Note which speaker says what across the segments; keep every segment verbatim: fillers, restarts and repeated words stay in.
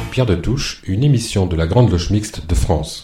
Speaker 1: Pierre de Touche, une émission de la Grande Loge Mixte de France.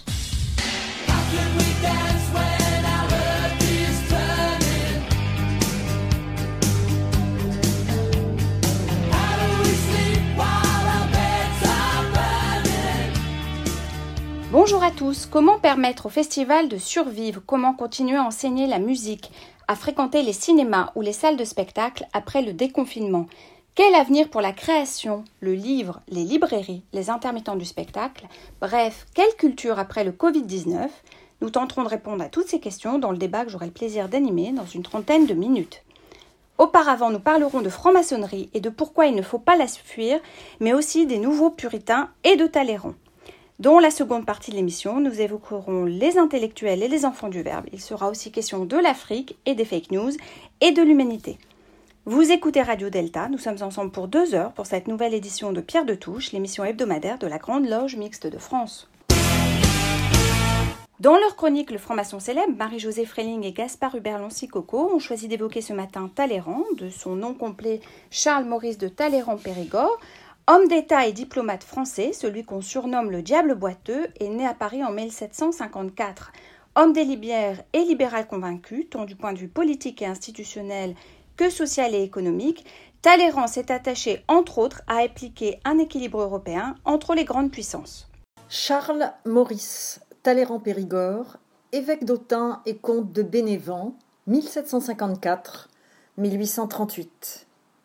Speaker 2: Bonjour à tous, comment permettre au festival de survivre? Comment continuer à enseigner la musique, à fréquenter les cinémas ou les salles de spectacle après le déconfinement? Quel avenir pour la création, le livre, les librairies, les intermittents du spectacle? Bref, quelle culture après le covid dix-neuf? Nous tenterons de répondre à toutes ces questions dans le débat que j'aurai le plaisir d'animer dans une trentaine de minutes. Auparavant, nous parlerons de franc-maçonnerie et de pourquoi il ne faut pas la fuir, mais aussi des nouveaux puritains et de Talleyrand. Dans la seconde partie de l'émission, nous évoquerons les intellectuels et les enfants du verbe. Il sera aussi question de l'Afrique et des fake news et de l'humanité. Vous écoutez Radio Delta, nous sommes ensemble pour deux heures pour cette nouvelle édition de Pierre de Touche, l'émission hebdomadaire de la Grande Loge Mixte de France. Dans leur chronique Le franc-maçon célèbre, Marie-Josée Fréling et Gaspard Hubert-Loncy-Coco ont choisi d'évoquer ce matin Talleyrand, de son nom complet Charles-Maurice de Talleyrand-Périgord. Homme d'État et diplomate français, celui qu'on surnomme le diable boiteux, est né à Paris en mille sept cent cinquante-quatre. Homme des Lumières et libéral convaincu, tant du point de vue politique et institutionnel que social et économique, Talleyrand s'est attaché, entre autres, à appliquer un équilibre européen entre les grandes puissances.
Speaker 3: Charles Maurice Talleyrand-Périgord, évêque d'Autun et comte de Bénévent, mille sept cent cinquante-quatre à mille huit cent trente-huit.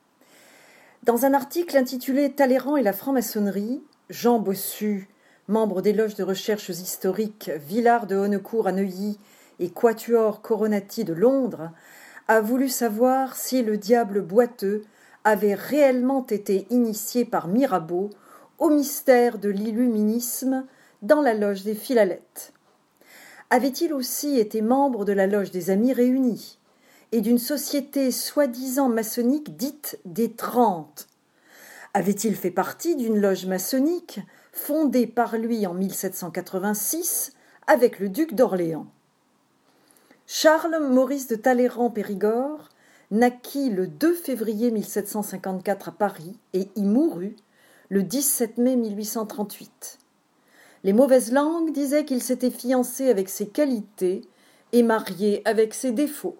Speaker 3: Dans un article intitulé « Talleyrand et la franc-maçonnerie », Jean Bossu, membre des loges de recherches historiques Villard de Honnecourt à Neuilly et Quatuor Coronati de Londres, a voulu savoir si le diable boiteux avait réellement été initié par Mirabeau au mystère de l'illuminisme dans la loge des Philalèthes. Avait-il aussi été membre de la loge des Amis réunis et d'une société soi-disant maçonnique dite des Trente? Avait-il fait partie d'une loge maçonnique fondée par lui en mille sept cent quatre-vingt-six avec le duc d'Orléans? Charles-Maurice de Talleyrand-Périgord naquit le deux février mille sept cent cinquante-quatre à Paris et y mourut le dix-sept mai mille huit cent trente-huit. Les mauvaises langues disaient qu'il s'était fiancé avec ses qualités et marié avec ses défauts.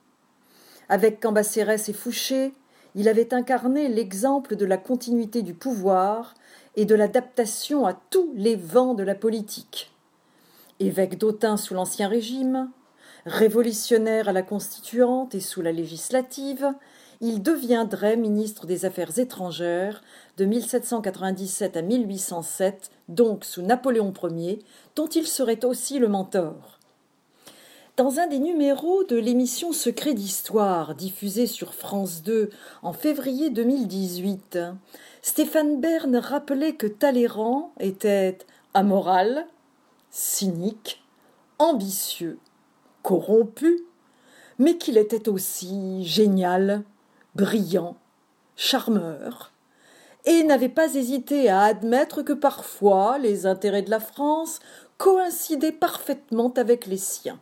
Speaker 3: Avec Cambacérès et Fouché, il avait incarné l'exemple de la continuité du pouvoir et de l'adaptation à tous les vents de la politique. Évêque d'Autun sous l'Ancien Régime, révolutionnaire à la Constituante et sous la Législative, il deviendrait ministre des Affaires étrangères de mille sept cent quatre-vingt-dix-sept à mille huit cent sept, donc sous Napoléon Ier, dont il serait aussi le mentor. Dans un des numéros de l'émission Secret d'Histoire, diffusée sur France deux en février deux mille dix-huit, Stéphane Bern rappelait que Talleyrand était amoral, cynique, ambitieux, corrompu, mais qu'il était aussi génial, brillant, charmeur, et n'avait pas hésité à admettre que parfois les intérêts de la France coïncidaient parfaitement avec les siens.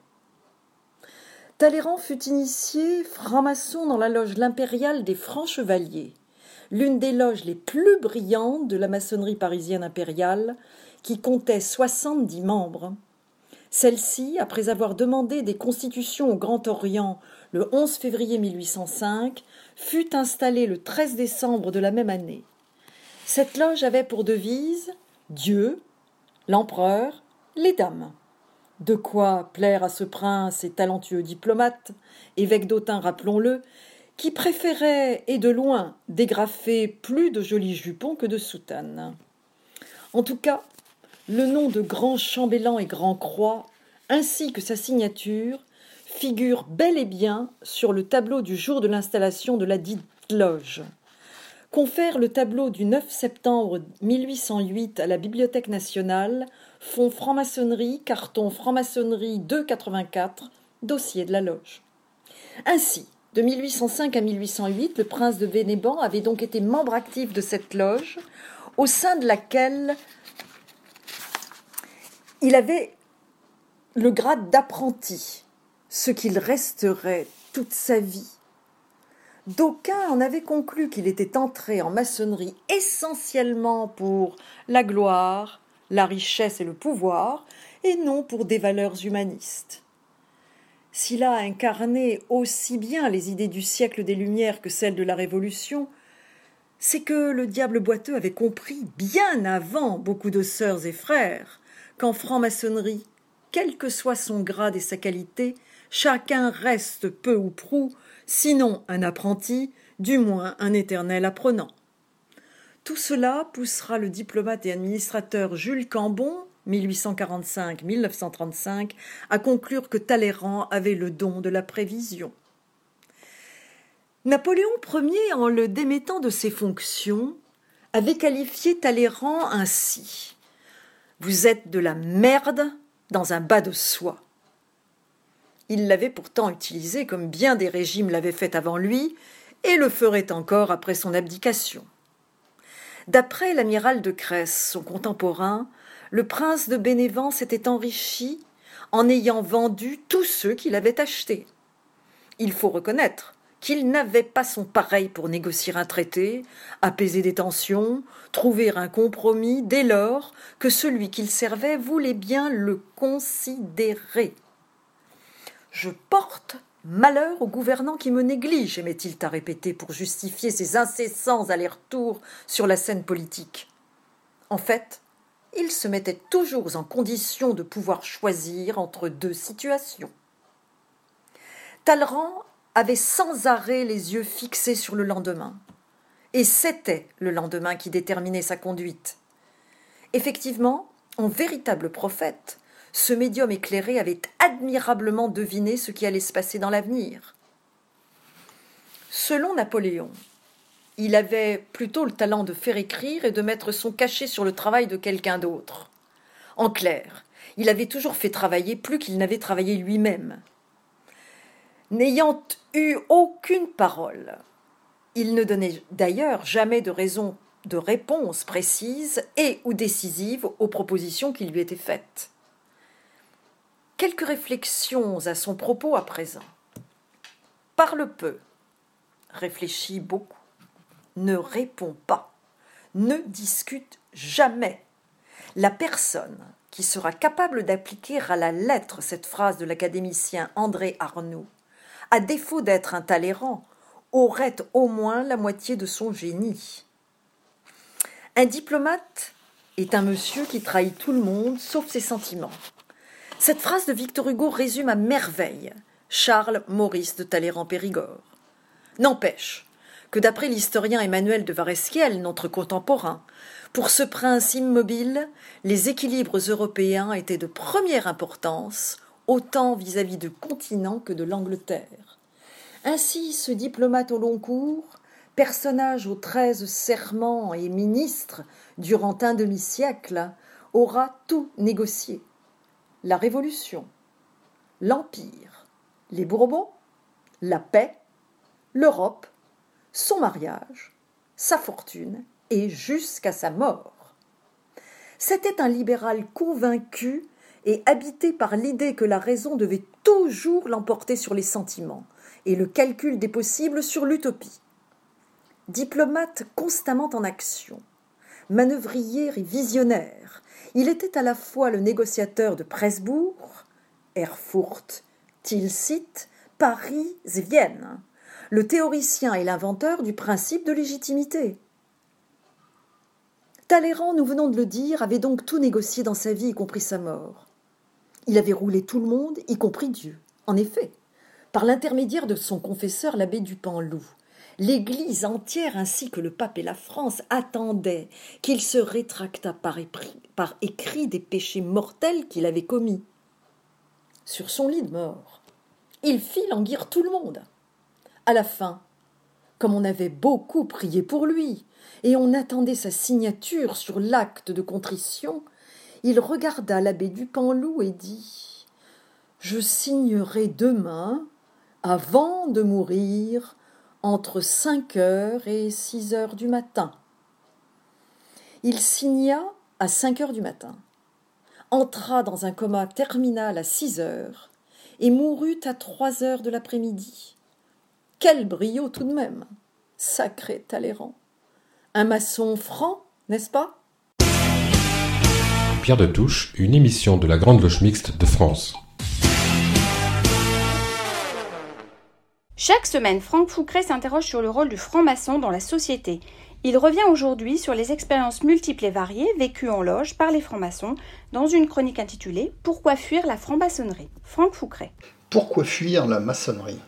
Speaker 3: Talleyrand fut initié franc-maçon dans la loge L'Impériale des Francs-Chevaliers, l'une des loges les plus brillantes de la maçonnerie parisienne impériale, qui comptait soixante-dix membres. Celle-ci, après avoir demandé des constitutions au Grand Orient le onze février mille huit cent cinq, fut installée le treize décembre de la même année. Cette loge avait pour devise « Dieu, l'empereur, les dames ». De quoi plaire à ce prince et talentueux diplomate, évêque d'Autun, rappelons-le, qui préférait, et de loin, dégrafer plus de jolis jupons que de soutanes. En tout cas, le nom de Grand Chambellan et Grand Croix, ainsi que sa signature, figurent bel et bien sur le tableau du jour de l'installation de la dite loge. Confère le tableau du neuf septembre mille huit cent huit à la Bibliothèque nationale, fonds franc-maçonnerie, carton franc-maçonnerie deux quatre-vingt-quatre, dossier de la loge. Ainsi, de mille huit cent cinq à mille huit cent huit, le prince de Bénévent avait donc été membre actif de cette loge, au sein de laquelle il avait le grade d'apprenti, ce qu'il resterait toute sa vie. D'aucuns en avaient conclu qu'il était entré en maçonnerie essentiellement pour la gloire, la richesse et le pouvoir, et non pour des valeurs humanistes. S'il a incarné aussi bien les idées du siècle des Lumières que celles de la Révolution, c'est que le diable boiteux avait compris bien avant beaucoup de sœurs et frères qu'en franc-maçonnerie, quel que soit son grade et sa qualité, chacun reste peu ou prou, sinon un apprenti, du moins un éternel apprenant. Tout cela poussera le diplomate et administrateur Jules Cambon, mille huit cent quarante-cinq à mille neuf cent trente-cinq, à conclure que Talleyrand avait le don de la prévision. Napoléon Ier, en le démettant de ses fonctions, avait qualifié Talleyrand ainsi : « Vous êtes de la merde dans un bas de soie ». Il l'avait pourtant utilisé comme bien des régimes l'avaient fait avant lui et le ferait encore après son abdication. D'après l'amiral de Cresse, son contemporain, le prince de Bénévent s'était enrichi en ayant vendu tous ceux qu'il avait achetés. Il faut reconnaître qu'il n'avait pas son pareil pour négocier un traité, apaiser des tensions, trouver un compromis dès lors que celui qu'il servait voulait bien le considérer. « Je porte malheur au gouvernant qui me néglige », aimait-il à répéter pour justifier ses incessants allers-retours sur la scène politique. En fait, il se mettait toujours en condition de pouvoir choisir entre deux situations. Talleyrand avait sans arrêt les yeux fixés sur le lendemain. Et c'était le lendemain qui déterminait sa conduite. Effectivement, en véritable prophète, ce médium éclairé avait admirablement deviné ce qui allait se passer dans l'avenir. Selon Napoléon, il avait plutôt le talent de faire écrire et de mettre son cachet sur le travail de quelqu'un d'autre. En clair, il avait toujours fait travailler plus qu'il n'avait travaillé lui-même. N'ayant eu aucune parole, il ne donnait d'ailleurs jamais de raison de réponse précise et ou décisive aux propositions qui lui étaient faites. Quelques réflexions à son propos à présent. Parle peu, réfléchit beaucoup, ne répond pas, ne discute jamais. La personne qui sera capable d'appliquer à la lettre cette phrase de l'académicien André Arnoux, à défaut d'être un Talleyrand, aurait au moins la moitié de son génie. Un diplomate est un monsieur qui trahit tout le monde, sauf ses sentiments. Cette phrase de Victor Hugo résume à merveille Charles Maurice de Talleyrand-Périgord. N'empêche que d'après l'historien Emmanuel de Varesquiel, notre contemporain, pour ce prince immobile, les équilibres européens étaient de première importance, autant vis-à-vis du continent que de l'Angleterre. Ainsi, ce diplomate au long cours, personnage aux treize serments et ministre durant un demi-siècle, aura tout négocié. La Révolution, l'Empire, les Bourbons, la paix, l'Europe, son mariage, sa fortune et jusqu'à sa mort. C'était un libéral convaincu et habité par l'idée que la raison devait toujours l'emporter sur les sentiments et le calcul des possibles sur l'utopie. Diplomate constamment en action, manœuvrier et visionnaire, il était à la fois le négociateur de Presbourg, Erfurt, Tilsit, Paris et Vienne, le théoricien et l'inventeur du principe de légitimité. Talleyrand, nous venons de le dire, avait donc tout négocié dans sa vie, y compris sa mort. Il avait roulé tout le monde, y compris Dieu. En effet, par l'intermédiaire de son confesseur, l'abbé du Panloup, l'Église entière ainsi que le pape et la France attendaient qu'il se rétractât par écrit, par écrit des péchés mortels qu'il avait commis. Sur son lit de mort, il fit languir tout le monde. À la fin, comme on avait beaucoup prié pour lui, et on attendait sa signature sur l'acte de contrition, il regarda l'abbé du Panloup et dit « Je signerai demain, avant de mourir, entre cinq heures et six heures du matin. » Il signa à cinq heures du matin, entra dans un coma terminal à six heures et mourut à trois heures de l'après-midi. Quel brio tout de même! Sacré Talleyrand! Un maçon franc, n'est-ce pas?
Speaker 1: Pierre de Touche, une émission de la Grande Loge Mixte de France.
Speaker 2: Chaque semaine, Franck Foucret s'interroge sur le rôle du franc-maçon dans la société. Il revient aujourd'hui sur les expériences multiples et variées vécues en loge par les francs-maçons dans une chronique intitulée « Pourquoi fuir la franc-maçonnerie ?» Franck Foucret.
Speaker 4: Pourquoi fuir la maçonnerie?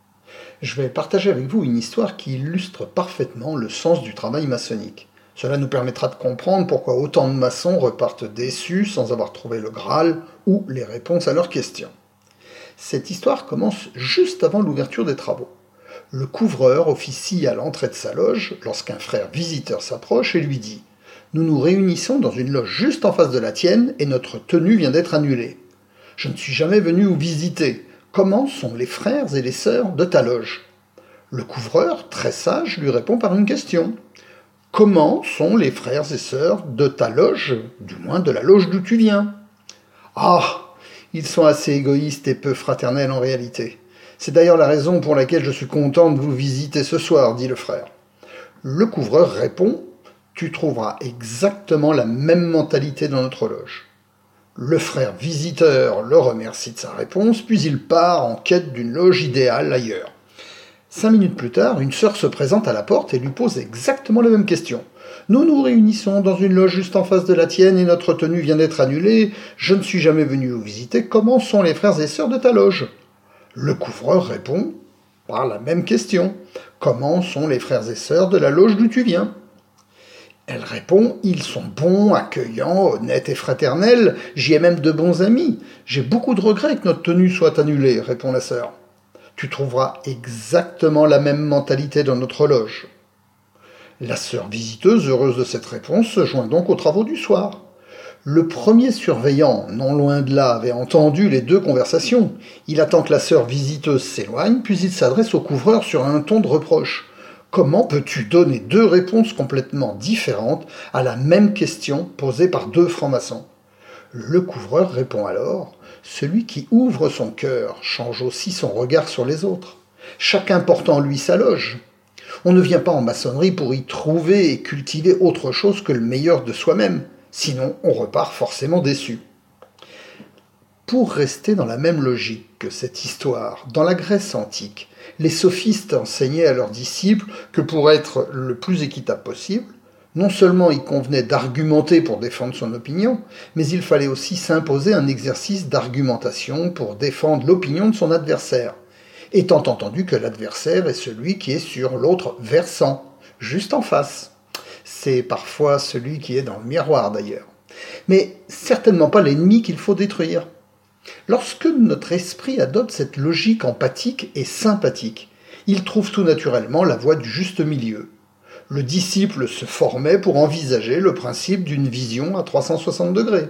Speaker 4: Je vais partager avec vous une histoire qui illustre parfaitement le sens du travail maçonnique. Cela nous permettra de comprendre pourquoi autant de maçons repartent déçus sans avoir trouvé le Graal ou les réponses à leurs questions. Cette histoire commence juste avant l'ouverture des travaux. Le couvreur officie à l'entrée de sa loge lorsqu'un frère visiteur s'approche et lui dit « Nous nous réunissons dans une loge juste en face de la tienne et notre tenue vient d'être annulée. Je ne suis jamais venu vous visiter. Comment sont les frères et les sœurs de ta loge ?» Le couvreur, très sage, lui répond par une question. « Comment sont les frères et sœurs de ta loge, du moins de la loge d'où tu viens ?»« Ah, ils sont assez égoïstes et peu fraternels en réalité. C'est d'ailleurs la raison pour laquelle je suis content de vous visiter ce soir, dit le frère. » Le couvreur répond « Tu trouveras exactement la même mentalité dans notre loge. » Le frère visiteur le remercie de sa réponse, puis il part en quête d'une loge idéale ailleurs. Cinq minutes plus tard, une sœur se présente à la porte et lui pose exactement la même question. « Nous nous réunissons dans une loge juste en face de la tienne et notre tenue vient d'être annulée. Je ne suis jamais venu vous visiter. Comment sont les frères et sœurs de ta loge ?» Le couvreur répond par la même question. « Comment sont les frères et sœurs de la loge d'où tu viens ?» Elle répond « Ils sont bons, accueillants, honnêtes et fraternels. J'y ai même de bons amis. J'ai beaucoup de regrets que notre tenue soit annulée, répond la sœur. Tu trouveras exactement la même mentalité dans notre loge. » La sœur visiteuse, heureuse de cette réponse, se joint donc aux travaux du soir. Le premier surveillant, non loin de là, avait entendu les deux conversations. Il attend que la sœur visiteuse s'éloigne, puis il s'adresse au couvreur sur un ton de reproche. « Comment peux-tu donner deux réponses complètement différentes à la même question posée par deux francs-maçons ?» Le couvreur répond alors « Celui qui ouvre son cœur change aussi son regard sur les autres. Chacun porte en lui sa loge. On ne vient pas en maçonnerie pour y trouver et cultiver autre chose que le meilleur de soi-même. Sinon, on repart forcément déçu. » Pour rester dans la même logique que cette histoire, dans la Grèce antique, les sophistes enseignaient à leurs disciples que pour être le plus équitable possible, non seulement il convenait d'argumenter pour défendre son opinion, mais il fallait aussi s'imposer un exercice d'argumentation pour défendre l'opinion de son adversaire, étant entendu que l'adversaire est celui qui est sur l'autre versant, juste en face. C'est parfois celui qui est dans le miroir d'ailleurs. Mais certainement pas l'ennemi qu'il faut détruire. Lorsque notre esprit adopte cette logique empathique et sympathique, il trouve tout naturellement la voie du juste milieu. Le disciple se formait pour envisager le principe d'une vision à trois cent soixante degrés.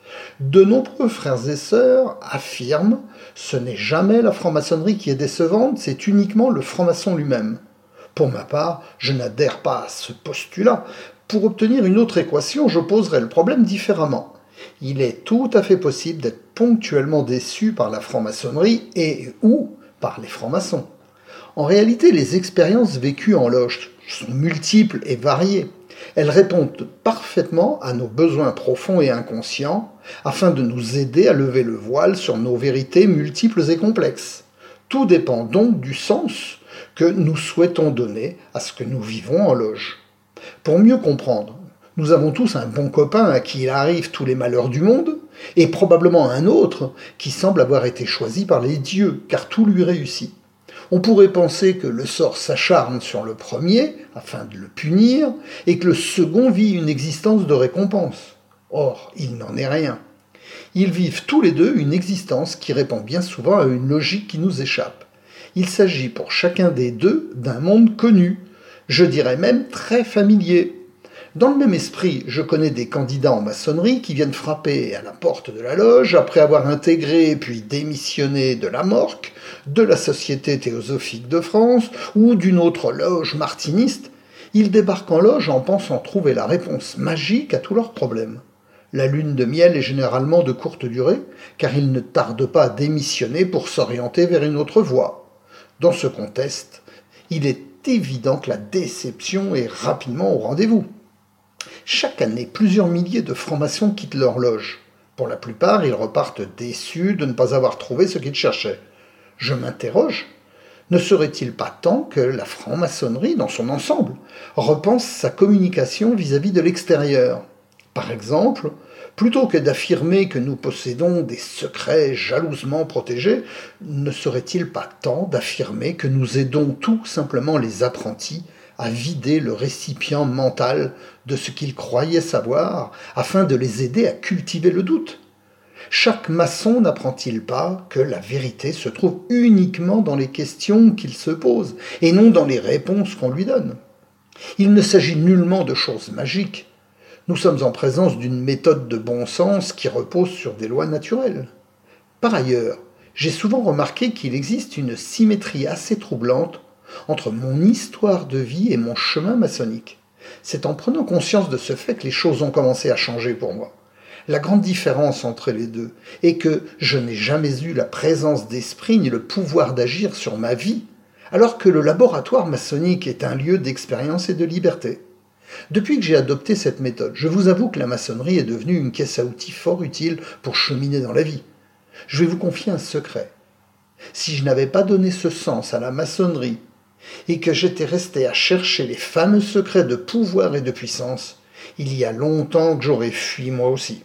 Speaker 4: De nombreux frères et sœurs affirment « ce n'est jamais la franc-maçonnerie qui est décevante, c'est uniquement le franc-maçon lui-même ». Pour ma part, je n'adhère pas à ce postulat. Pour obtenir une autre équation, je poserai le problème différemment. Il est tout à fait possible d'être ponctuellement déçu par la franc-maçonnerie et ou par les francs-maçons. En réalité, les expériences vécues en loge sont multiples et variées. Elles répondent parfaitement à nos besoins profonds et inconscients afin de nous aider à lever le voile sur nos vérités multiples et complexes. Tout dépend donc du sens que nous souhaitons donner à ce que nous vivons en loge. Pour mieux comprendre, nous avons tous un bon copain à qui il arrive tous les malheurs du monde, et probablement un autre qui semble avoir été choisi par les dieux, car tout lui réussit. On pourrait penser que le sort s'acharne sur le premier, afin de le punir, et que le second vit une existence de récompense. Or, il n'en est rien. Ils vivent tous les deux une existence qui répond bien souvent à une logique qui nous échappe. Il s'agit pour chacun des deux d'un monde connu, je dirais même très familier. Dans le même esprit, je connais des candidats en maçonnerie qui viennent frapper à la porte de la loge après avoir intégré puis démissionné de la Morque, de la Société théosophique de France ou d'une autre loge martiniste. Ils débarquent en loge en pensant trouver la réponse magique à tous leurs problèmes. La lune de miel est généralement de courte durée, car ils ne tardent pas à démissionner pour s'orienter vers une autre voie. Dans ce contexte, il est évident que la déception est rapidement au rendez-vous. Chaque année, plusieurs milliers de francs-maçons quittent leur loge. Pour la plupart, ils repartent déçus de ne pas avoir trouvé ce qu'ils cherchaient. Je m'interroge, ne serait-il pas temps que la franc-maçonnerie, dans son ensemble, repense sa communication vis-à-vis de l'extérieur ? Par exemple, plutôt que d'affirmer que nous possédons des secrets jalousement protégés, ne serait-il pas temps d'affirmer que nous aidons tout simplement les apprentis à vider le récipient mental de ce qu'ils croyaient savoir, afin de les aider à cultiver le doute ? Chaque maçon n'apprend-il pas que la vérité se trouve uniquement dans les questions qu'il se pose, et non dans les réponses qu'on lui donne ? Il ne s'agit nullement de choses magiques. Nous sommes en présence d'une méthode de bon sens qui repose sur des lois naturelles. Par ailleurs, j'ai souvent remarqué qu'il existe une symétrie assez troublante entre mon histoire de vie et mon chemin maçonnique. C'est en prenant conscience de ce fait que les choses ont commencé à changer pour moi. La grande différence entre les deux est que je n'ai jamais eu la présence d'esprit ni le pouvoir d'agir sur ma vie, alors que le laboratoire maçonnique est un lieu d'expérience et de liberté. Depuis que j'ai adopté cette méthode, je vous avoue que la maçonnerie est devenue une caisse à outils fort utile pour cheminer dans la vie. Je vais vous confier un secret. Si je n'avais pas donné ce sens à la maçonnerie et que j'étais resté à chercher les fameux secrets de pouvoir et de puissance, il y a longtemps que j'aurais fui moi aussi.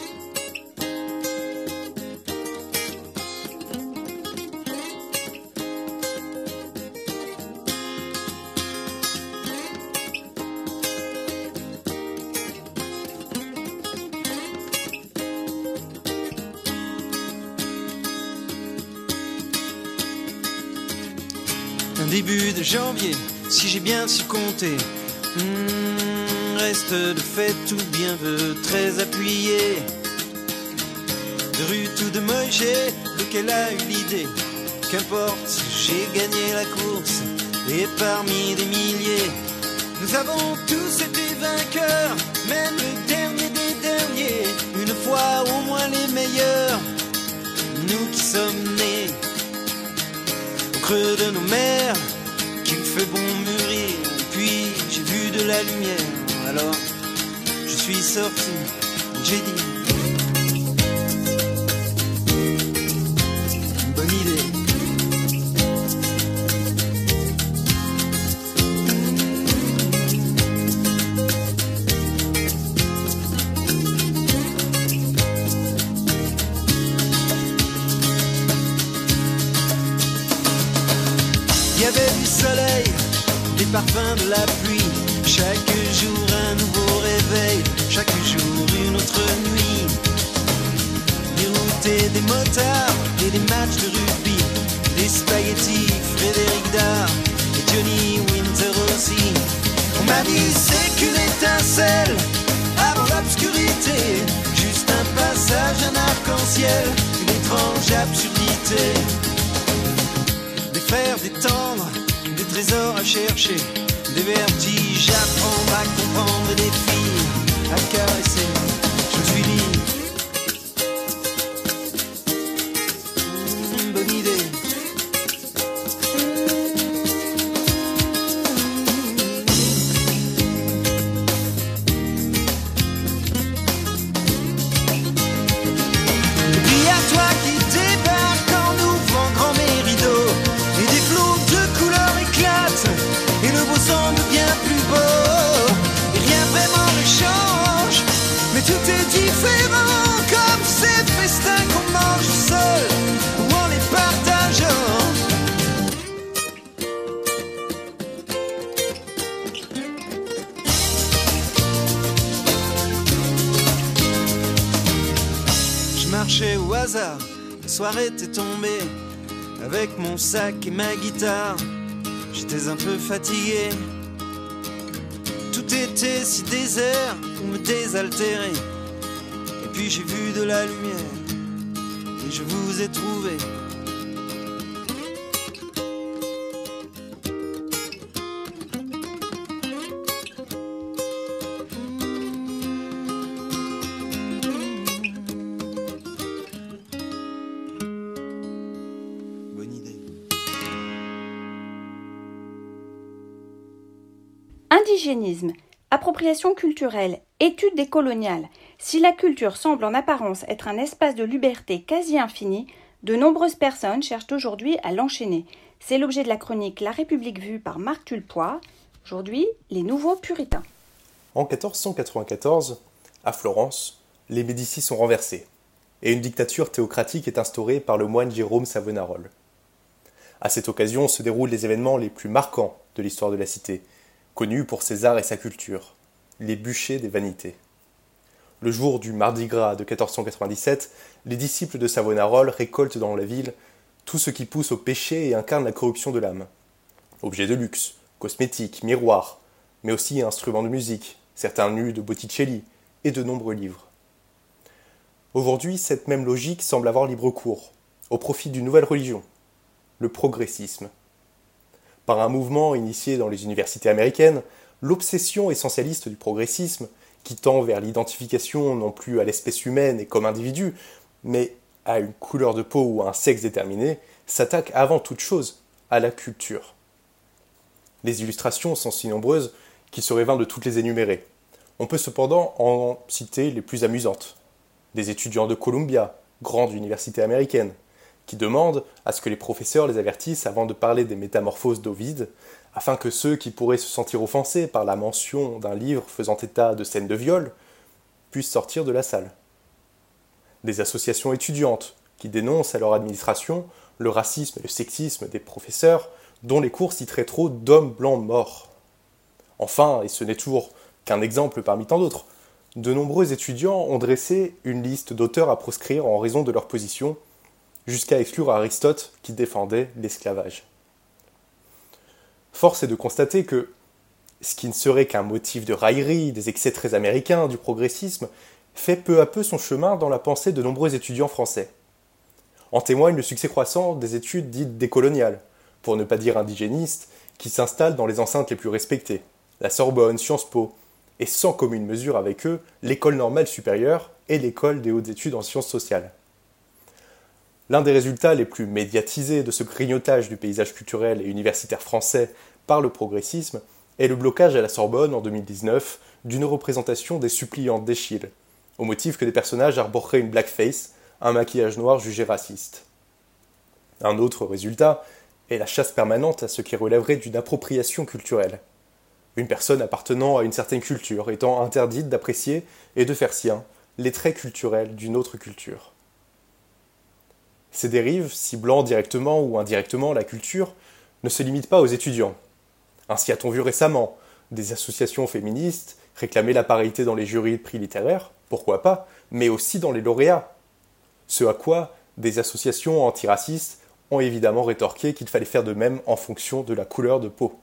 Speaker 5: Un début de janvier, si j'ai bien su compter, hmm, reste de fait tout bien veut très appuyé. De rue tout de Moïse, lequel a eu l'idée, qu'importe, j'ai gagné la course, et parmi des milliers, nous avons tous été vainqueurs, même le dernier des derniers, une fois au moins les meilleurs, nous qui sommes nés au creux de nos mers, qu'il fait bon mûrir, puis j'ai vu de la lumière, alors je suis sorti, j'ai dit bonne idée. Il y avait du soleil, des parfums de la pluie, chaque jour un nouveau réveil, chaque jour une autre nuit. Des routes et des motards et des matchs de rugby, des spaghettis, Frédéric Dard et Johnny Winter aussi. On m'a dit c'est qu'une étincelle avant l'obscurité, juste un passage, un arc-en-ciel, une étrange absurdité. Des fers, des tendres, des trésors à chercher, des vertiges à prendre, à comprendre et des filles à caresser. Je me suis dit mmh, bonne idée. Et puis à toi qui débarque en ouvrant grand mes rideaux, et des flots de couleurs éclatent, et le beau semble bien plus beau, et rien vraiment ne change, mais tout est différent, comme ces festins qu'on mange seul, ou en les partageant. Je marchais au hasard, le soir était tombé, avec mon sac et ma guitare, j'étais un peu fatigué. Tout était si désert pour me désaltérer. Et puis j'ai vu de la lumière, et je vous ai trouvé. Bonne idée.
Speaker 2: Indigénisme, appropriation culturelle, étude décoloniale. Si la culture semble en apparence être un espace de liberté quasi infini, de nombreuses personnes cherchent aujourd'hui à l'enchaîner. C'est l'objet de la chronique La République vue par Marc Tulpois. Aujourd'hui, les nouveaux puritains.
Speaker 6: En quatorze cent quatre-vingt-quatorze, à Florence, les Médicis sont renversés, et une dictature théocratique est instaurée par le moine Jérôme Savonarole. À cette occasion se déroulent les événements les plus marquants de l'histoire de la cité, connus pour ses arts et sa culture, les bûchers des vanités. Le jour du Mardi Gras de quatorze cent quatre-vingt-dix-sept, les disciples de Savonarole récoltent dans la ville tout ce qui pousse au péché et incarne la corruption de l'âme. Objets de luxe, cosmétiques, miroirs, mais aussi instruments de musique, certains nus de Botticelli et de nombreux livres. Aujourd'hui, cette même logique semble avoir libre cours, au profit d'une nouvelle religion, le progressisme. Par un mouvement initié dans les universités américaines, l'obsession essentialiste du progressisme, qui tend vers l'identification non plus à l'espèce humaine et comme individu, mais à une couleur de peau ou à un sexe déterminé, s'attaque avant toute chose à la culture. Les illustrations sont si nombreuses qu'il serait vain de toutes les énumérer. On peut cependant en citer les plus amusantes. Des étudiants de Columbia, grande université américaine, qui demandent à ce que les professeurs les avertissent avant de parler des métamorphoses d'Ovide, afin que ceux qui pourraient se sentir offensés par la mention d'un livre faisant état de scènes de viol puissent sortir de la salle. Des associations étudiantes qui dénoncent à leur administration le racisme et le sexisme des professeurs dont les cours citeraient trop d'hommes blancs morts. Enfin, et ce n'est toujours qu'un exemple parmi tant d'autres, de nombreux étudiants ont dressé une liste d'auteurs à proscrire en raison de leur position, jusqu'à exclure Aristote qui défendait l'esclavage. Force est de constater que ce qui ne serait qu'un motif de raillerie des excès très américains du progressisme fait peu à peu son chemin dans la pensée de nombreux étudiants français. En témoigne le succès croissant des études dites décoloniales, pour ne pas dire indigénistes, qui s'installent dans les enceintes les plus respectées, la Sorbonne, Sciences Po, et sans commune mesure avec eux, l'école normale supérieure et l'école des hautes études en sciences sociales. L'un des résultats les plus médiatisés de ce grignotage du paysage culturel et universitaire français par le progressisme est le blocage à la Sorbonne en deux mille dix-neuf d'une représentation des suppliantes d'Eschyle, au motif que des personnages arboreraient une blackface, un maquillage noir jugé raciste. Un autre résultat est la chasse permanente à ce qui relèverait d'une appropriation culturelle. Une personne appartenant à une certaine culture étant interdite d'apprécier et de faire sien les traits culturels d'une autre culture. Ces dérives, ciblant directement ou indirectement la culture, ne se limitent pas aux étudiants. Ainsi a-t-on vu récemment des associations féministes réclamer la parité dans les jurys de prix littéraires, pourquoi pas, mais aussi dans les lauréats. Ce à quoi des associations antiracistes ont évidemment rétorqué qu'il fallait faire de même en fonction de la couleur de peau.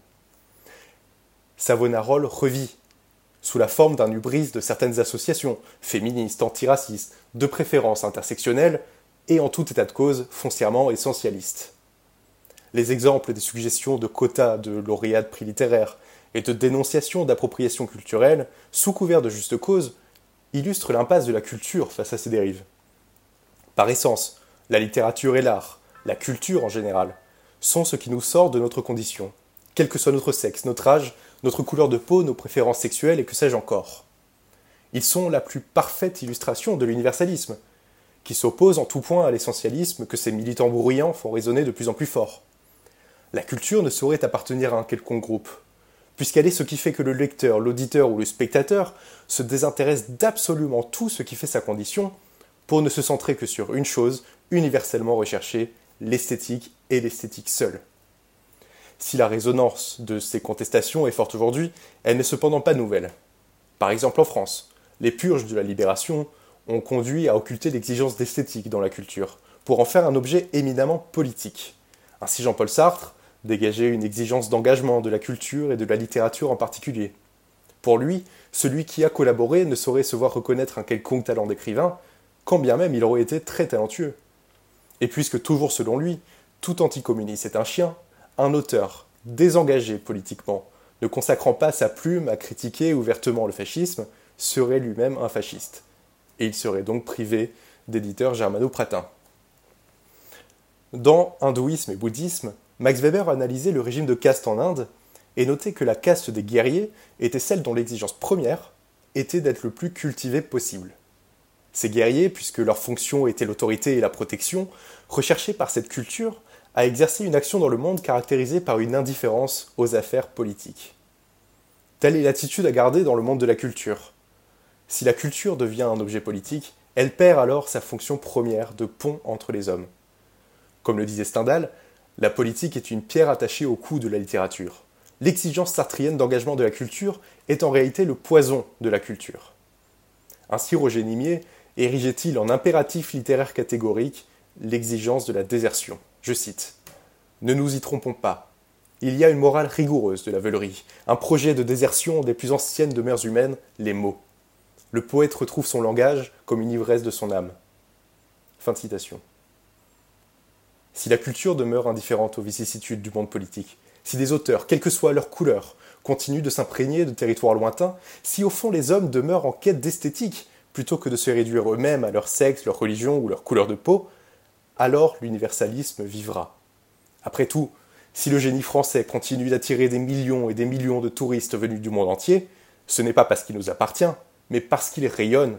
Speaker 6: Savonarole revit, sous la forme d'un hubris de certaines associations, féministes, antiracistes, de préférence intersectionnelles, et en tout état de cause foncièrement essentialistes. Les exemples des suggestions de quotas de lauréats de prix littéraires et de dénonciations d'appropriation culturelle, sous couvert de juste cause, illustrent l'impasse de la culture face à ces dérives. Par essence, la littérature et l'art, la culture en général, sont ce qui nous sort de notre condition, quel que soit notre sexe, notre âge, notre couleur de peau, nos préférences sexuelles et que sais-je encore. Ils sont la plus parfaite illustration de l'universalisme, qui s'oppose en tout point à l'essentialisme que ces militants bruyants font résonner de plus en plus fort. La culture ne saurait appartenir à un quelconque groupe, puisqu'elle est ce qui fait que le lecteur, l'auditeur ou le spectateur se désintéresse d'absolument tout ce qui fait sa condition, pour ne se centrer que sur une chose universellement recherchée, l'esthétique et l'esthétique seule. Si la résonance de ces contestations est forte aujourd'hui, elle n'est cependant pas nouvelle. Par exemple en France, les purges de la Libération ont conduit à occulter l'exigence d'esthétique dans la culture, pour en faire un objet éminemment politique. Ainsi Jean-Paul Sartre dégageait une exigence d'engagement de la culture et de la littérature en particulier. Pour lui, celui qui a collaboré ne saurait se voir reconnaître un quelconque talent d'écrivain, quand bien même il aurait été très talentueux. Et puisque toujours selon lui, tout anticommuniste est un chien, un auteur désengagé politiquement, ne consacrant pas sa plume à critiquer ouvertement le fascisme, serait lui-même un fasciste. Et il serait donc privé d'éditeur germano-pratin. Dans Hindouisme et Bouddhisme, Max Weber a analysé le régime de caste en Inde et noter que la caste des guerriers était celle dont l'exigence première était d'être le plus cultivé possible. Ces guerriers, puisque leur fonction était l'autorité et la protection, recherchaient par cette culture à exercer une action dans le monde caractérisée par une indifférence aux affaires politiques. Telle est l'attitude à garder dans le monde de la culture. Si la culture devient un objet politique, elle perd alors sa fonction première de pont entre les hommes. Comme le disait Stendhal, la politique est une pierre attachée au cou de la littérature. L'exigence sartrienne d'engagement de la culture est en réalité le poison de la culture. Ainsi Roger Nimier érigeait-il en impératif littéraire catégorique l'exigence de la désertion. Je cite « Ne nous y trompons pas. Il y a une morale rigoureuse de la veulerie, un projet de désertion des plus anciennes demeures humaines, les mots. Le poète retrouve son langage comme une ivresse de son âme. » Fin de citation. Si la culture demeure indifférente aux vicissitudes du monde politique, si des auteurs, quelle que soit leur couleur, continuent de s'imprégner de territoires lointains, si au fond les hommes demeurent en quête d'esthétique, plutôt que de se réduire eux-mêmes à leur sexe, leur religion ou leur couleur de peau, alors l'universalisme vivra. Après tout, si le génie français continue d'attirer des millions et des millions de touristes venus du monde entier, ce n'est pas parce qu'il nous appartient, mais parce qu'il rayonne.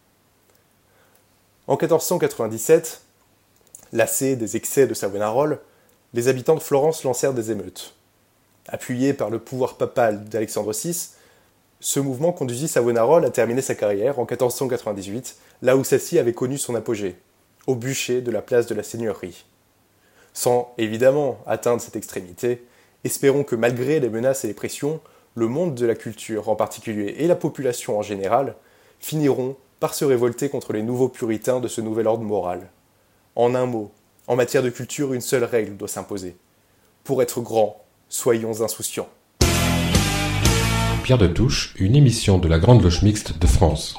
Speaker 6: En quatorze cent quatre-vingt-dix-sept, lassés des excès de Savonarole, les habitants de Florence lancèrent des émeutes. Appuyé par le pouvoir papal d'Alexandre six, ce mouvement conduisit Savonarole à terminer sa carrière en quatorze cent quatre-vingt-dix-huit, là où celle-ci avait connu son apogée, au bûcher de la place de la Seigneurie. Sans, évidemment, atteindre cette extrémité, espérons que malgré les menaces et les pressions, le monde de la culture en particulier et la population en général finiront par se révolter contre les nouveaux puritains de ce nouvel ordre moral. En un mot, en matière de culture, une seule règle doit s'imposer. Pour être grand, soyons insouciants.
Speaker 1: Pierre de Touche, une émission de la Grande Loge Mixte de France.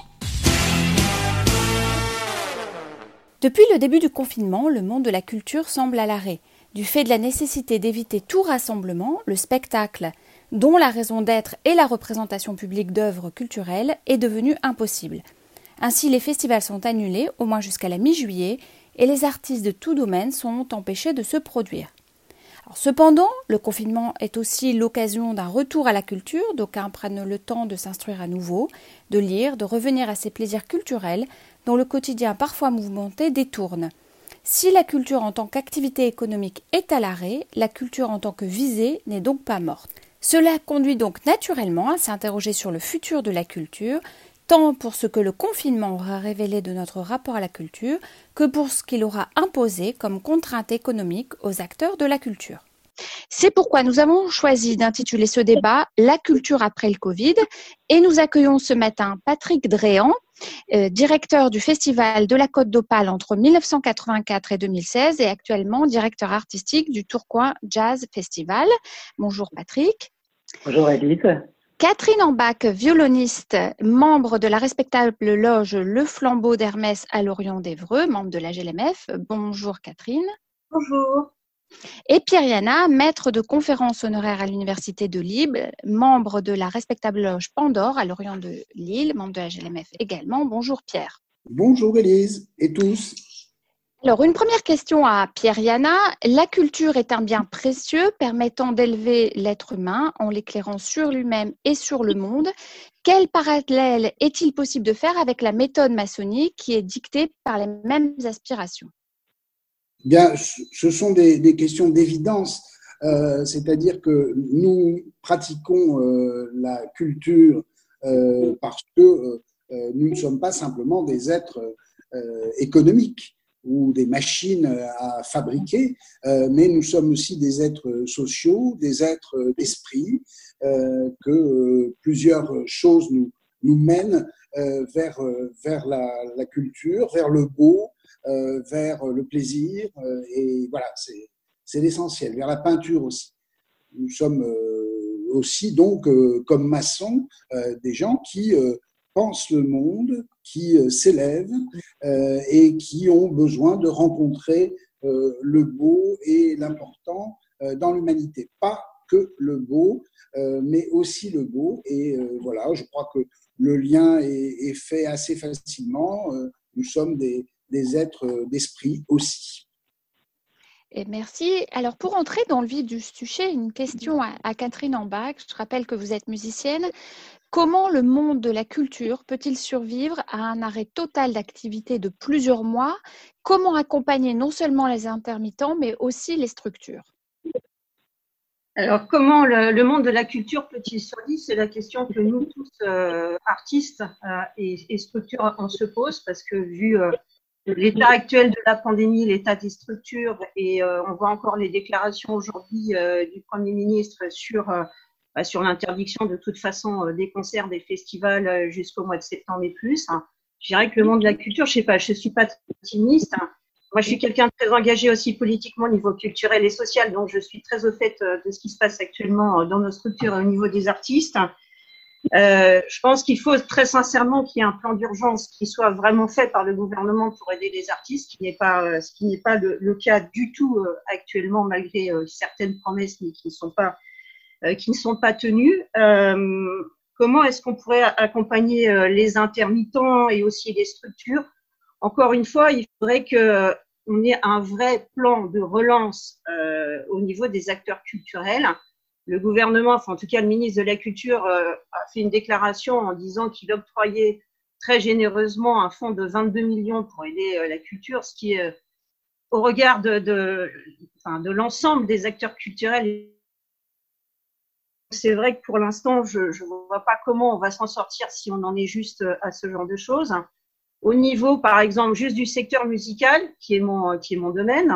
Speaker 2: Depuis le début du confinement, le monde de la culture semble à l'arrêt. Du fait de la nécessité d'éviter tout rassemblement, le spectacle, dont la raison d'être est la représentation publique d'œuvres culturelles, est devenu impossible. Ainsi, les festivals sont annulés, au moins jusqu'à la mi-juillet, et les artistes de tout domaine sont empêchés de se produire. Alors, cependant, le confinement est aussi l'occasion d'un retour à la culture. D'aucuns prennent le temps de s'instruire à nouveau, de lire, de revenir à ces plaisirs culturels dont le quotidien parfois mouvementé détourne. Si la culture en tant qu'activité économique est à l'arrêt, la culture en tant que visée n'est donc pas morte. Cela conduit donc naturellement à s'interroger sur le futur de la culture, tant pour ce que le confinement aura révélé de notre rapport à la culture que pour ce qu'il aura imposé comme contrainte économique aux acteurs de la culture. C'est pourquoi nous avons choisi d'intituler ce débat « La culture après le Covid » et nous accueillons ce matin Patrick Dréan, euh, directeur du Festival de la Côte d'Opale entre mille neuf cent quatre-vingt-quatre et deux mille seize et actuellement directeur artistique du Tourcoing Jazz Festival. Bonjour Patrick.
Speaker 7: Bonjour Élise.
Speaker 2: Catherine Ambach, violoniste, membre de la respectable loge Le Flambeau d'Hermès à Lorient d'Évreux, membre de la G L M F. Bonjour Catherine.
Speaker 7: Bonjour.
Speaker 2: Et Pierre Yana, maître de conférences honoraire à l'Université de Lille, membre de la respectable loge Pandore à Lorient de Lille, membre de la G L M F également. Bonjour Pierre.
Speaker 8: Bonjour Élise et tous.
Speaker 2: Alors, une première question à Pierre Yana. La culture est un bien précieux permettant d'élever l'être humain en l'éclairant sur lui-même et sur le monde. Quel parallèle est-il possible de faire avec la méthode maçonnique qui est dictée par les mêmes aspirations ?
Speaker 8: Bien, ce sont des, des questions d'évidence, euh, c'est-à-dire que nous pratiquons euh, la culture euh, parce que euh, nous ne sommes pas simplement des êtres euh, économiques ou des machines à fabriquer, euh, mais nous sommes aussi des êtres sociaux, des êtres d'esprit, euh, que euh, plusieurs choses nous, nous mènent euh, vers, vers la, la culture, vers le beau, euh, vers le plaisir, euh, et voilà, c'est, c'est l'essentiel, vers la peinture aussi. Nous sommes euh, aussi donc, euh, comme maçons, euh, des gens qui euh, pensent le monde, qui euh, s'élèvent euh, et qui ont besoin de rencontrer euh, le beau et l'important euh, dans l'humanité. Pas que le beau, euh, mais aussi le beau. Et euh, voilà, je crois que le lien est, est fait assez facilement. Euh, nous sommes des, des êtres d'esprit aussi.
Speaker 2: Et merci. Alors, pour entrer dans le vif du sujet, une question à, à Catherine Ambach. Je rappelle que vous êtes musicienne. Comment le monde de la culture peut-il survivre à un arrêt total d'activité de plusieurs mois? Comment accompagner non seulement les intermittents, mais aussi les structures?
Speaker 7: Alors, comment le, le monde de la culture peut-il survivre? C'est la question que nous tous, euh, artistes euh, et, et structures, on se pose, parce que vu euh, l'état actuel de la pandémie, l'état des structures, et euh, on voit encore les déclarations aujourd'hui euh, du Premier ministre sur, euh, bah, sur l'interdiction de toute façon euh, des concerts, des festivals euh, jusqu'au mois de septembre et plus. Hein. Je dirais que le monde de la culture, je sais pas, je suis pas optimiste. Hein. Moi, je suis quelqu'un de très engagé aussi politiquement au niveau culturel et social, donc je suis très au fait euh, de ce qui se passe actuellement dans nos structures au niveau des artistes. Euh, je pense qu'il faut très sincèrement qu'il y ait un plan d'urgence qui soit vraiment fait par le gouvernement pour aider les artistes, ce qui n'est pas, euh, ce qui n'est pas le, le cas du tout euh, actuellement, malgré euh, certaines promesses mais qui ne sont pas, euh, qui ne sont pas tenues. Euh, comment est-ce qu'on pourrait accompagner euh, les intermittents et aussi les structures? Encore une fois, il faudrait que on ait un vrai plan de relance euh, au niveau des acteurs culturels. Le gouvernement, enfin en tout cas le ministre de la Culture, euh, a fait une déclaration en disant qu'il octroyait très généreusement un fonds de vingt-deux millions pour aider euh, la culture, ce qui est euh, au regard de, de, enfin, de l'ensemble des acteurs culturels. C'est vrai que pour l'instant, je ne vois pas comment on va s'en sortir si on en est juste à ce genre de choses. Au niveau, par exemple, juste du secteur musical, qui est mon, qui est mon domaine,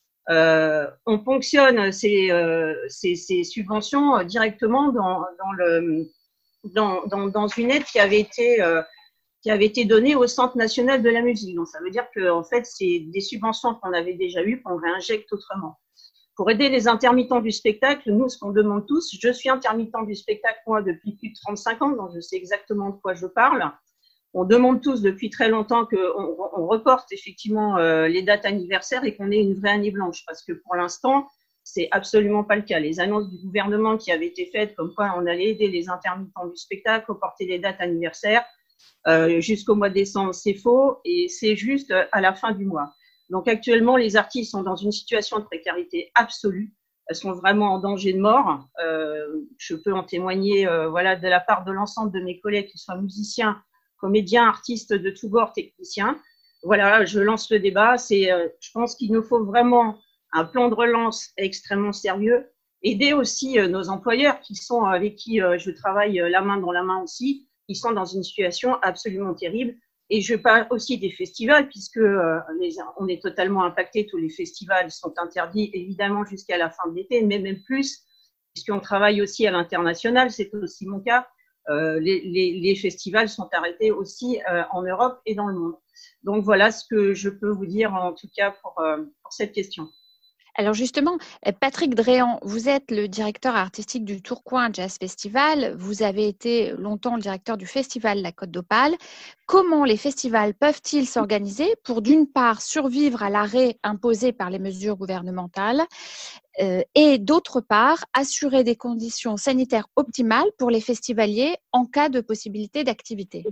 Speaker 7: Euh, on ponctionne ces, euh, ces, ces subventions directement dans, dans, le, dans, dans, dans une aide qui avait été, euh, qui avait été donnée au Centre national de la musique. Donc, ça veut dire que, en fait, c'est des subventions qu'on avait déjà eues, qu'on réinjecte autrement. Pour aider les intermittents du spectacle, nous, ce qu'on demande tous, je suis intermittent du spectacle, moi, depuis plus de trente-cinq ans, donc je sais exactement de quoi je parle. On demande tous depuis très longtemps qu'on on reporte effectivement euh, les dates anniversaires et qu'on ait une vraie année blanche, parce que pour l'instant, c'est absolument pas le cas. Les annonces du gouvernement qui avaient été faites, comme quoi on allait aider les intermittents du spectacle, reporter les dates anniversaires euh, jusqu'au mois de décembre, c'est faux, et c'est juste à la fin du mois. Donc actuellement, les artistes sont dans une situation de précarité absolue. Elles sont vraiment en danger de mort. Euh, je peux en témoigner, euh, voilà, de la part de l'ensemble de mes collègues, qui soient musiciens, comédiens, artistes de tous bords, techniciens. Voilà, je lance le débat. C'est, euh, je pense qu'il nous faut vraiment un plan de relance extrêmement sérieux. Aider aussi euh, nos employeurs, qui sont avec qui euh, je travaille euh, la main dans la main aussi, qui sont dans une situation absolument terrible. Et je parle aussi des festivals, puisque euh, les, on est totalement impacté. Tous les festivals sont interdits, évidemment, jusqu'à la fin de l'été, mais même plus, puisqu'on travaille aussi à l'international. C'est aussi mon cas. Euh, les, les, les festivals sont arrêtés aussi euh, en Europe et dans le monde. Donc voilà ce que je peux vous dire en tout cas pour, euh, pour cette question.
Speaker 2: Alors justement, Patrick Dréan, vous êtes le directeur artistique du Tourcoing Jazz Festival. Vous avez été longtemps le directeur du festival La Côte d'Opale. Comment les festivals peuvent-ils s'organiser pour, d'une part, survivre à l'arrêt imposé par les mesures gouvernementales euh, et, d'autre part, assurer des conditions sanitaires optimales pour les festivaliers en cas de possibilité d'activité?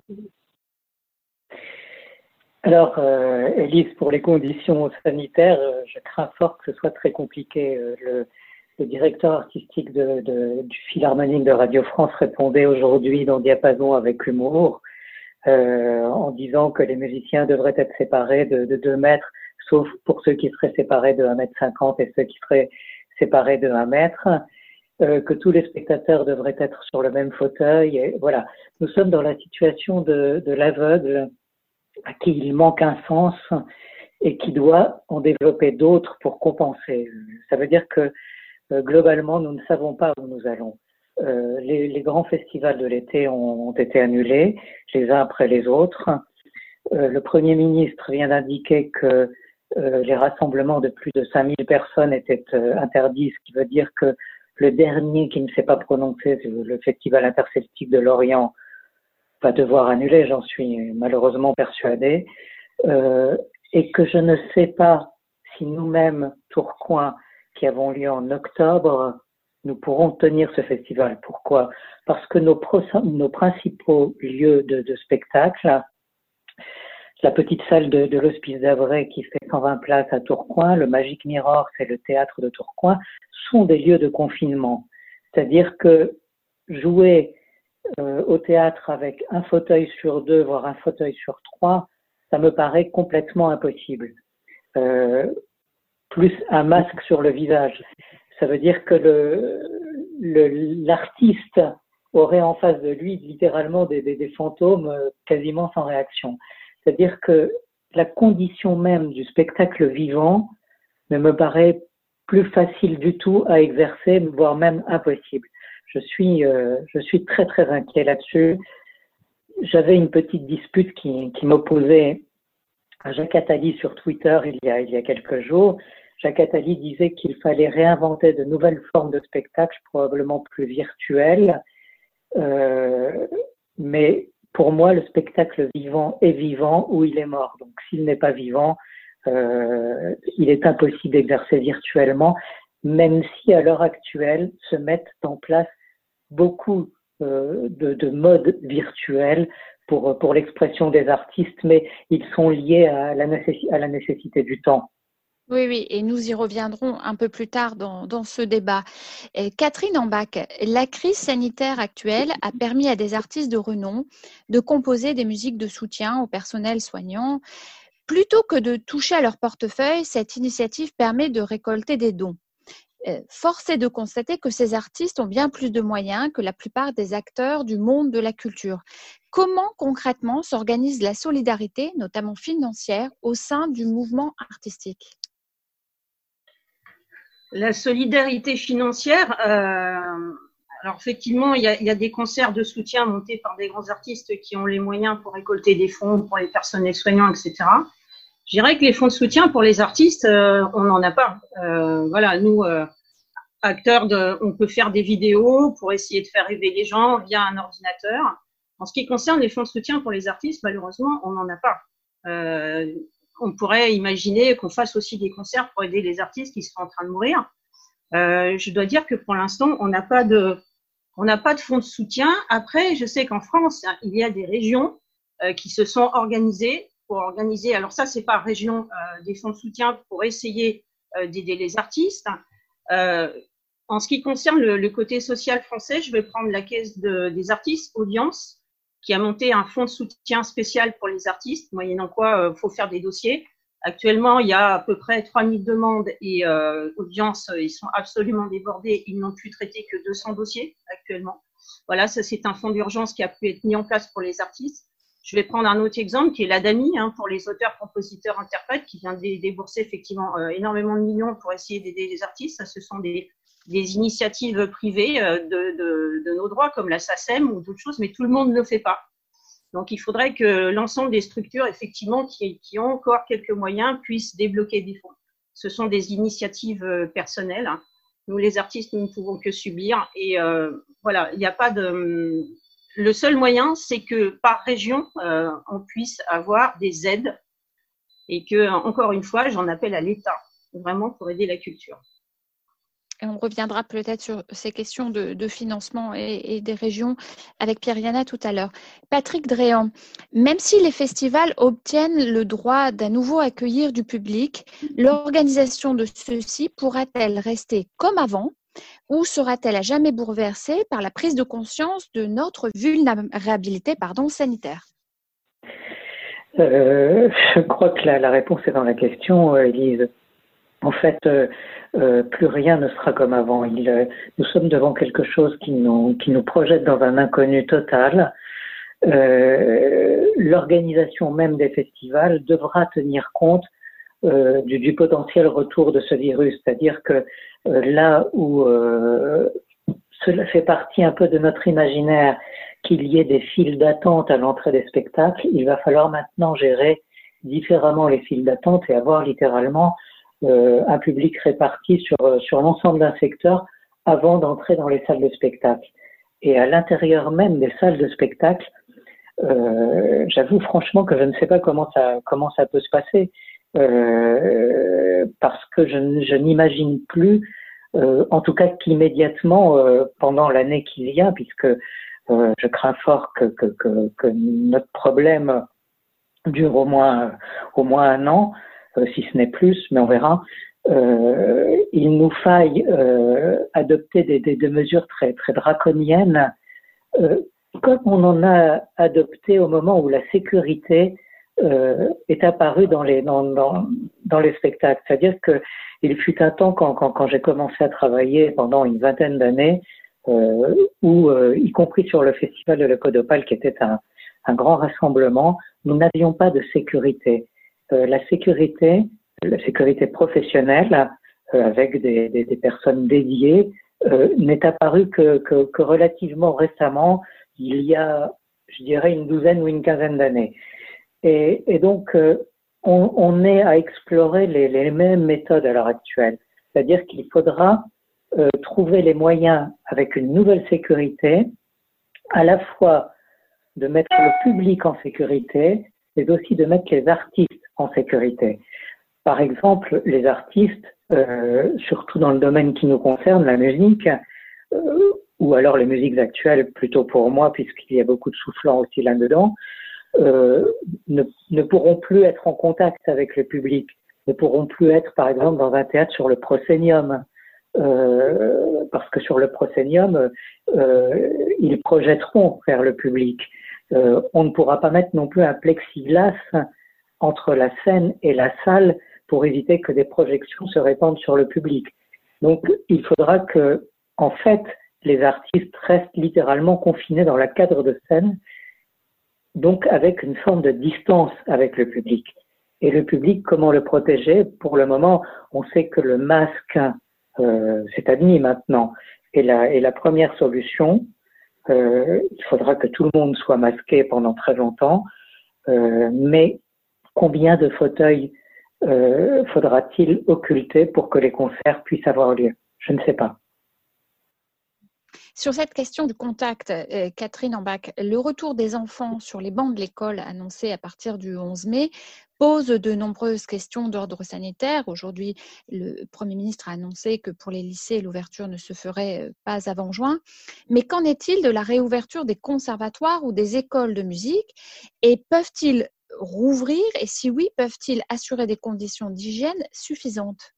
Speaker 9: Alors, euh, Élise, pour les conditions sanitaires, euh, je crains fort que ce soit très compliqué. Euh, le, le directeur artistique de, de, du Philharmonique de Radio France répondait aujourd'hui dans Diapason avec humour euh, en disant que les musiciens devraient être séparés de, de deux mètres, sauf pour ceux qui seraient séparés de un mètre cinquante et ceux qui seraient séparés de un mètre, euh, que tous les spectateurs devraient être sur le même fauteuil. Et voilà, nous sommes dans la situation de, de l'aveugle à qui il manque un sens et qui doit en développer d'autres pour compenser. Ça veut dire que euh, globalement, nous ne savons pas où nous allons. Euh, les, les grands festivals de l'été ont, ont été annulés, les uns après les autres. Euh, le Premier ministre vient d'indiquer que euh, les rassemblements de plus de cinq mille personnes étaient euh, interdits, ce qui veut dire que le dernier qui ne s'est pas prononcé, c'est le Festival interceltique de Lorient, va devoir annuler, j'en suis malheureusement persuadée, euh, et que je ne sais pas si nous-mêmes, Tourcoing, qui avons lieu en octobre, nous pourrons tenir ce festival. Pourquoi? Parce que nos, nos principaux lieux de, de spectacle, la petite salle de, de l'Hospice d'Avray qui fait cent vingt places à Tourcoing, le Magic Mirror, c'est le théâtre de Tourcoing, sont des lieux de confinement. C'est-à-dire que jouer euh, au théâtre avec un fauteuil sur deux, voire un fauteuil sur trois, ça me paraît complètement impossible. Euh, plus un masque sur le visage. Ça veut dire que le, le, l'artiste aurait en face de lui littéralement des, des, des fantômes quasiment sans réaction. C'est-à-dire que la condition même du spectacle vivant ne me paraît plus facile du tout à exercer, voire même impossible. Je suis, euh, je suis très très inquiet là-dessus. J'avais une petite dispute qui, qui m'opposait à Jacques Attali sur Twitter il y a, il y a quelques jours. Jacques Attali disait qu'il fallait réinventer de nouvelles formes de spectacle, probablement plus virtuelles. Euh, mais pour moi, le spectacle vivant est vivant ou il est mort. Donc, s'il n'est pas vivant, euh, il est impossible d'exercer virtuellement, même si à l'heure actuelle se mettent en place beaucoup euh, de, de modes virtuels pour, pour l'expression des artistes, mais ils sont liés à la, nécessi- à la nécessité du temps.
Speaker 2: Oui, oui, et nous y reviendrons un peu plus tard dans, dans ce débat. Et Catherine Ambach, la crise sanitaire actuelle a permis à des artistes de renom de composer des musiques de soutien au personnel soignant. Plutôt que de toucher à leur portefeuille, cette initiative permet de récolter des dons. Force est de constater que ces artistes ont bien plus de moyens que la plupart des acteurs du monde de la culture. Comment concrètement s'organise la solidarité, notamment financière, au sein du mouvement artistique ?
Speaker 7: La solidarité financière, euh, alors effectivement, il y, a, il y a des concerts de soutien montés par des grands artistes qui ont les moyens pour récolter des fonds pour les personnels soignants, et cetera. Je dirais que les fonds de soutien pour les artistes, euh, on n'en a pas. Euh, voilà, nous, euh, acteurs, de, on peut faire des vidéos pour essayer de faire rêver les gens via un ordinateur. En ce qui concerne les fonds de soutien pour les artistes, malheureusement, on n'en a pas. Euh, on pourrait imaginer qu'on fasse aussi des concerts pour aider les artistes qui sont en train de mourir. Euh, je dois dire que pour l'instant, on n'a pas de, on n'a pas de fonds de soutien. Après, je sais qu'en France, il y a des régions euh, qui se sont organisées pour organiser. Alors ça, c'est par région euh, des fonds de soutien pour essayer euh, d'aider les artistes. Euh, en ce qui concerne le, le côté social français, je vais prendre la caisse de, des artistes Audience, qui a monté un fonds de soutien spécial pour les artistes, moyennant quoi il euh, faut faire des dossiers. Actuellement, il y a à peu près trois mille demandes et euh, Audience, ils sont absolument débordés. Ils n'ont pu traiter que deux cents dossiers actuellement. Voilà, ça c'est un fonds d'urgence qui a pu être mis en place pour les artistes. Je vais prendre un autre exemple qui est l'A D A M I, hein, pour les auteurs, compositeurs, interprètes, qui vient de débourser effectivement euh, énormément de millions pour essayer d'aider les artistes. Ça, ce sont des, des initiatives privées euh, de, de, de nos droits, comme la SACEM ou d'autres choses, mais tout le monde ne le fait pas. Donc, il faudrait que l'ensemble des structures, effectivement, qui, qui ont encore quelques moyens, puissent débloquer des fonds. Ce sont des initiatives euh, personnelles. Hein. Nous, les artistes, nous ne pouvons que subir. Et euh, voilà, il n'y a pas de... Le seul moyen, c'est que par région, euh, on puisse avoir des aides et que, encore une fois, j'en appelle à l'État, vraiment pour aider la culture.
Speaker 2: Et on reviendra peut-être sur ces questions de, de financement et, et des régions avec Pierre-Yana tout à l'heure. Patrick Dréan, même si les festivals obtiennent le droit d'à nouveau accueillir du public, l'organisation de ceux-ci pourra-t-elle rester comme avant ? Ou sera-t-elle à jamais bouleversée par la prise de conscience de notre vulnérabilité pardon, sanitaire ?
Speaker 9: euh, Je crois que la, la réponse est dans la question, Élise. En fait, euh, euh, plus rien ne sera comme avant. Il, euh, nous sommes devant quelque chose qui nous, qui nous projette dans un inconnu total. Euh, l'organisation même des festivals devra tenir compte euh, du, du potentiel retour de ce virus. C'est-à-dire que euh, là où euh, cela fait partie un peu de notre imaginaire, qu'il y ait des files d'attente à l'entrée des spectacles, il va falloir maintenant gérer différemment les files d'attente et avoir littéralement Euh, un public réparti sur, sur l'ensemble d'un secteur avant d'entrer dans les salles de spectacle. Et à l'intérieur même des salles de spectacle, euh, j'avoue franchement que je ne sais pas comment ça, comment ça peut se passer, euh, parce que je, je n'imagine plus, euh, en tout cas qu'immédiatement, euh, pendant l'année qui vient, puisque euh, je crains fort que, que, que, que notre problème dure au moins, au moins un an, euh, si ce n'est plus, mais on verra, euh, il nous faille euh, adopter des, des, des mesures très, très draconiennes, euh, comme on en a adopté au moment où la sécurité euh, est apparue dans les, dans, dans, dans les spectacles. C'est-à-dire que il fut un temps, quand, quand, quand j'ai commencé à travailler pendant une vingtaine d'années, euh, où, euh, y compris sur le festival de l'Ecodopal, qui était un, un grand rassemblement, nous n'avions pas de sécurité. Euh, la sécurité, la sécurité professionnelle, euh, avec des, des, des personnes dédiées, euh, n'est apparue que, que, que relativement récemment, il y a, je dirais, une douzaine ou une quinzaine d'années. Et, et donc, euh, on, on est à explorer les, les mêmes méthodes à l'heure actuelle. C'est-à-dire qu'il faudra euh, trouver les moyens, avec une nouvelle sécurité, à la fois de mettre le public en sécurité, mais aussi de mettre les artistes en sécurité. Par exemple, les artistes, euh, surtout dans le domaine qui nous concerne, la musique, euh, ou alors les musiques actuelles, plutôt pour moi, puisqu'il y a beaucoup de soufflants aussi là-dedans, euh, ne, ne pourront plus être en contact avec le public, ne pourront plus être, par exemple, dans un théâtre sur le proscénium, euh, parce que sur le proscénium, euh, ils projetteront vers le public. Euh, on ne pourra pas mettre non plus un plexiglas entre la scène et la salle pour éviter que des projections se répandent sur le public. Donc, il faudra que, en fait, les artistes restent littéralement confinés dans le cadre de scène, donc avec une forme de distance avec le public. Et le public, comment le protéger? Pour le moment, on sait que le masque, euh, c'est admis maintenant. Et la, et la première solution, euh, il faudra que tout le monde soit masqué pendant très longtemps, euh, mais combien de fauteuils euh, faudra-t-il occulter pour que les concerts puissent avoir lieu? Je ne sais pas.
Speaker 2: Sur cette question du contact, euh, Catherine Ambach, le retour des enfants sur les bancs de l'école annoncé à partir du onze mai pose de nombreuses questions d'ordre sanitaire. Aujourd'hui, le Premier ministre a annoncé que pour les lycées, l'ouverture ne se ferait pas avant juin. Mais qu'en est-il de la réouverture des conservatoires ou des écoles de musique? Et peuvent-ils rouvrir? Et si oui, peuvent-ils assurer des conditions d'hygiène suffisantes?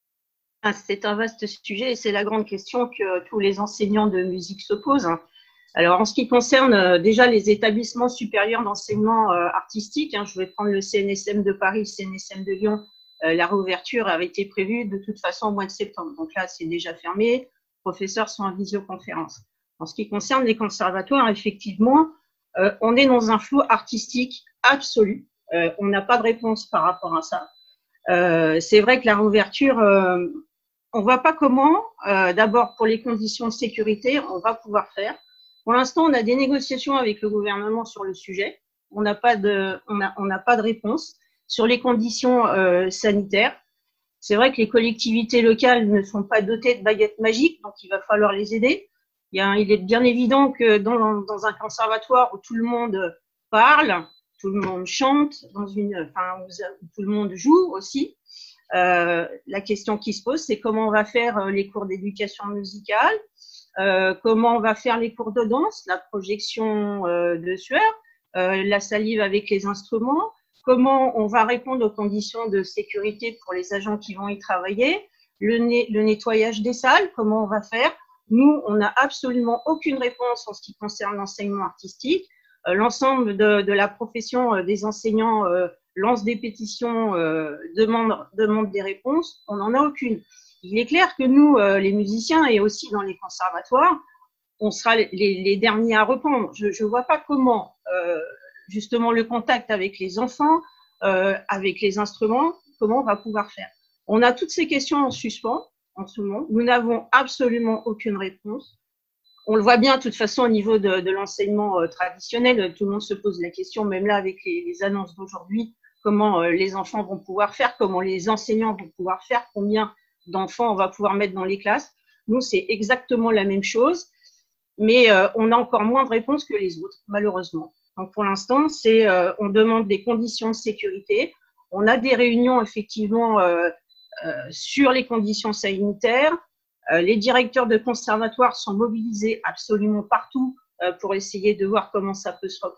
Speaker 7: Ah, c'est un vaste sujet et c'est la grande question que tous les enseignants de musique se posent. Alors, en ce qui concerne euh, déjà les établissements supérieurs d'enseignement euh, artistique, hein, je vais prendre le C N S M de Paris, le C N S M de Lyon, euh, la réouverture avait été prévue de toute façon au mois de septembre. Donc là, c'est déjà fermé, les professeurs sont en visioconférence. En ce qui concerne les conservatoires, effectivement, euh, on est dans un flou artistique absolu. Euh, on n'a pas de réponse par rapport à ça. Euh, c'est vrai que la réouverture... Euh, on ne voit pas comment, euh, d'abord pour les conditions de sécurité, on va pouvoir faire. Pour l'instant, on a des négociations avec le gouvernement sur le sujet. On n'a pas de, on a, on n'a pas de réponse sur les conditions euh, sanitaires. C'est vrai que les collectivités locales ne sont pas dotées de baguettes magiques, donc il va falloir les aider. Il, y a, il est bien évident que dans, dans un conservatoire où tout le monde parle, tout le monde chante, dans une, enfin, où tout le monde joue aussi. Euh, la question qui se pose, c'est comment on va faire les cours d'éducation musicale, euh, comment on va faire les cours de danse, la projection euh, de sueur, euh, la salive avec les instruments, comment on va répondre aux conditions de sécurité pour les agents qui vont y travailler, le, né, le nettoyage des salles, comment on va faire. Nous, on n'a absolument aucune réponse en ce qui concerne l'enseignement artistique. Euh, l'ensemble de, de la profession euh, des enseignants euh, lance des pétitions, euh, demande, demande des réponses, on n'en a aucune. Il est clair que nous, euh, les musiciens et aussi dans les conservatoires, on sera les, les derniers à répondre. Je ne vois pas comment, euh, justement, le contact avec les enfants, euh, avec les instruments, comment on va pouvoir faire. On a toutes ces questions en suspens en ce moment. Nous n'avons absolument aucune réponse. On le voit bien, de toute façon, au niveau de, de l'enseignement euh, traditionnel, tout le monde se pose la question, même là, avec les, les annonces d'aujourd'hui, comment euh, les enfants vont pouvoir faire, comment les enseignants vont pouvoir faire, combien d'enfants on va pouvoir mettre dans les classes. Nous, c'est exactement la même chose, mais euh, on a encore moins de réponses que les autres, malheureusement. Donc, pour l'instant, c'est, euh, on demande des conditions de sécurité. On a des réunions, effectivement, euh, euh, sur les conditions sanitaires. Euh, les directeurs de conservatoires sont mobilisés absolument partout euh, pour essayer de voir comment ça peut se reprendre.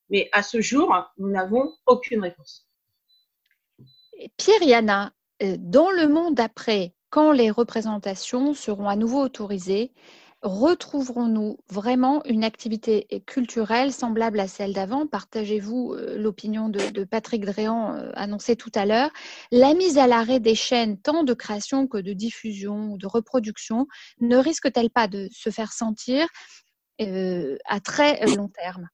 Speaker 7: Mais à ce jour, nous n'avons aucune réponse.
Speaker 2: Pierre-Yana, dans le monde d'après, quand les représentations seront à nouveau autorisées, retrouverons-nous vraiment une activité culturelle semblable à celle d'avant? Partagez-vous l'opinion de, de Patrick Dréan euh, annoncée tout à l'heure. La mise à l'arrêt des chaînes, tant de création que de diffusion ou de reproduction, ne risque-t-elle pas de se faire sentir euh, à très long terme?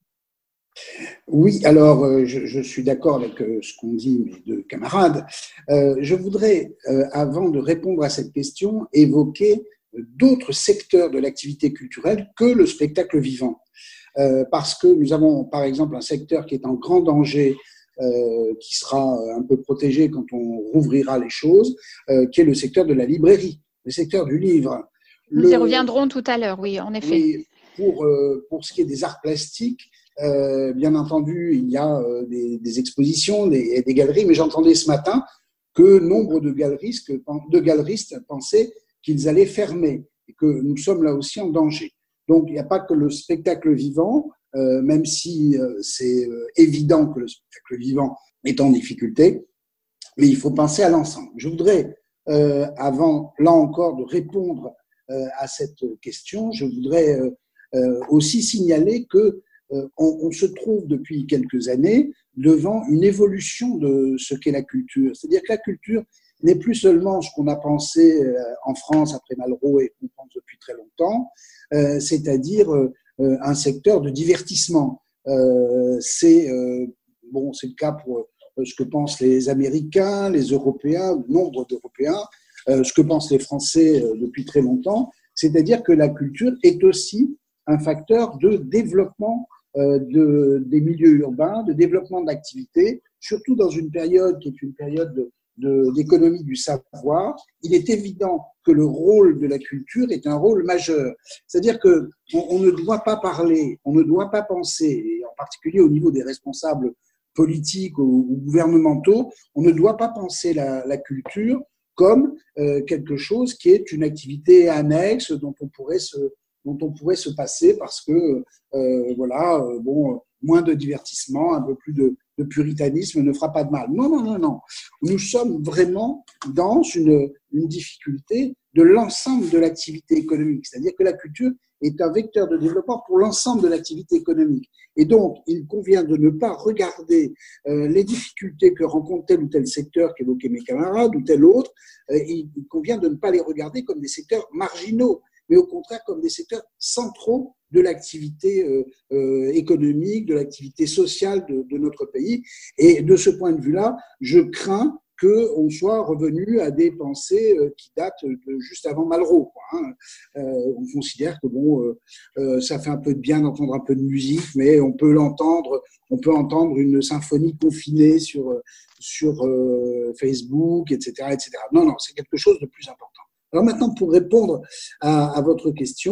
Speaker 8: Oui, alors euh, je, je suis d'accord avec euh, ce qu'ont dit mes deux camarades. Euh, je voudrais, euh, avant de répondre à cette question, évoquer d'autres secteurs de l'activité culturelle que le spectacle vivant. Euh, parce que nous avons, par exemple, un secteur qui est en grand danger, euh, qui sera un peu protégé quand on rouvrira les choses, euh, qui est le secteur de la librairie, le secteur du livre.
Speaker 2: Nous
Speaker 8: le,
Speaker 2: y reviendrons tout à l'heure, oui, en effet.
Speaker 8: Oui, pour, euh, pour ce qui est des arts plastiques, Euh, bien entendu, il y a euh, des, des expositions, des, des galeries, mais j'entendais ce matin que nombre de galeristes, de galeristes pensaient qu'ils allaient fermer et que nous sommes là aussi en danger. Donc, il n'y a pas que le spectacle vivant, euh, même si euh, c'est euh, évident que le spectacle vivant est en difficulté, mais il faut penser à l'ensemble. Je voudrais, euh, avant, là encore, de répondre euh, à cette question, je voudrais euh, euh, aussi signaler que On, on se trouve depuis quelques années devant une évolution de ce qu'est la culture. C'est-à-dire que la culture n'est plus seulement ce qu'on a pensé en France après Malraux et qu'on pense depuis très longtemps, euh, c'est-à-dire euh, un secteur de divertissement. Euh, c'est euh, bon, c'est le cas pour ce que pensent les Américains, les Européens, nombre d'Européens, euh, ce que pensent les Français euh, depuis très longtemps. C'est-à-dire que la culture est aussi un facteur de développement De, des milieux urbains, de développement d'activités, surtout dans une période qui est une période de, de, d'économie du savoir. Il est évident que le rôle de la culture est un rôle majeur. C'est-à-dire qu'on on ne doit pas parler, on ne doit pas penser, et en particulier au niveau des responsables politiques ou, ou gouvernementaux, on ne doit pas penser la, la culture comme euh, quelque chose qui est une activité annexe dont on pourrait se dont on pourrait se passer parce que, euh, voilà, euh, bon, moins de divertissement, un peu plus de, de puritanisme ne fera pas de mal. Non, non, non, non. Nous sommes vraiment dans une, une difficulté de l'ensemble de l'activité économique. C'est-à-dire que la culture est un vecteur de développement pour l'ensemble de l'activité économique. Et donc, il convient de ne pas regarder euh, les difficultés que rencontre tel ou tel secteur qu'évoquaient mes camarades ou tel autre. Euh, il convient de ne pas les regarder comme des secteurs marginaux, mais au contraire comme des secteurs centraux de l'activité euh, euh, économique, de l'activité sociale de, de notre pays. Et de ce point de vue-là, je crains qu'on soit revenu à des pensées euh, qui datent de juste avant Malraux, quoi, hein. Euh, on considère que bon, euh, euh, ça fait un peu de bien d'entendre un peu de musique, mais on peut l'entendre, on peut entendre une symphonie confinée sur, sur euh, Facebook, et cetera, et cetera. Non, non, c'est quelque chose de plus important. Alors maintenant, pour répondre à, à votre question,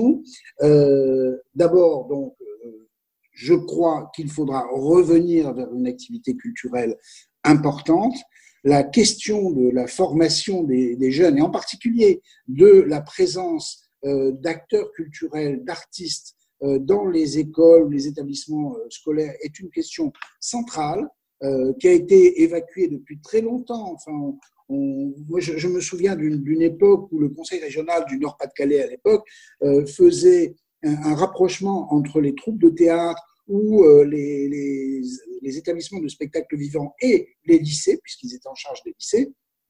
Speaker 8: euh, d'abord, donc, euh, je crois qu'il faudra revenir vers une activité culturelle importante. La question de la formation des, des jeunes, et en particulier de la présence euh, d'acteurs culturels, d'artistes euh, dans les écoles, les établissements euh, scolaires, est une question centrale euh, qui a été évacuée depuis très longtemps. Enfin, on, On, moi, je, je me souviens d'une, d'une époque où le Conseil régional du Nord-Pas-de-Calais, à l'époque, euh, faisait un, un rapprochement entre les troupes de théâtre ou euh, les, les, les établissements de spectacle vivant et les lycées, puisqu'ils étaient en charge des lycées.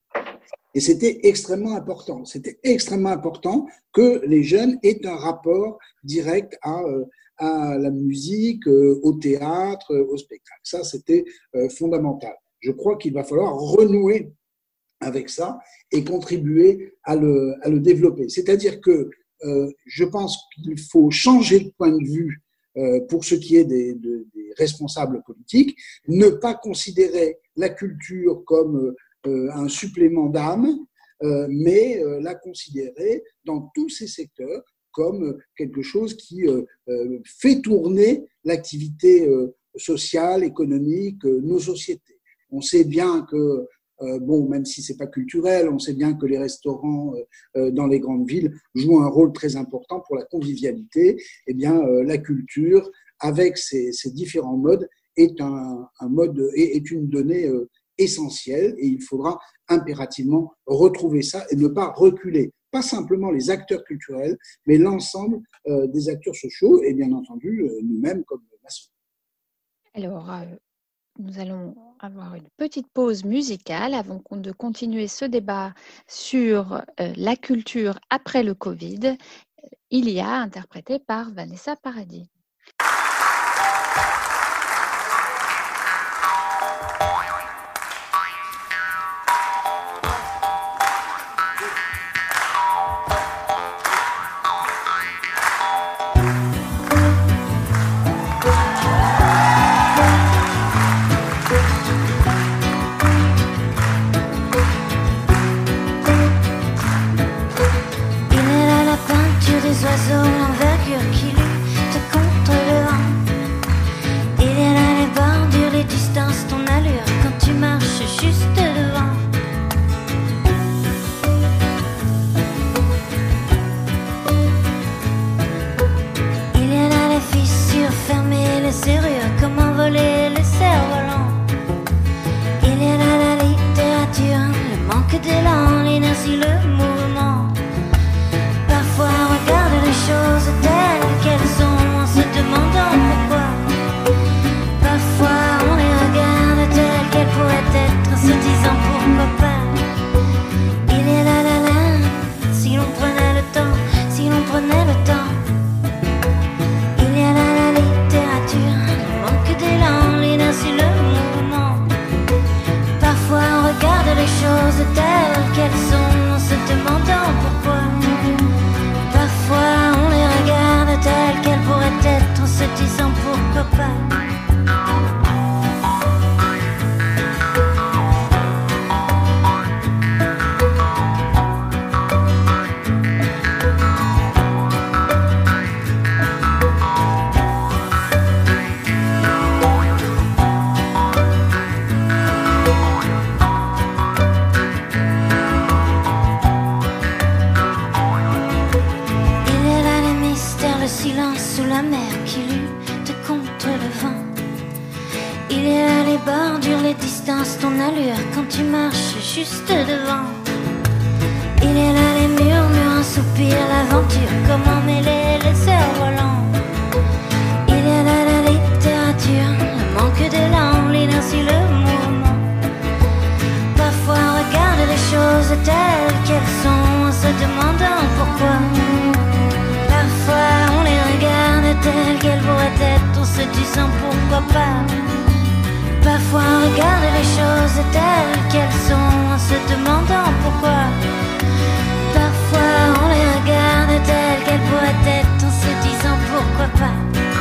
Speaker 8: Et c'était extrêmement important. C'était extrêmement important que les jeunes aient un rapport direct à, à la musique, au théâtre, au spectacle. Ça, c'était fondamental. Je crois qu'il va falloir renouer avec ça et contribuer à le, à le développer. C'est-à-dire que euh, je pense qu'il faut changer de point de vue euh, pour ce qui est des, de, des responsables politiques, ne pas considérer la culture comme euh, un supplément d'âme, euh, mais euh, la considérer dans tous ces secteurs comme quelque chose qui euh, euh, fait tourner l'activité euh, sociale, économique, euh, nos sociétés. On sait bien que Euh, bon, même si c'est pas culturel, on sait bien que les restaurants euh, dans les grandes villes jouent un rôle très important pour la convivialité. Eh bien, euh, la culture, avec ses, ses différents modes, est un, un mode, est, est une donnée euh, essentielle et il faudra impérativement retrouver ça et ne pas reculer. Pas simplement les acteurs culturels, mais l'ensemble euh, des acteurs sociaux et bien entendu euh, nous-mêmes comme maçons.
Speaker 2: Alors, euh, nous allons avoir une petite pause musicale avant de continuer ce débat sur euh, la culture après le Covid. Il y a interprété par Vanessa Paradis.
Speaker 10: L'envergure qui lutte contre le vent. Il est là les bordures, les distances, ton allure quand tu marches juste devant. Il y a là les fissures fermées, les serrures, comment voler le cerf-volant. Il y a là la littérature, le manque d'élan, l'inertie, le mouvement. Parfois on regarde les choses telles qu'elles sont en se demandant pourquoi. Parfois on les regarde telles qu'elles pourraient être en se disant pourquoi pas. Il est là là là, si l'on prenait le temps, si l'on prenait le temps. Il y a là la littérature, le manque d'élan, l'inertie, le mouvement. Parfois on regarde les choses telles qu'elles sont en se demandant pourquoi. Parfois on les regarde telles qu'elles pourraient être en se disant pourquoi pas. Sous la mer qui lutte contre le vent. Il y a les bordures, les distances, ton allure quand tu marches juste devant. Il y a là les murmures, un soupir, l'aventure, comment mêler les cerfs-volants. Il y a là la littérature, le manque d'élan, l'inertie, le mouvement. Parfois on regarde les choses telles qu'elles sont en se demandant pourquoi. Parfois on les regarde telles qu'elles pourraient être en se disant pourquoi pas. Parfois on regarde les choses telles qu'elles sont en se demandant pourquoi. Parfois on les regarde telles qu'elles pourraient être en se disant pourquoi pas.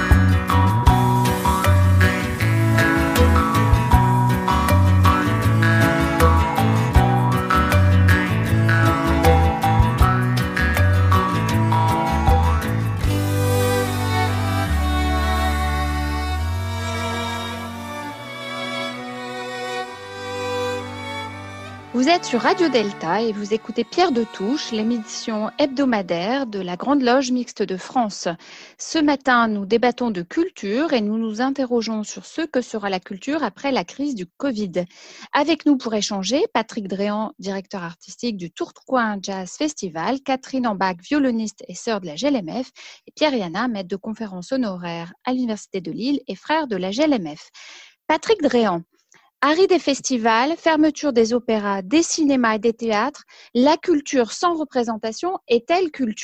Speaker 2: Vous êtes sur Radio Delta et vous écoutez Pierre de Touche, l'émission hebdomadaire de la Grande Loge Mixte de France. Ce matin, nous débattons de culture et nous nous interrogeons sur ce que sera la culture après la crise du Covid. Avec nous pour échanger, Patrick Dréan, directeur artistique du Tourcoing Jazz Festival, Catherine Ambach, violoniste et sœur de la G L M F, et Pierre Yana, maître de conférences honoraire à l'Université de Lille et frère de la G L M F. Patrick Dréan, arrêt des festivals, fermeture des opéras, des cinémas et des théâtres, la culture sans représentation est-elle culture ?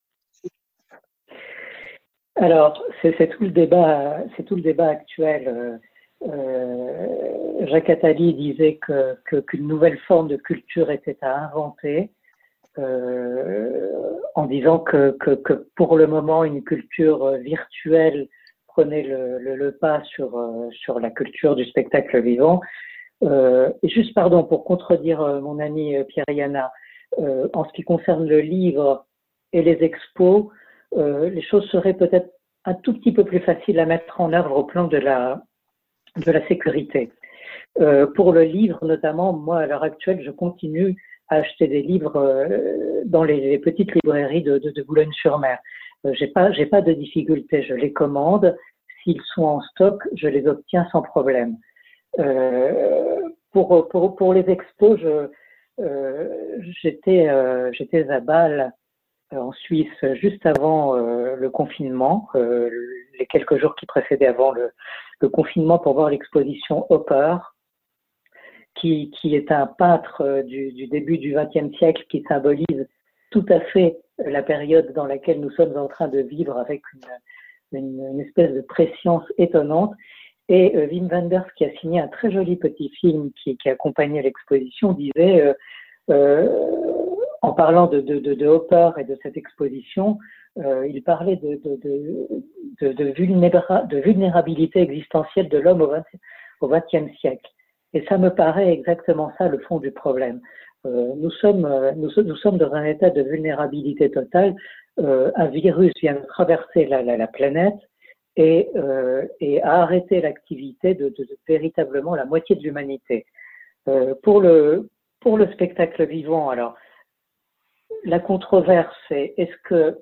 Speaker 9: Alors, c'est, c'est tout le débat, c'est tout le débat actuel. Euh, Jacques Attali disait que, que, qu'une nouvelle forme de culture était à inventer, euh, en disant que, que, que pour le moment, une culture virtuelle prenait le, le, le pas sur, euh, sur la culture du spectacle vivant. Euh, et juste, pardon, pour contredire euh, mon ami euh, Pierre Yana, euh, en ce qui concerne le livre et les expos, euh, les choses seraient peut-être un tout petit peu plus faciles à mettre en œuvre au plan de la, de la sécurité. Euh, pour le livre, notamment, moi, à l'heure actuelle, je continue à acheter des livres euh, dans les, les petites librairies de, de, de Boulogne-sur-Mer. Euh, j'ai pas, j'ai pas de difficulté, je les commande. s'ils sont en stock, je les obtiens sans problème. Euh, pour, pour, pour les expos, je, euh, j'étais, euh, j'étais à Bâle, en Suisse, juste avant euh, le confinement, euh, les quelques jours qui précédaient avant le, le confinement, pour voir l'exposition Hopper, qui, qui est un peintre du, du début du vingtième siècle qui symbolise tout à fait la période dans laquelle nous sommes en train de vivre, avec une, une, une espèce de préscience étonnante. Et euh, Wim Wenders, qui a signé un très joli petit film qui, qui accompagnait l'exposition, disait euh, euh, en parlant de, de, de, de Hopper et de cette exposition, euh, il parlait de, de, de, de, de, vulnéra, de vulnérabilité existentielle de l'homme au vingtième siècle. Et ça me paraît exactement ça le fond du problème. Euh, nous sommes, nous, nous sommes dans un état de vulnérabilité totale. Euh, un virus vient de traverser la, la, la planète et, euh, et a arrêté l'activité de, de, de véritablement la moitié de l'humanité. Euh, pour le, pour le spectacle vivant, alors, la controverse est, est-ce que,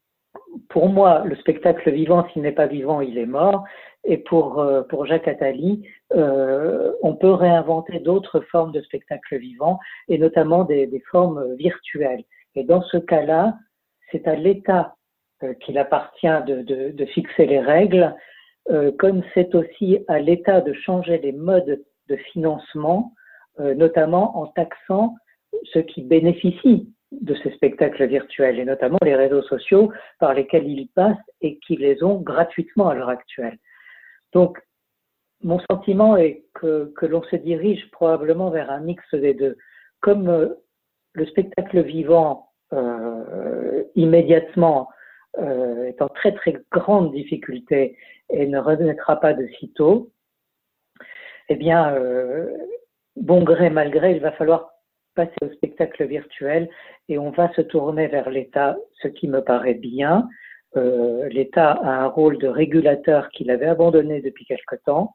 Speaker 9: pour moi, le spectacle vivant, s'il n'est pas vivant, il est mort. Et pour, euh, pour Jacques Attali, euh, on peut réinventer d'autres formes de spectacle vivant, et notamment des, des formes virtuelles. Et dans ce cas-là, c'est à l'État euh, qu'il appartient de, de, de fixer les règles, euh, comme c'est aussi à l'État de changer les modes de financement, euh, notamment en taxant ceux qui bénéficient de ces spectacles virtuels, et notamment les réseaux sociaux par lesquels ils passent et qui les ont gratuitement à l'heure actuelle. Donc, mon sentiment est que, que l'on se dirige probablement vers un mix des deux. Comme euh, le spectacle vivant, euh, immédiatement, euh, est en très très grande difficulté et ne renaîtra pas de sitôt, eh bien, euh, bon gré, mal gré, il va falloir passer au spectacle virtuel et on va se tourner vers l'État, ce qui me paraît bien. Euh, L'État a un rôle de régulateur qu'il avait abandonné depuis quelque temps.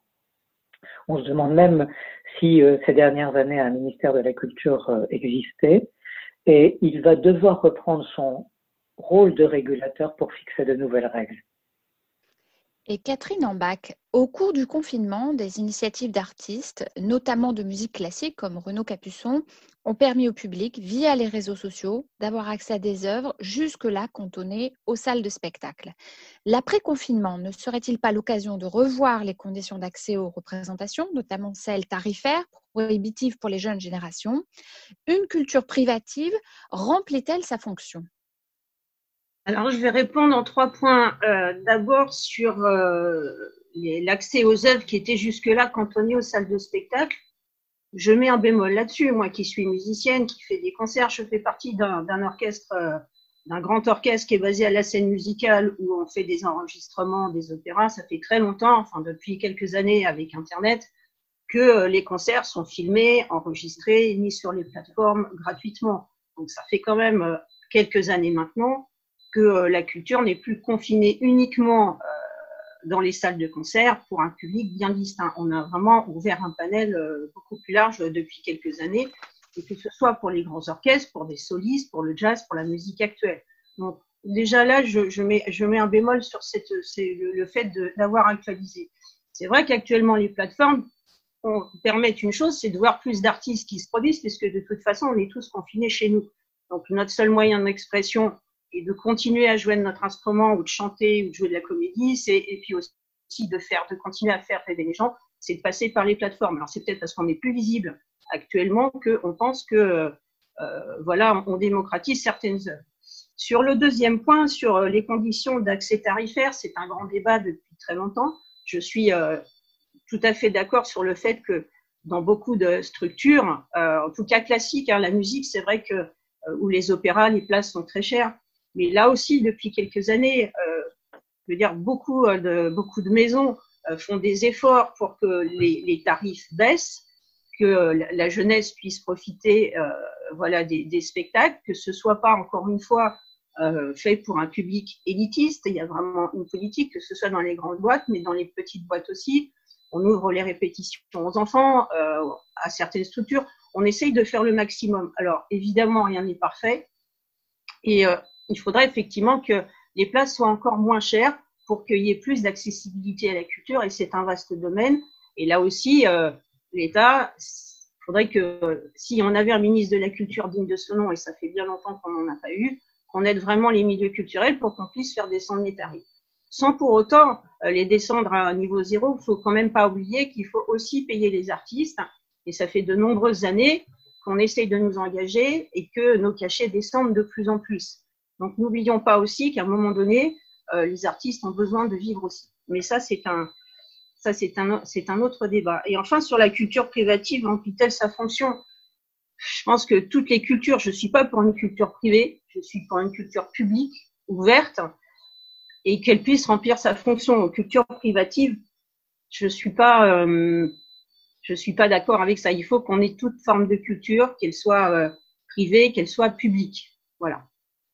Speaker 9: On se demande même si euh, ces dernières années un ministère de la Culture euh, existait, et il va devoir reprendre son rôle de régulateur pour fixer de nouvelles règles.
Speaker 2: Et Catherine Ambach, au cours du confinement, des initiatives d'artistes, notamment de musique classique comme Renaud Capuçon, ont permis au public, via les réseaux sociaux, d'avoir accès à des œuvres jusque-là cantonnées aux salles de spectacle. L'après-confinement ne serait-il pas l'occasion de revoir les conditions d'accès aux représentations, notamment celles tarifaires, prohibitives pour les jeunes générations? Une culture privative remplit-elle sa fonction ?
Speaker 7: Alors, je vais répondre en trois points. Euh, d'abord, sur euh, les, l'accès aux œuvres qui étaient jusque-là cantonnées aux salles de spectacle. Je mets un bémol là-dessus. Moi qui suis musicienne, qui fait des concerts, je fais partie d'un, d'un orchestre, euh, d'un grand orchestre qui est basé à la Scène Musicale, où on fait des enregistrements, des opéras. Ça fait très longtemps, enfin depuis quelques années avec Internet, que euh, les concerts sont filmés, enregistrés, mis sur les plateformes gratuitement. Donc, ça fait quand même euh, quelques années maintenant que euh, la culture n'est plus confinée uniquement euh, dans les salles de concert pour un public bien distinct. On a vraiment ouvert un panel euh, beaucoup plus large euh, depuis quelques années, et que ce soit pour les grands orchestres, pour des solistes, pour le jazz, pour la musique actuelle. Donc déjà là, je, je, mets, je mets un bémol sur cette, c'est le, le fait de, d'avoir actualisé. C'est vrai qu'actuellement, les plateformes on, permettent une chose, c'est de voir plus d'artistes qui se produisent, puisque de toute façon, on est tous confinés chez nous. Donc notre seul moyen d'expression, et de continuer à jouer de notre instrument ou de chanter ou de jouer de la comédie, c'est, et puis aussi de faire, de continuer à faire rêver les gens, c'est de passer par les plateformes. Alors c'est peut-être parce qu'on est plus visible actuellement qu'on pense que, euh, voilà, on démocratise certaines œuvres. Sur le deuxième point, sur les conditions d'accès tarifaire, c'est un grand débat depuis très longtemps. Je suis euh, tout à fait d'accord sur le fait que dans beaucoup de structures, euh, en tout cas classiques, hein, la musique, c'est vrai que, euh, ou les opéras, les places sont très chères. Mais là aussi, depuis quelques années, euh, je veux dire, beaucoup de, beaucoup de maisons euh, font des efforts pour que les, les tarifs baissent, que la, la jeunesse puisse profiter euh, voilà, des, des spectacles, que ce soit pas, encore une fois, euh, fait pour un public élitiste. Il y a vraiment une politique, que ce soit dans les grandes boîtes, mais dans les petites boîtes aussi. On ouvre les répétitions aux enfants, euh, à certaines structures. On essaye de faire le maximum. Alors, évidemment, rien n'est parfait. Et euh, il faudrait effectivement que les places soient encore moins chères pour qu'il y ait plus d'accessibilité à la culture, et c'est un vaste domaine. Et là aussi, euh, l'État, il faudrait que, si on avait un ministre de la Culture digne de ce nom, et ça fait bien longtemps qu'on n'en a pas eu, qu'on aide vraiment les milieux culturels pour qu'on puisse faire descendre les tarifs. Sans pour autant euh, les descendre à un niveau zéro, il faut quand même pas oublier qu'il faut aussi payer les artistes. Et ça fait de nombreuses années qu'on essaye de nous engager et que nos cachets descendent de plus en plus. Donc, n'oublions pas aussi qu'à un moment donné, euh, les artistes ont besoin de vivre aussi. Mais ça, c'est un, ça, c'est un, c'est un autre débat. Et enfin, sur la culture privative, remplit-elle sa fonction? Je pense que toutes les cultures, je suis pas pour une culture privée, je suis pour une culture publique, ouverte, et qu'elle puisse remplir sa fonction. Culture privative, je suis pas, euh, je suis pas d'accord avec ça. Il faut qu'on ait toute forme de culture, qu'elle soit euh, privée, qu'elle soit publique. Voilà.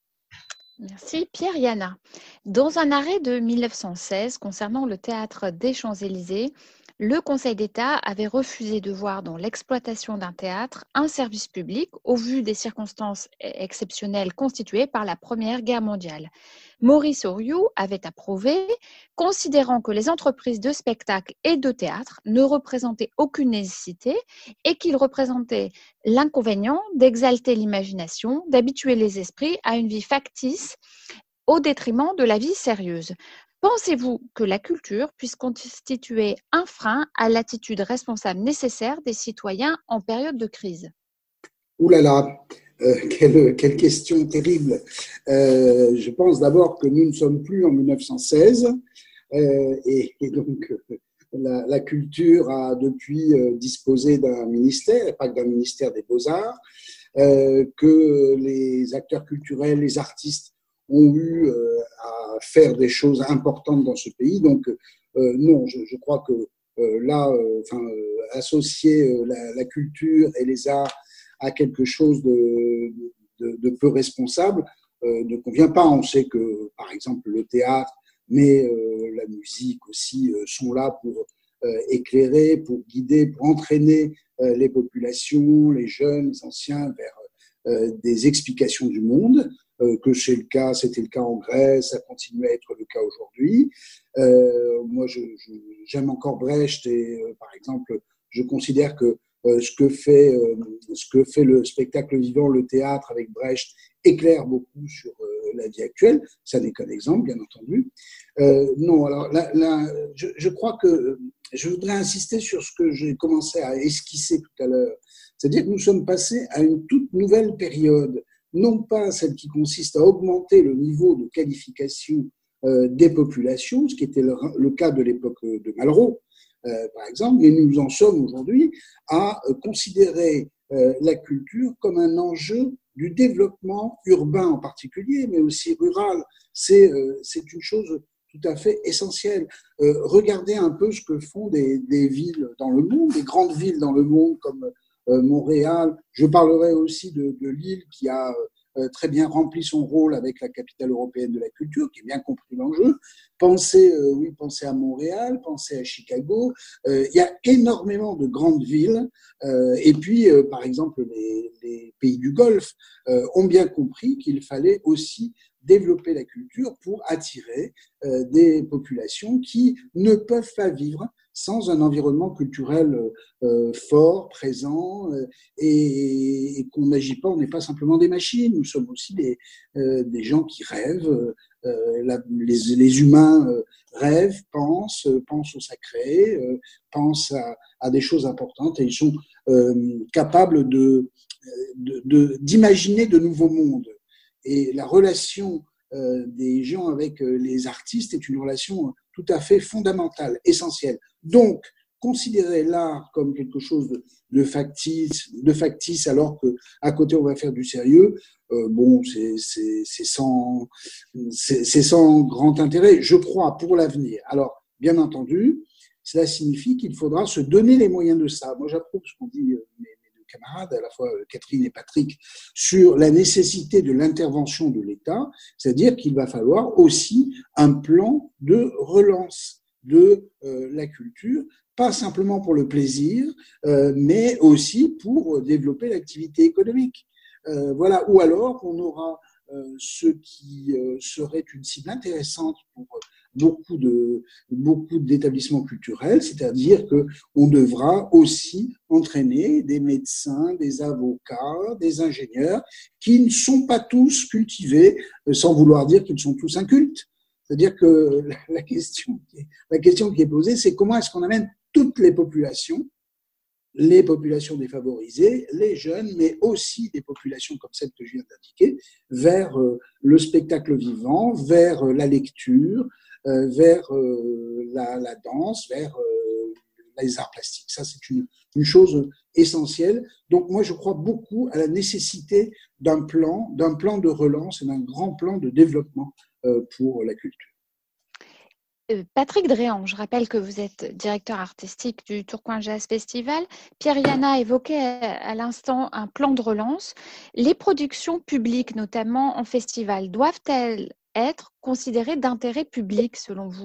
Speaker 2: Merci. Pierre Yana. Dans un arrêt de mille neuf cent seize concernant le théâtre des Champs-Élysées, le Conseil d'État avait refusé de voir dans l'exploitation d'un théâtre un service public au vu des circonstances exceptionnelles constituées par la Première Guerre mondiale. Maurice Horiou avait approuvé, considérant que les entreprises de spectacle et de théâtre ne représentaient aucune nécessité et qu'ils représentaient l'inconvénient d'exalter l'imagination, d'habituer les esprits à une vie factice au détriment de la vie sérieuse. Pensez-vous que la culture puisse constituer un frein à l'attitude responsable nécessaire des citoyens en période de crise?
Speaker 8: Ouh là là, euh, quelle, quelle question terrible. Euh, je pense d'abord que nous ne sommes plus en mille neuf cent seize euh, et, et donc la, la culture a depuis euh, disposé d'un ministère, pas que d'un ministère des Beaux-Arts, euh, que les acteurs culturels, les artistes ont eu euh, à faire des choses importantes dans ce pays. Donc, euh, non, je, je crois que euh, là, euh, enfin, euh, associer euh, la, la culture et les arts à quelque chose de, de, de peu responsable euh, ne convient pas. On sait que, par exemple, le théâtre, mais euh, la musique aussi euh, sont là pour euh, éclairer, pour guider, pour entraîner euh, les populations, les jeunes, les anciens vers euh, des explications du monde. Euh, que c'est le cas, c'était le cas en Grèce, ça continue à être le cas aujourd'hui. Euh, moi, je, je, j'aime encore Brecht et, euh, par exemple, je considère que euh, ce que fait euh, ce que fait le spectacle vivant, le théâtre avec Brecht, éclaire beaucoup sur euh, la vie actuelle. Ça n'est qu'un exemple, bien entendu. Euh, non, alors là, là je, je crois que je voudrais insister sur ce que j'ai commencé à esquisser tout à l'heure, c'est-à-dire que nous sommes passés à une toute nouvelle période. Non pas celle qui consiste à augmenter le niveau de qualification euh, des populations, ce qui était le, le cas de l'époque de Malraux, euh, par exemple, mais nous en sommes aujourd'hui à euh, considérer euh, la culture comme un enjeu du développement urbain en particulier, mais aussi rural. C'est, euh, c'est une chose tout à fait essentielle. Euh, regardez un peu ce que font des, des villes dans le monde, des grandes villes dans le monde comme Montréal. Je parlerai aussi de, de Lille qui a euh, très bien rempli son rôle avec la capitale européenne de la culture, qui a bien compris l'enjeu. Pensez, euh, oui, pensez à Montréal, pensez à Chicago. Euh, il y a énormément de grandes villes. Euh, et puis, euh, par exemple, les, les pays du Golfe euh, ont bien compris qu'il fallait aussi développer la culture pour attirer euh, des populations qui ne peuvent pas vivre sans un environnement culturel euh, fort, présent, euh, et, et qu'on n'agit pas, on n'est pas simplement des machines, nous sommes aussi des, euh, des gens qui rêvent, euh, la, les, les humains euh, rêvent, pensent, pensent au sacré, euh, pensent à, à des choses importantes, et ils sont euh, capables de, de, de, d'imaginer de nouveaux mondes. Et la relation euh, des gens avec euh, les artistes est une relation tout à fait fondamentale, essentielle. Donc, considérer l'art comme quelque chose de, de factice, de factice, alors que à côté on va faire du sérieux, euh, bon, c'est, c'est, c'est sans, c'est, c'est sans grand intérêt, je crois, pour l'avenir. Alors, bien entendu, cela signifie qu'il faudra se donner les moyens de ça. Moi, j'approuve ce qu'ont dit euh, mes, mes deux camarades, à la fois Catherine et Patrick, sur la nécessité de l'intervention de l'État, c'est-à-dire qu'il va falloir aussi un plan de relance de euh, la culture, pas simplement pour le plaisir, euh, mais aussi pour développer l'activité économique. Euh, voilà. Ou alors, on aura euh, ce qui euh, serait une cible intéressante pour beaucoup de beaucoup d'établissements culturels, c'est-à-dire que on devra aussi entraîner des médecins, des avocats, des ingénieurs qui ne sont pas tous cultivés, sans vouloir dire qu'ils sont tous incultes. C'est-à-dire que la question, la question qui est posée, c'est comment est-ce qu'on amène toutes les populations, les populations défavorisées, les jeunes, mais aussi des populations comme celle que je viens d'indiquer, vers le spectacle vivant, vers la lecture, vers la, la danse, vers les arts plastiques. Ça, c'est une, une chose essentielle. Donc, moi, je crois beaucoup à la nécessité d'un plan, d'un plan de relance et d'un grand plan de développement pour la culture.
Speaker 2: Patrick Dréan, je rappelle que vous êtes directeur artistique du Tourcoing Jazz Festival. Pierre-Yana évoquait à l'instant un plan de relance. Les productions publiques, notamment en festival, doivent-elles être considérées d'intérêt public selon vous ?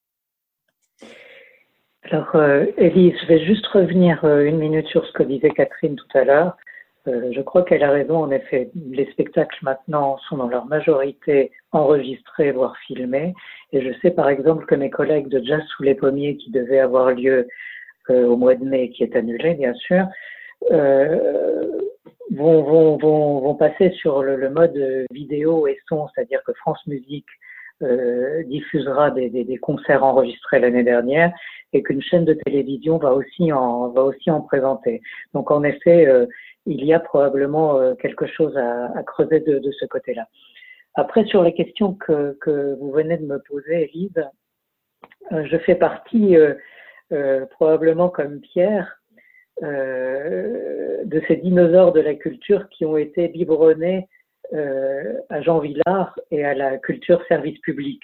Speaker 9: Alors, euh, Élise, je vais juste revenir euh, une minute sur ce que disait Catherine tout à l'heure. Euh, je crois qu'elle a raison, en effet. Les spectacles maintenant sont dans leur majorité enregistrés, voire filmés. Et je sais par exemple que mes collègues de Jazz sous les pommiers, qui devaient avoir lieu euh, au mois de mai, qui est annulé bien sûr, euh, vont, vont, vont, vont passer sur le, le mode vidéo et son, c'est-à-dire que France Musique euh, diffusera des, des, des concerts enregistrés l'année dernière et qu'une chaîne de télévision va aussi en, va aussi en présenter. Donc en effet, euh, il y a probablement euh, quelque chose à, à creuser de, de ce côté-là. Après, sur les questions que, que vous venez de me poser, Élise, euh, je fais partie, euh, euh, probablement comme Pierre, euh, de ces dinosaures de la culture qui ont été biberonnés euh, à Jean Vilar et à la culture service public.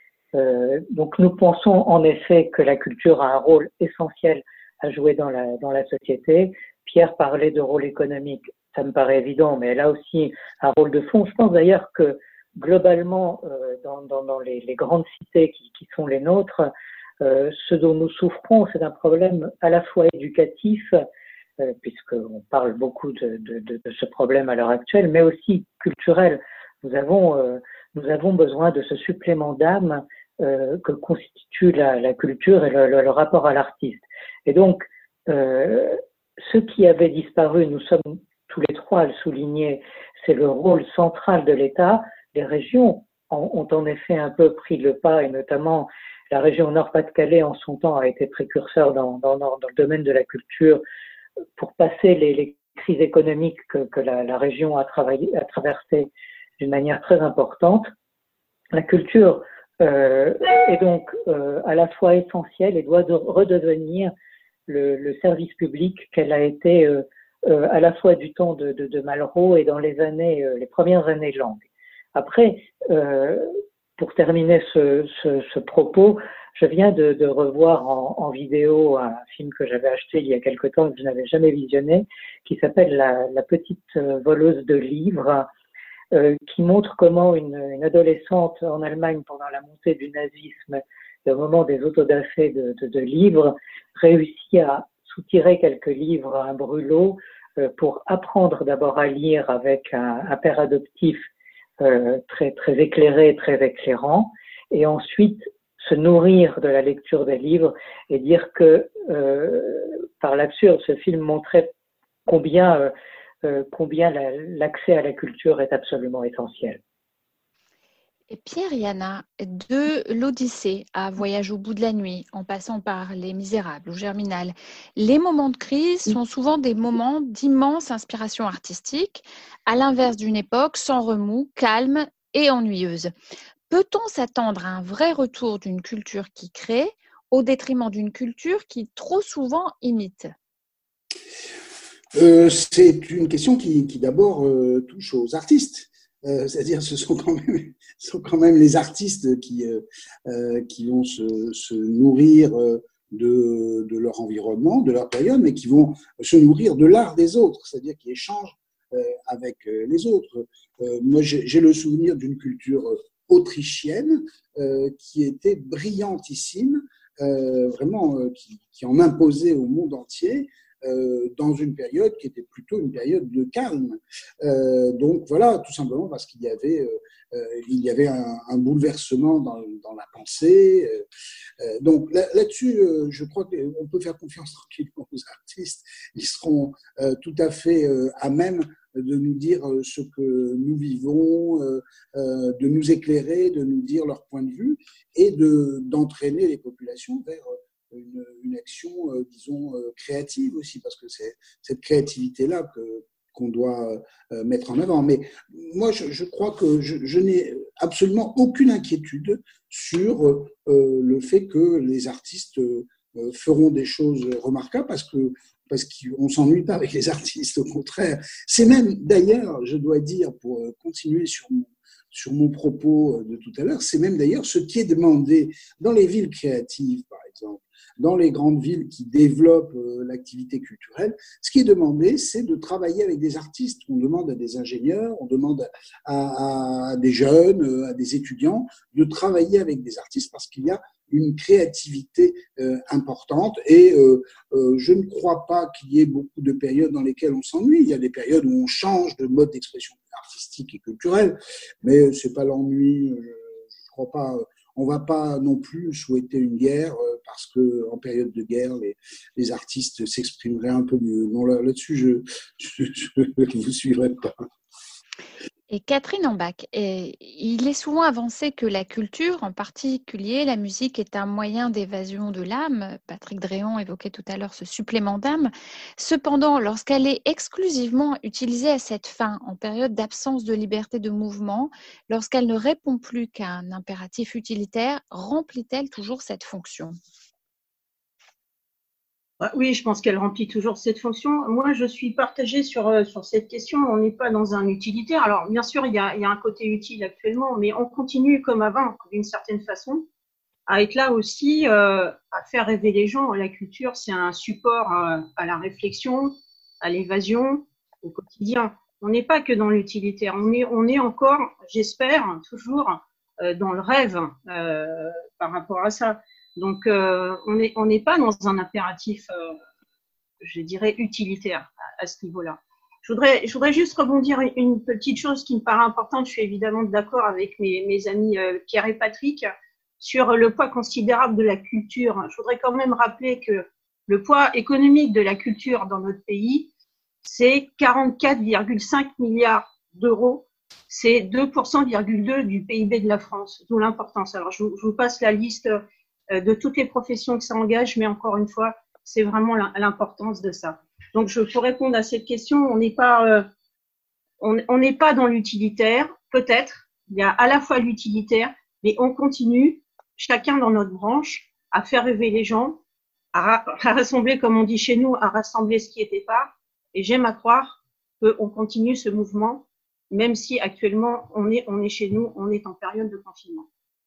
Speaker 9: Euh, donc nous pensons en effet que la culture a un rôle essentiel à jouer dans la, dans la société. Pierre parlait de rôle économique, ça me paraît évident, mais elle a aussi un rôle de fond. Je pense d'ailleurs que globalement, euh, dans, dans, dans les, les grandes cités qui, qui sont les nôtres, euh, ce dont nous souffrons, c'est un problème à la fois éducatif, euh, puisqu'on parle beaucoup de, de, de, de ce problème à l'heure actuelle, mais aussi culturel. Nous avons, euh, nous avons besoin de ce supplément d'âme euh, que constitue la, la culture et le, le, le rapport à l'artiste. Et donc, euh, ce qui avait disparu, nous sommes tous les trois à le souligner, c'est le rôle central de l'État. Les régions ont en effet un peu pris le pas, et notamment la région Nord-Pas-de-Calais en son temps a été précurseur dans, dans, dans le domaine de la culture pour passer les, les crises économiques que, que la, la région a, travaillé, a traversées d'une manière très importante. La culture euh, est donc euh, à la fois essentielle et doit de, redevenir le, le service public qu'elle a été euh, euh, à la fois du temps de, de, de Malraux et dans les années, euh, les premières années Lang. Après, euh, pour terminer ce, ce, ce propos, je viens de, de revoir en, en vidéo un film que j'avais acheté il y a quelque temps et que je n'avais jamais visionné, qui s'appelle la, la petite voleuse de livres, euh, qui montre comment une, une adolescente en Allemagne, pendant la montée du nazisme, et au moment des autodafés de, de, de livres, réussit à soutirer quelques livres à un brûlot euh, pour apprendre d'abord à lire avec un, un père adoptif Euh, très très éclairé, très éclairant, et ensuite se nourrir de la lecture des livres et dire que euh, par l'absurde, ce film montrait combien euh, euh, combien la, l'accès à la culture est absolument essentiel.
Speaker 2: Et Pierre-Yana, de l'Odyssée à Voyage au bout de la nuit, en passant par Les Misérables ou Germinal, les moments de crise sont souvent des moments d'immense inspiration artistique, à l'inverse d'une époque sans remous, calme et ennuyeuse. Peut-on s'attendre à un vrai retour d'une culture qui crée au détriment d'une culture qui trop souvent imite ?
Speaker 8: euh, C'est une question qui, qui d'abord euh, touche aux artistes. Euh, c'est-à-dire ce sont quand même, ce sont quand même les artistes qui, euh, qui vont se, se nourrir de, de leur environnement, de leur période, mais qui vont se nourrir de l'art des autres, c'est-à-dire qui échangent euh, avec les autres. Euh, moi, j'ai, j'ai le souvenir d'une culture autrichienne euh, qui était brillantissime, euh, vraiment, euh, qui, qui en imposait au monde entier, euh, dans une période qui était plutôt une période de calme. Euh, donc voilà, tout simplement parce qu'il y avait, euh, euh, il y avait un, un bouleversement dans, dans la pensée. Euh, donc là, là-dessus, euh, je crois qu'on peut faire confiance tranquillement aux artistes. Ils seront euh, tout à fait euh, à même de nous dire ce que nous vivons, euh, euh, de nous éclairer, de nous dire leur point de vue et de, d'entraîner les populations vers une, une action, euh, disons, euh, créative aussi, parce que c'est cette créativité-là que, qu'on doit euh, mettre en avant. Mais moi, je, je crois que je, je n'ai absolument aucune inquiétude sur euh, le fait que les artistes euh, feront des choses remarquables, parce que parce qu'on ne s'ennuie pas avec les artistes, au contraire. C'est même, d'ailleurs, je dois dire, pour continuer sur mon, sur mon propos de tout à l'heure, c'est même d'ailleurs ce qui est demandé dans les villes créatives, par exemple, dans les grandes villes qui développent l'activité culturelle. Ce qui est demandé, c'est de travailler avec des artistes. On demande à des ingénieurs, on demande à, à des jeunes, à des étudiants de travailler avec des artistes parce qu'il y a une créativité euh, importante et euh, euh, je ne crois pas qu'il y ait beaucoup de périodes dans lesquelles on s'ennuie. Il y a des périodes où on change de mode d'expression artistique et culturelle, mais c'est pas l'ennui. Je, je crois pas. On va pas non plus souhaiter une guerre parce que en période de guerre, les, les artistes s'exprimeraient un peu mieux. Non, là, là-dessus, je je vous suivrai pas.
Speaker 2: Et Catherine Ambach, il est souvent avancé que la culture, en particulier la musique, est un moyen d'évasion de l'âme. Patrick Dréon évoquait tout à l'heure ce supplément d'âme. Cependant, lorsqu'elle est exclusivement utilisée à cette fin, en période d'absence de liberté de mouvement, lorsqu'elle ne répond plus qu'à un impératif utilitaire, remplit-elle toujours cette fonction ?
Speaker 7: Oui, je pense qu'elle remplit toujours cette fonction. Moi, je suis partagée sur, sur cette question. On n'est pas dans un utilitaire. Alors, bien sûr, il y a, il y a un côté utile actuellement, mais on continue comme avant, d'une certaine façon, à être là aussi, euh, à faire rêver les gens. La culture, c'est un support à, à la réflexion, à l'évasion, au quotidien. On n'est pas que dans l'utilitaire. On est, on est encore, j'espère, toujours euh, dans le rêve euh, par rapport à ça. Donc, euh, on n'est on n'est pas dans un impératif, euh, je dirais, utilitaire à, à ce niveau-là. Je voudrais, je voudrais juste rebondir une petite chose qui me paraît importante. Je suis évidemment d'accord avec mes, mes amis euh, Pierre et Patrick sur le poids considérable de la culture. Je voudrais quand même rappeler que le poids économique de la culture dans notre pays, c'est quarante-quatre virgule cinq milliards d'euros. C'est deux pour cent virgule deux du P I B de la France, d'où l'importance. Alors, je, je vous passe la liste de toutes les professions que ça engage, mais encore une fois, c'est vraiment l'importance de ça. Donc, je pour répondre à cette question, on n'est pas, euh, on, on n'est pas dans l'utilitaire, peut-être. Il y a à la fois l'utilitaire, mais on continue, chacun dans notre branche, à faire rêver les gens, à, à rassembler, comme on dit chez nous, à rassembler ce qui était pas. Et j'aime à croire qu'on continue ce mouvement, même si actuellement on est, on est chez nous, on est en période de confinement.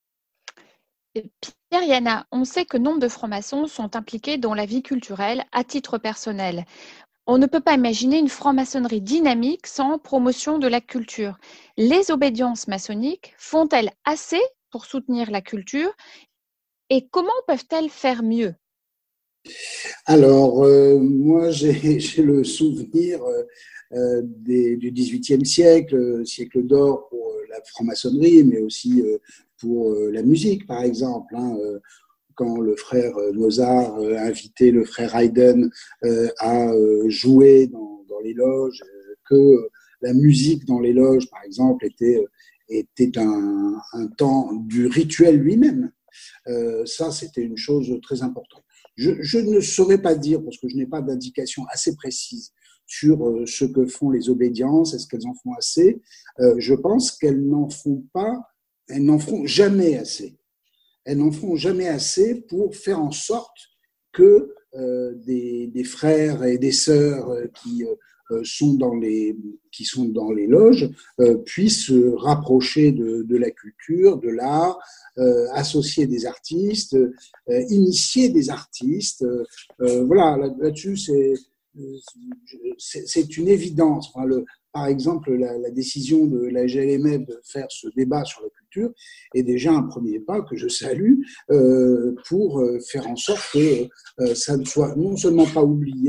Speaker 2: Pierre Yana, on sait que nombre de francs-maçons sont impliqués dans la vie culturelle à titre personnel. On ne peut pas imaginer une franc-maçonnerie dynamique sans promotion de la culture. Les obédiences maçonniques font-elles assez pour soutenir la culture et comment peuvent-elles faire mieux ?
Speaker 8: Alors, euh, moi, j'ai, j'ai le souvenir euh, des, du dix-huitième siècle, siècle d'or pour la franc-maçonnerie, mais aussi euh, pour euh, la musique, par exemple. Hein, euh, quand le frère Mozart euh, invitait le frère Haydn euh, à euh, jouer dans, dans les loges, euh, que euh, la musique dans les loges, par exemple, était, euh, était un, un temps du rituel lui-même. Euh, ça, c'était une chose très importante. Je, je ne saurais pas dire, parce que je n'ai pas d'indication assez précise sur euh, ce que font les obédiences, est-ce qu'elles en font assez. Euh, je pense qu'elles n'en font pas, elles n'en feront jamais assez. Elles n'en feront jamais assez pour faire en sorte que euh, des, des frères et des sœurs qui euh, sont dans les qui sont dans les loges euh, puissent se rapprocher de, de la culture, de l'art, euh, associer des artistes, euh, initier des artistes. Euh, voilà, là, là-dessus c'est c'est, c'est une évidence. Enfin, le, par exemple, la, la décision de la G L M F de faire ce débat sur la culture est déjà un premier pas que je salue euh, pour faire en sorte que euh, ça ne soit non seulement pas oublié,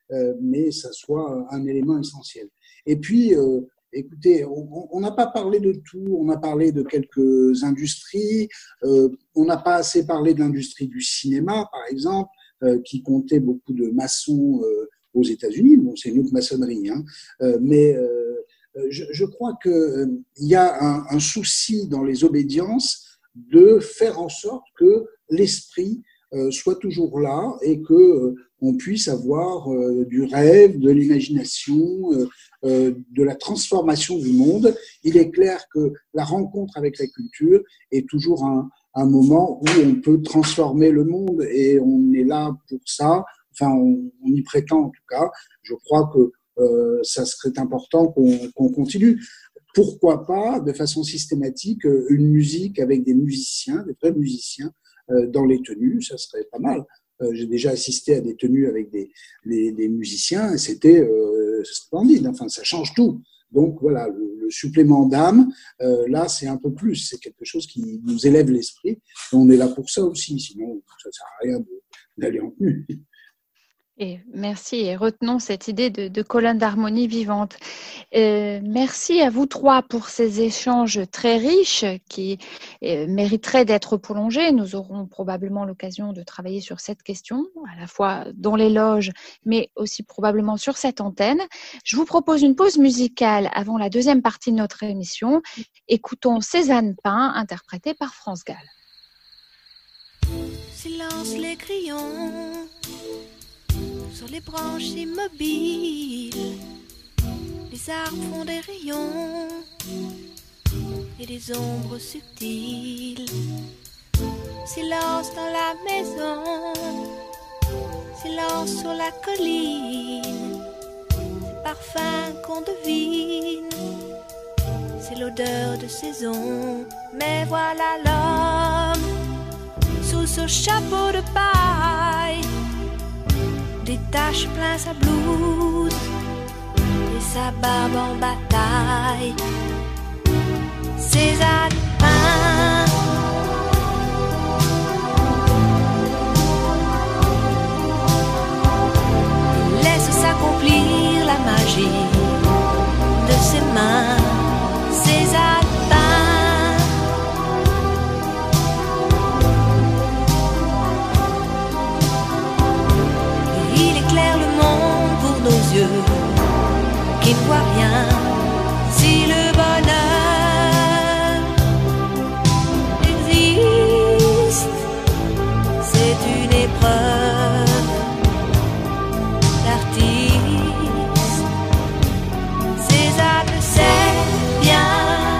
Speaker 8: euh, mais ça soit un élément essentiel. Et puis, euh, écoutez, on n'a pas parlé de tout, on a parlé de quelques industries, euh, on n'a pas assez parlé de l'industrie du cinéma, par exemple, euh, qui comptait beaucoup de maçons euh, aux États-Unis. Bon, c'est une autre maçonnerie, hein, euh, mais euh, je, je crois qu'il euh, y a un, un souci dans les obédiences de faire en sorte que l'esprit euh, soit toujours là et que euh, on puisse avoir euh, du rêve, de l'imagination, euh, euh, de la transformation du monde. Il est clair que la rencontre avec la culture est toujours un, un moment où on peut transformer le monde et on est là pour ça. Enfin, on, on y prétend en tout cas. Je crois que euh, ça serait important qu'on, qu'on continue. Pourquoi pas, de façon systématique, une musique avec des musiciens, des vrais musiciens euh, dans les tenues, ça serait pas mal. Euh, j'ai déjà assisté à des tenues avec des, des, des musiciens et c'était euh, splendide. Enfin, ça change tout. Donc voilà, le, le supplément d'âme, euh, là, c'est un peu plus. C'est quelque chose qui nous élève l'esprit. Et on est là pour ça aussi. Sinon, ça ne sert à rien de, d'aller en tenue.
Speaker 11: Et merci, et retenons cette idée de, de colonne d'harmonie vivante. Euh, merci à vous trois pour ces échanges très riches qui euh, mériteraient d'être prolongés. Nous aurons probablement l'occasion de travailler sur cette question, à la fois dans les loges, mais aussi probablement sur cette antenne. Je vous propose une pause musicale avant la deuxième partie de notre émission. Écoutons Cézanne Pain, interprétée par France Gall.
Speaker 12: Silence les crayons sur les branches immobiles, les arbres font des rayons et des ombres subtiles. Silence dans la maison, silence sur la colline, c'est parfum qu'on devine, c'est l'odeur de saison. Mais voilà l'homme sous ce chapeau de paille, des taches plein sa blouse et sa barbe en bataille. Cézanne Pain, laisse s'accomplir la magie de ses mains. Cézanne Pain, il éclaire le monde pour nos yeux qui ne voient rien. Si le bonheur existe, c'est une épreuve d'artiste. Cézanne le sait bien.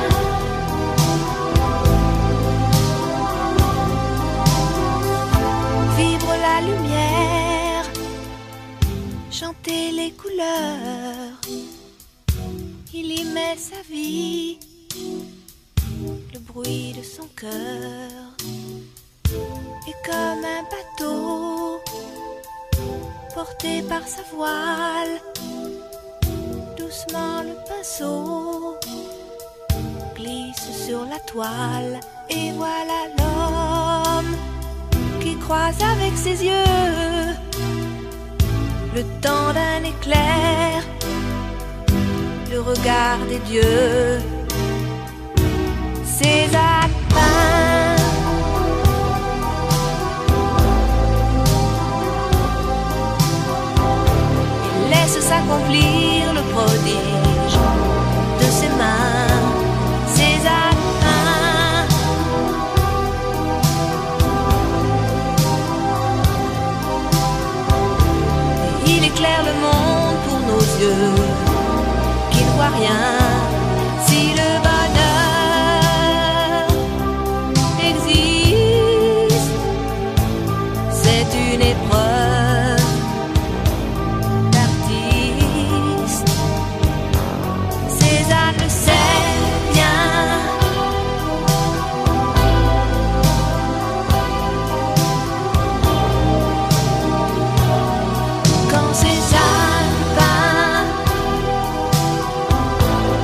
Speaker 12: Vibre la lumière, chanter les couleurs, il y met sa vie, le bruit de son cœur. Et comme un bateau porté par sa voile, doucement le pinceau glisse sur la toile. Et voilà l'homme qui croise avec ses yeux le temps d'un éclair, le regard des dieux. Cézanne Pain, laisse s'accomplir le prodige de ses mains. Cézanne Pain, il éclaire le monde pour nos yeux qui ne voient rien. Si le bonheur existe, c'est une épreuve d'artiste. Cézanne le sait bien. Quand Cézanne peint,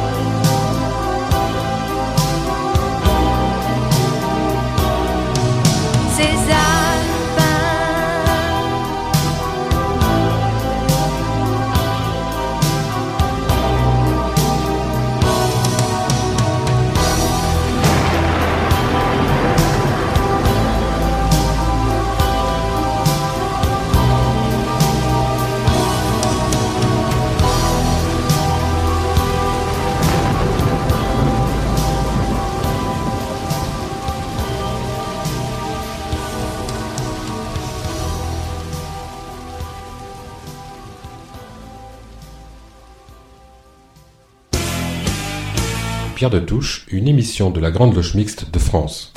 Speaker 1: Pierre de Touche, une émission de la Grande Loge Mixte de France.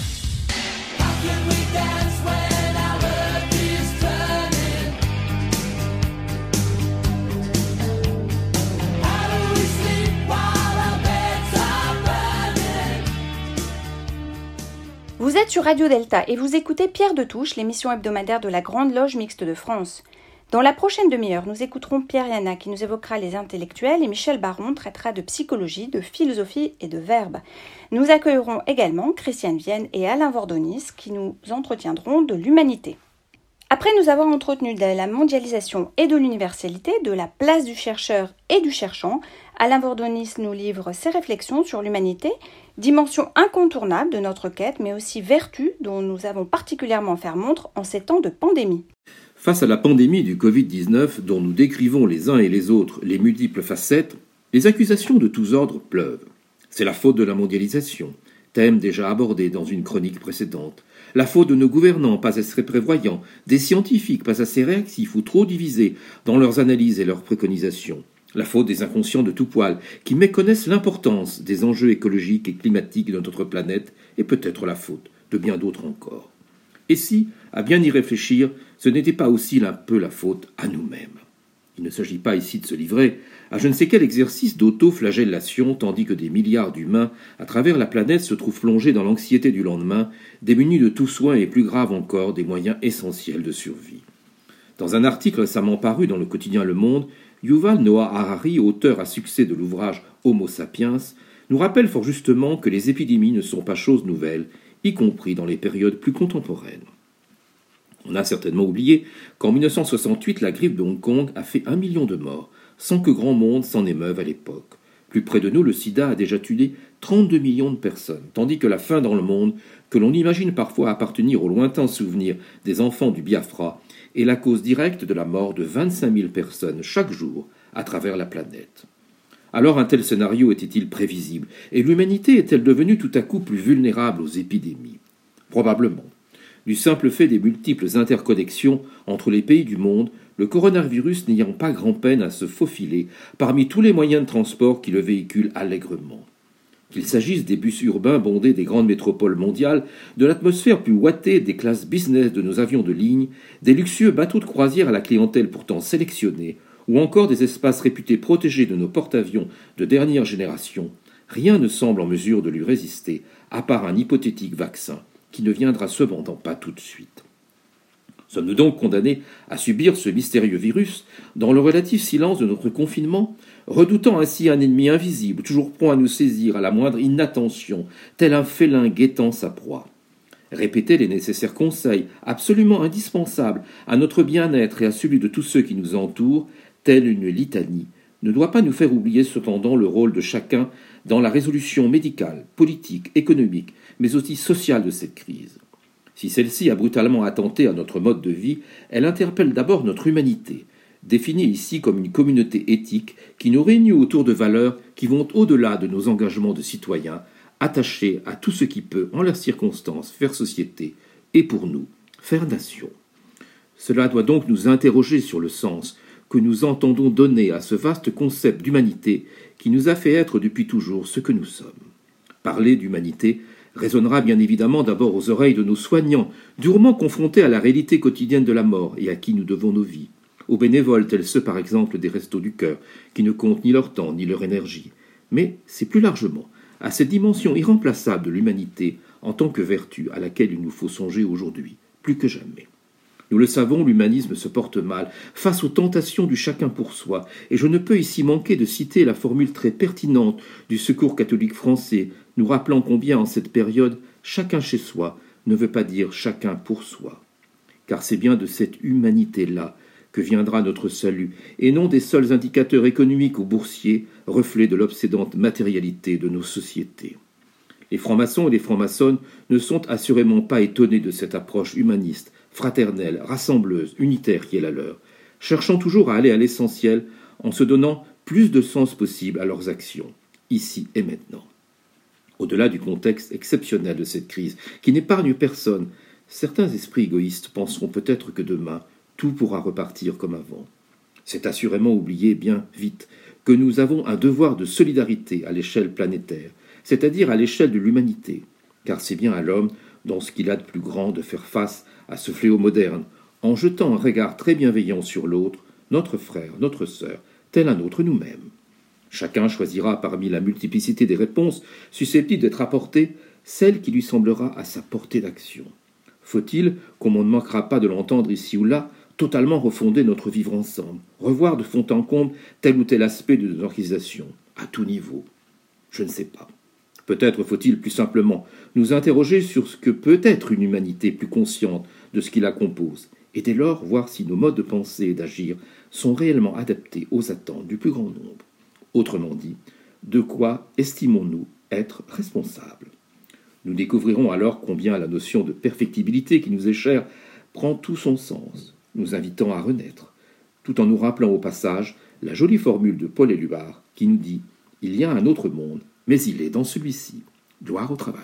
Speaker 2: Vous êtes sur Radio Delta et vous écoutez Pierre de Touche, l'émission hebdomadaire de la Grande Loge Mixte de France. Dans la prochaine demi-heure, nous écouterons Pierre Yana qui nous évoquera les intellectuels et Michel Baron traitera de psychologie, de philosophie et de verbe. Nous accueillerons également Christiane Vienne et Alain Vordonis qui nous entretiendront de l'humanité. Après nous avoir entretenu de la mondialisation et de l'universalité, de la place du chercheur et du cherchant, Alain Vordonis nous livre ses réflexions sur l'humanité, dimension incontournable de notre quête, mais aussi vertu dont nous avons particulièrement fait montre en ces temps de pandémie.
Speaker 13: Face à la pandémie du covid dix-neuf, dont nous décrivons les uns et les autres les multiples facettes, les accusations de tous ordres pleuvent. C'est la faute de la mondialisation, thème déjà abordé dans une chronique précédente. La faute de nos gouvernants pas assez prévoyants, des scientifiques pas assez réactifs ou trop divisés dans leurs analyses et leurs préconisations. La faute des inconscients de tout poil, qui méconnaissent l'importance des enjeux écologiques et climatiques de notre planète, et peut-être la faute de bien d'autres encore. Et si, à bien y réfléchir, ce n'était pas aussi un peu la faute à nous-mêmes. Il ne s'agit pas ici de se livrer à je ne sais quel exercice d'auto-flagellation, tandis que des milliards d'humains à travers la planète se trouvent plongés dans l'anxiété du lendemain, démunis de tout soin et plus grave encore des moyens essentiels de survie. Dans un article récemment paru dans le quotidien Le Monde, Yuval Noah Harari, auteur à succès de l'ouvrage Homo sapiens, nous rappelle fort justement que les épidémies ne sont pas choses nouvelles, y compris dans les périodes plus contemporaines. On a certainement oublié qu'en dix-neuf cent soixante-huit, la grippe de Hong Kong a fait un million de morts, sans que grand monde s'en émeuve à l'époque. Plus près de nous, le sida a déjà tué trente-deux millions de personnes, tandis que la faim dans le monde, que l'on imagine parfois appartenir au lointain souvenir des enfants du Biafra, est la cause directe de la mort de vingt-cinq mille personnes chaque jour à travers la planète. Alors un tel scénario était-il prévisible, et l'humanité est-elle devenue tout à coup plus vulnérable aux épidémies ? Probablement. Du simple fait des multiples interconnexions entre les pays du monde, le coronavirus n'ayant pas grand-peine à se faufiler parmi tous les moyens de transport qui le véhiculent allègrement. Qu'il s'agisse des bus urbains bondés des grandes métropoles mondiales, de l'atmosphère plus ouatée des classes business de nos avions de ligne, des luxueux bateaux de croisière à la clientèle pourtant sélectionnée, ou encore des espaces réputés protégés de nos porte-avions de dernière génération, rien ne semble en mesure de lui résister, à part un hypothétique vaccin, qui ne viendra cependant pas tout de suite. Sommes-nous donc condamnés à subir ce mystérieux virus dans le relatif silence de notre confinement, redoutant ainsi un ennemi invisible, toujours prompt à nous saisir à la moindre inattention, tel un félin guettant sa proie ? Répéter les nécessaires conseils, absolument indispensables à notre bien-être et à celui de tous ceux qui nous entourent, telle une litanie, ne doit pas nous faire oublier cependant le rôle de chacun dans la résolution médicale, politique, économique, mais aussi sociale de cette crise. Si celle-ci a brutalement attenté à notre mode de vie, elle interpelle d'abord notre humanité, définie ici comme une communauté éthique qui nous réunit autour de valeurs qui vont au-delà de nos engagements de citoyens, attachés à tout ce qui peut, en leurs circonstances, faire société, et pour nous, faire nation. Cela doit donc nous interroger sur le sens que nous entendons donner à ce vaste concept d'humanité qui nous a fait être depuis toujours ce que nous sommes. Parler d'humanité résonnera bien évidemment d'abord aux oreilles de nos soignants, durement confrontés à la réalité quotidienne de la mort et à qui nous devons nos vies, aux bénévoles tels ceux par exemple des Restos du Cœur, qui ne comptent ni leur temps ni leur énergie, mais c'est plus largement à cette dimension irremplaçable de l'humanité en tant que vertu à laquelle il nous faut songer aujourd'hui, plus que jamais. Nous le savons, l'humanisme se porte mal face aux tentations du chacun pour soi, et je ne peux ici manquer de citer la formule très pertinente du Secours catholique français, nous rappelant combien en cette période, chacun chez soi ne veut pas dire chacun pour soi. Car c'est bien de cette humanité-là que viendra notre salut, et non des seuls indicateurs économiques ou boursiers, reflets de l'obsédante matérialité de nos sociétés. Les francs-maçons et les francs-maçonnes ne sont assurément pas étonnés de cette approche humaniste, fraternelle, rassembleuse, unitaire qui est la leur, cherchant toujours à aller à l'essentiel en se donnant plus de sens possible à leurs actions, ici et maintenant. Au-delà du contexte exceptionnel de cette crise, qui n'épargne personne, certains esprits égoïstes penseront peut-être que demain, tout pourra repartir comme avant. C'est assurément oublier bien vite que nous avons un devoir de solidarité à l'échelle planétaire, c'est-à-dire à l'échelle de l'humanité, car c'est bien à l'homme, dans ce qu'il a de plus grand, de faire face à ce fléau moderne, en jetant un regard très bienveillant sur l'autre, notre frère, notre sœur, tel un autre nous-mêmes. Chacun choisira parmi la multiplicité des réponses susceptibles d'être apportées celle qui lui semblera à sa portée d'action. Faut-il, comme on ne manquera pas de l'entendre ici ou là, totalement refonder notre vivre ensemble, revoir de fond en comble tel ou tel aspect de notre organisation, à tout niveau? Je ne sais pas. Peut-être faut-il plus simplement nous interroger sur ce que peut être une humanité plus consciente de ce qui la compose, et dès lors voir si nos modes de pensée et d'agir sont réellement adaptés aux attentes du plus grand nombre. Autrement dit, de quoi estimons-nous être responsables? Nous découvrirons alors combien la notion de perfectibilité qui nous est chère prend tout son sens, nous invitant à renaître, tout en nous rappelant au passage la jolie formule de Paul Éluard qui nous dit « Il y a un autre monde, mais il est dans celui-ci. Gloire au travail ».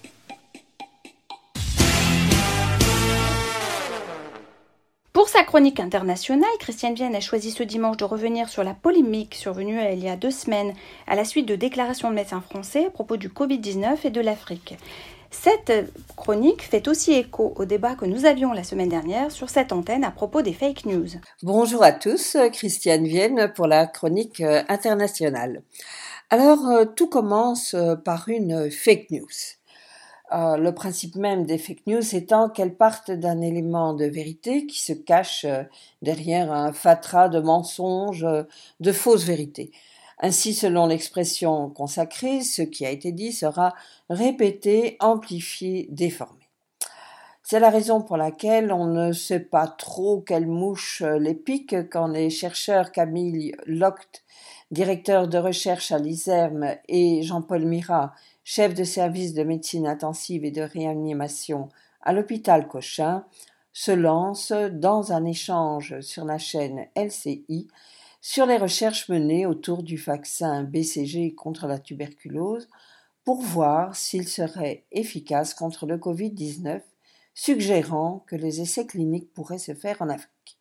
Speaker 2: Pour sa chronique internationale, Christiane Vienne a choisi ce dimanche de revenir sur la polémique survenue il y a deux semaines à la suite de déclarations de médecins français à propos du covid dix-neuf et de l'Afrique. Cette chronique fait aussi écho au débat que nous avions la semaine dernière sur cette antenne à propos des fake news.
Speaker 14: Bonjour à tous, Christiane Vienne pour la chronique internationale. Alors, tout commence par une fake news. Euh, le principe même des fake news étant qu'elles partent d'un élément de vérité qui se cache derrière un fatras de mensonges, de fausses vérités. Ainsi, selon l'expression consacrée, ce qui a été dit sera répété, amplifié, déformé. C'est la raison pour laquelle on ne sait pas trop quelle mouche les pique quand les chercheurs Camille Locht, directeur de recherche à l'I S E R M, et Jean-Paul Mirat, chef de service de médecine intensive et de réanimation à l'hôpital Cochin, se lancent dans un échange sur la chaîne L C I sur les recherches menées autour du vaccin B C G contre la tuberculose pour voir s'il serait efficace contre le covid dix-neuf, suggérant que les essais cliniques pourraient se faire en Afrique.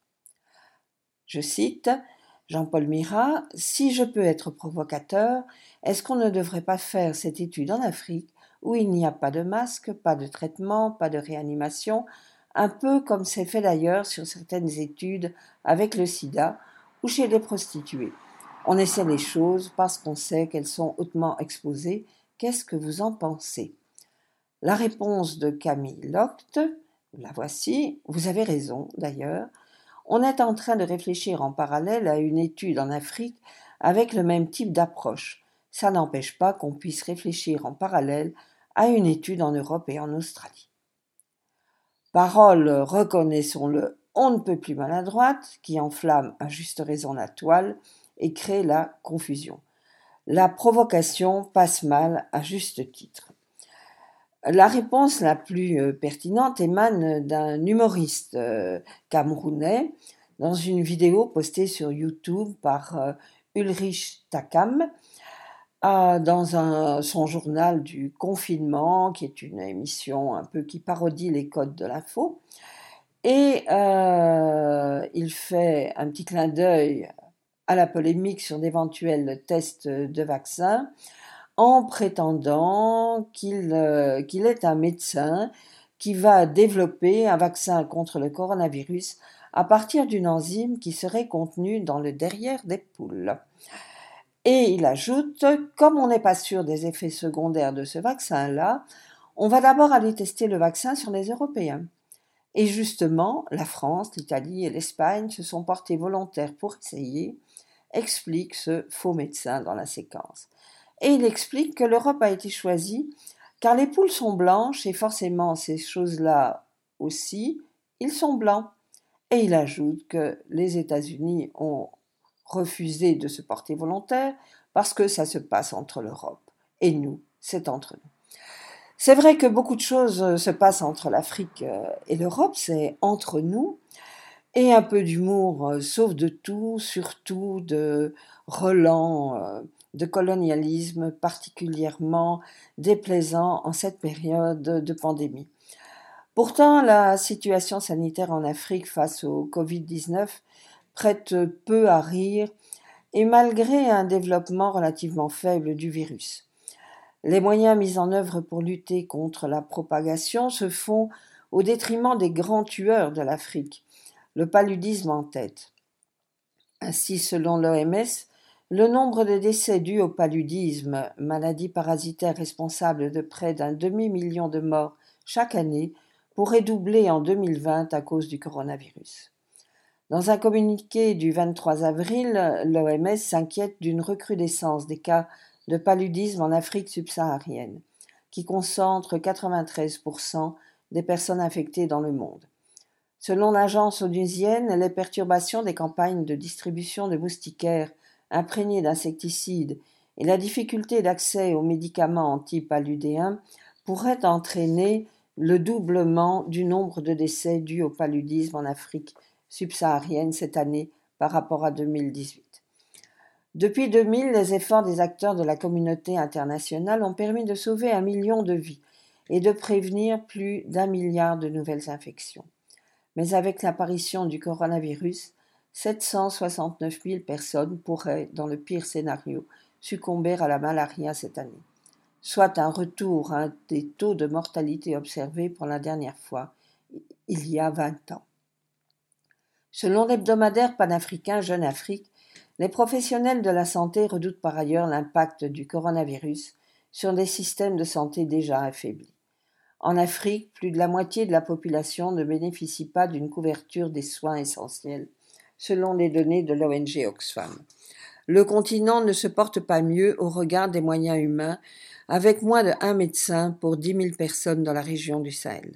Speaker 14: Je cite Jean-Paul Mirat, « Si je peux être provocateur, est-ce qu'on ne devrait pas faire cette étude en Afrique où il n'y a pas de masque, pas de traitement, pas de réanimation, un peu comme c'est fait d'ailleurs sur certaines études avec le sida ou chez les prostituées. On essaie les choses parce qu'on sait qu'elles sont hautement exposées. Qu'est-ce que vous en pensez ?» La réponse de Camille Locht, la voici, vous avez raison d'ailleurs. On est en train de réfléchir en parallèle à une étude en Afrique avec le même type d'approche. Ça n'empêche pas qu'on puisse réfléchir en parallèle à une étude en Europe et en Australie. Parole, reconnaissons-le, on ne peut plus maladroite, qui enflamme à juste raison la toile et crée la confusion. La provocation passe mal à juste titre. La réponse la plus pertinente émane d'un humoriste camerounais dans une vidéo postée sur YouTube par Ulrich Takam dans un, son journal du confinement, qui est une émission un peu qui parodie les codes de l'info. Et euh, il fait un petit clin d'œil à la polémique sur d'éventuels tests de vaccins, en prétendant qu'il, euh, qu'il est un médecin qui va développer un vaccin contre le coronavirus à partir d'une enzyme qui serait contenue dans le derrière des poules. Et il ajoute, comme on n'est pas sûr des effets secondaires de ce vaccin-là, on va d'abord aller tester le vaccin sur les Européens. Et justement, la France, l'Italie et l'Espagne se sont portés volontaires pour essayer, explique ce faux médecin dans la séquence. Et il explique que l'Europe a été choisie car les poules sont blanches et forcément ces choses-là aussi, ils sont blancs. Et il ajoute que les États-Unis ont refusé de se porter volontaires parce que ça se passe entre l'Europe et nous, c'est entre nous. C'est vrai que beaucoup de choses se passent entre l'Afrique et l'Europe, c'est entre nous, et un peu d'humour sauve de tout, surtout de relents de colonialisme particulièrement déplaisant en cette période de pandémie. Pourtant, la situation sanitaire en Afrique face au covid dix-neuf prête peu à rire, et malgré un développement relativement faible du virus. Les moyens mis en œuvre pour lutter contre la propagation se font au détriment des grands tueurs de l'Afrique, le paludisme en tête. Ainsi, selon l'O M S, le nombre de décès dus au paludisme, maladie parasitaire responsable de près d'un demi-million de morts chaque année, pourrait doubler en deux mille vingt à cause du coronavirus. Dans un communiqué du vingt-trois avril, l'O M S s'inquiète d'une recrudescence des cas de paludisme en Afrique subsaharienne, qui concentre quatre-vingt-treize pour cent des personnes infectées dans le monde. Selon l'agence onusienne, les perturbations des campagnes de distribution de moustiquaires imprégnés d'insecticides et la difficulté d'accès aux médicaments antipaludéens pourraient entraîner le doublement du nombre de décès dus au paludisme en Afrique subsaharienne cette année par rapport à deux mille dix-huit. Depuis deux mille, les efforts des acteurs de la communauté internationale ont permis de sauver un million de vies et de prévenir plus d'un milliard de nouvelles infections. Mais avec l'apparition du coronavirus, sept cent soixante-neuf mille personnes pourraient, dans le pire scénario, succomber à la malaria cette année, soit un retour à des taux de mortalité observés pour la dernière fois il y a vingt ans. Selon l'hebdomadaire panafricain Jeune Afrique, les professionnels de la santé redoutent par ailleurs l'impact du coronavirus sur des systèmes de santé déjà affaiblis. En Afrique, plus de la moitié de la population ne bénéficie pas d'une couverture des soins essentiels, selon les données de l'O N G Oxfam. Le continent ne se porte pas mieux au regard des moyens humains, avec moins de un médecin pour dix mille personnes dans la région du Sahel.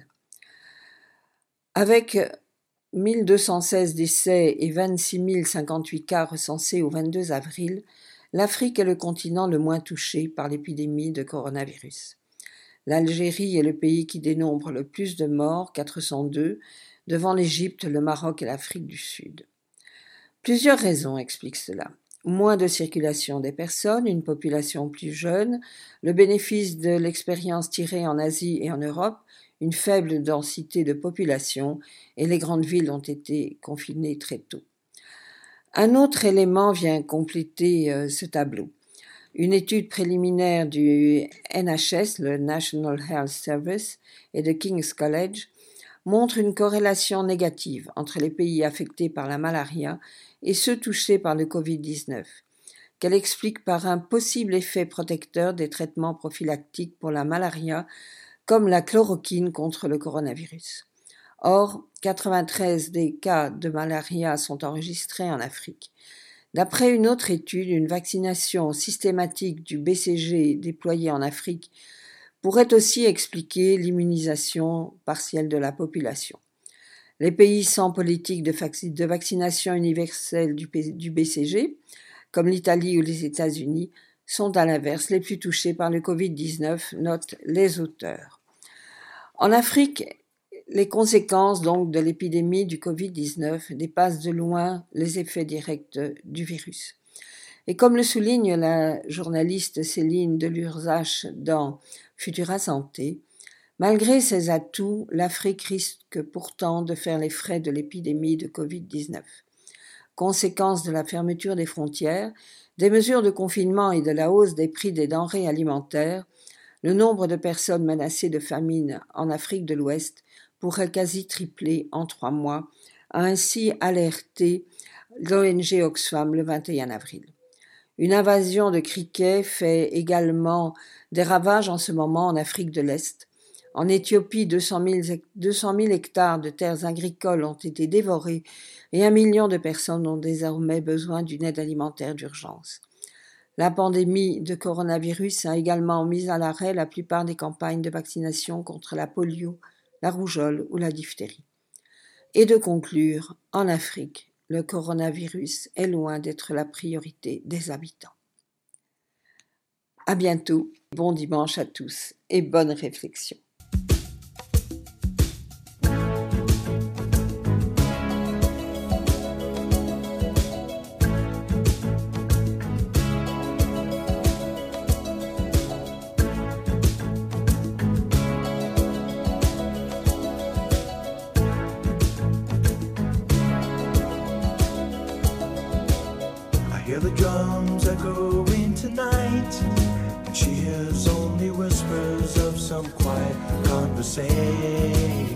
Speaker 14: Avec mille deux cent seize décès et vingt-six mille cinquante-huit cas recensés au vingt-deux avril, l'Afrique est le continent le moins touché par l'épidémie de coronavirus. L'Algérie est le pays qui dénombre le plus de morts, quatre cent deux, devant l'Égypte, le Maroc et l'Afrique du Sud. Plusieurs raisons expliquent cela. Moins de circulation des personnes, une population plus jeune, le bénéfice de l'expérience tirée en Asie et en Europe, une faible densité de population et les grandes villes ont été confinées très tôt. Un autre élément vient compléter euh, ce tableau. Une étude préliminaire du N H S, le National Health Service, et de King's College montre une corrélation négative entre les pays affectés par la malaria et ceux touchés par le covid dix-neuf, qu'elle explique par un possible effet protecteur des traitements prophylactiques pour la malaria comme la chloroquine contre le coronavirus. Or, quatre-vingt-treize des cas de malaria sont enregistrés en Afrique. D'après une autre étude, une vaccination systématique du B C G déployée en Afrique pourrait aussi expliquer l'immunisation partielle de la population. Les pays sans politique de, vac- de vaccination universelle du, P- du B C G, comme l'Italie ou les États-Unis, sont à l'inverse les plus touchés par le covid dix-neuf, notent les auteurs. En Afrique, les conséquences donc de l'épidémie du covid dix-neuf dépassent de loin les effets directs du virus. Et comme le souligne la journaliste Céline Delurzache dans Futura Santé, malgré ses atouts, l'Afrique risque pourtant de faire les frais de l'épidémie de covid dix-neuf. Conséquence de la fermeture des frontières, des mesures de confinement et de la hausse des prix des denrées alimentaires, le nombre de personnes menacées de famine en Afrique de l'Ouest pourrait quasi tripler en trois mois, a ainsi alerté l'O N G Oxfam le vingt et un avril. Une invasion de criquets fait également des ravages en ce moment en Afrique de l'Est. En Éthiopie, deux cent mille hectares de terres agricoles ont été dévorés et un million de personnes ont désormais besoin d'une aide alimentaire d'urgence. La pandémie de coronavirus a également mis à l'arrêt la plupart des campagnes de vaccination contre la polio, la rougeole ou la diphtérie. Et de conclure, en Afrique, le coronavirus est loin d'être la priorité des habitants. À bientôt, bon dimanche à tous et bonne réflexion.
Speaker 5: The drums are going tonight, and she hears only some quiet conversation.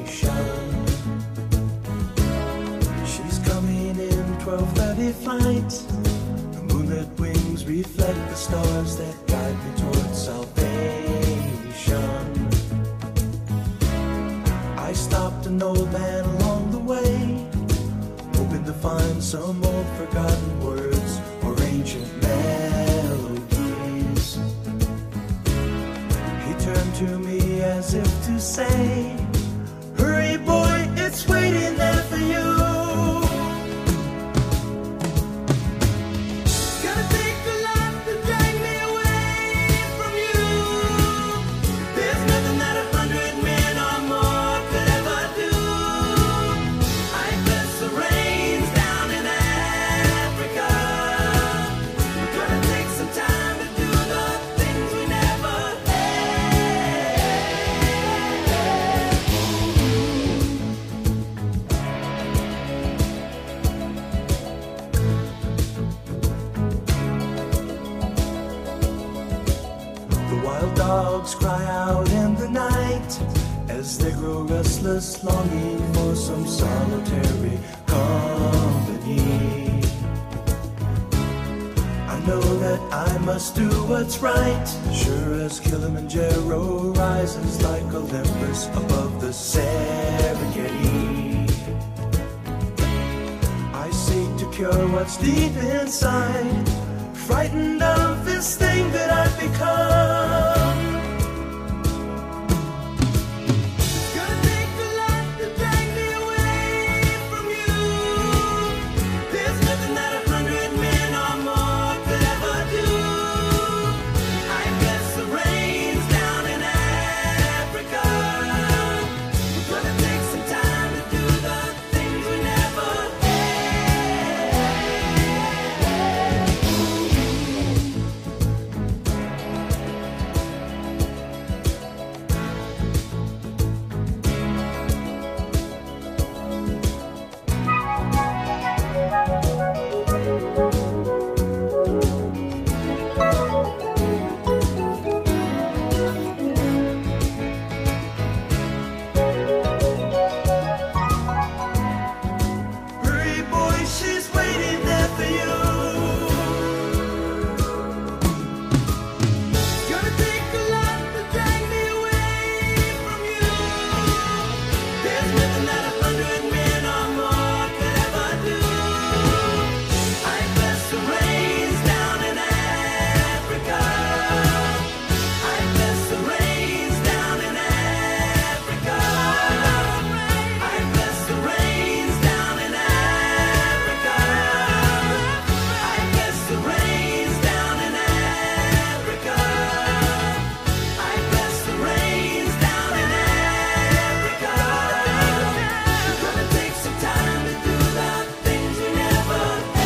Speaker 5: She's coming in twelve thirty flight. The moonlit wings reflect the stars that guide me towards salvation. I stopped an old man along the way, hoping to find some old forgotten words or ancient melodies. He turned to me as if to say, hurry boy, it's waiting there for you. Gonna take a lot to drag me away from you. There's nothing that a hundred men or more could ever do. I bless the rains down in Africa. We're gonna take some time to do the things we never The wild dogs cry out in the night as they grow restless, longing for some solitary company. I know that I must do what's right, sure as Kilimanjaro rises like Olympus above the Serengeti. I seek to cure what's deep inside, frightened of this thing that I've become. Gonna take a lot to drag me away from you. There's nothing that a hundred men or more could ever do. I bless the rains down in Africa. We're gonna take some time to do the things we never Hurry, boy, she's waiting there for you. Gonna take a lot to drag me away from you. There's nothing that a hundred men or more could ever do. I bless the rains down in Africa. I bless the rains down in Africa. I bless the rains down in Africa. I bless the rains down in Africa. I bless the rains down in Africa. We're gonna take some time to do the things we never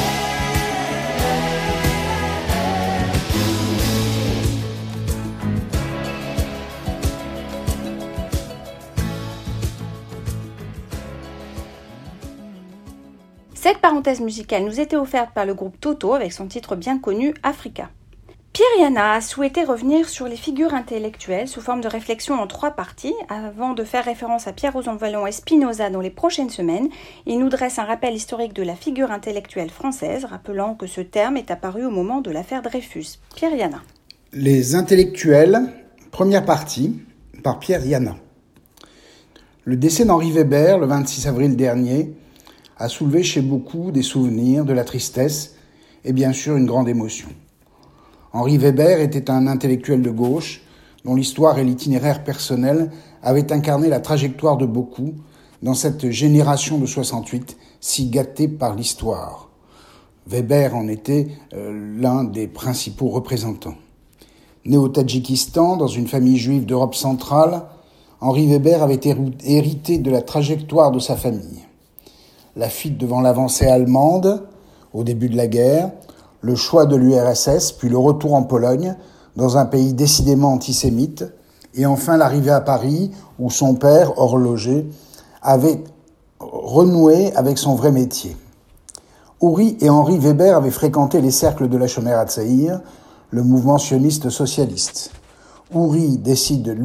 Speaker 2: Cette parenthèse musicale nous était offerte par le groupe Toto avec son titre bien connu Africa. Pierriana a souhaité revenir sur les figures intellectuelles sous forme de réflexion en trois parties. Avant de faire référence à Pierre Rosanvallon et Spinoza dans les prochaines semaines, il nous dresse un rappel historique de la figure intellectuelle française, rappelant que ce terme est apparu au moment de l'affaire Dreyfus. Pierriana.
Speaker 8: Les intellectuels, première partie, par Pierriana. Le décès d'Henri Weber, le vingt-six avril dernier, a soulevé chez beaucoup des souvenirs, de la tristesse et bien sûr une grande émotion. Henri Weber était un intellectuel de gauche dont l'histoire et l'itinéraire personnel avaient incarné la trajectoire de beaucoup dans cette génération de soixante-huit si gâtée par l'histoire. Weber en était euh, l'un des principaux représentants. Né au Tadjikistan, dans une famille juive d'Europe centrale, Henri Weber avait hérité de la trajectoire de sa famille. La fuite devant l'avancée allemande, au début de la guerre, le choix de l'U R S S, puis le retour en Pologne, dans un pays décidément antisémite, et enfin l'arrivée à Paris, où son père, horloger, avait renoué avec son vrai métier. Uri et Henri Weber avaient fréquenté les cercles de la Shomer HaTzaïr, le mouvement sioniste socialiste. Uri décide, lui,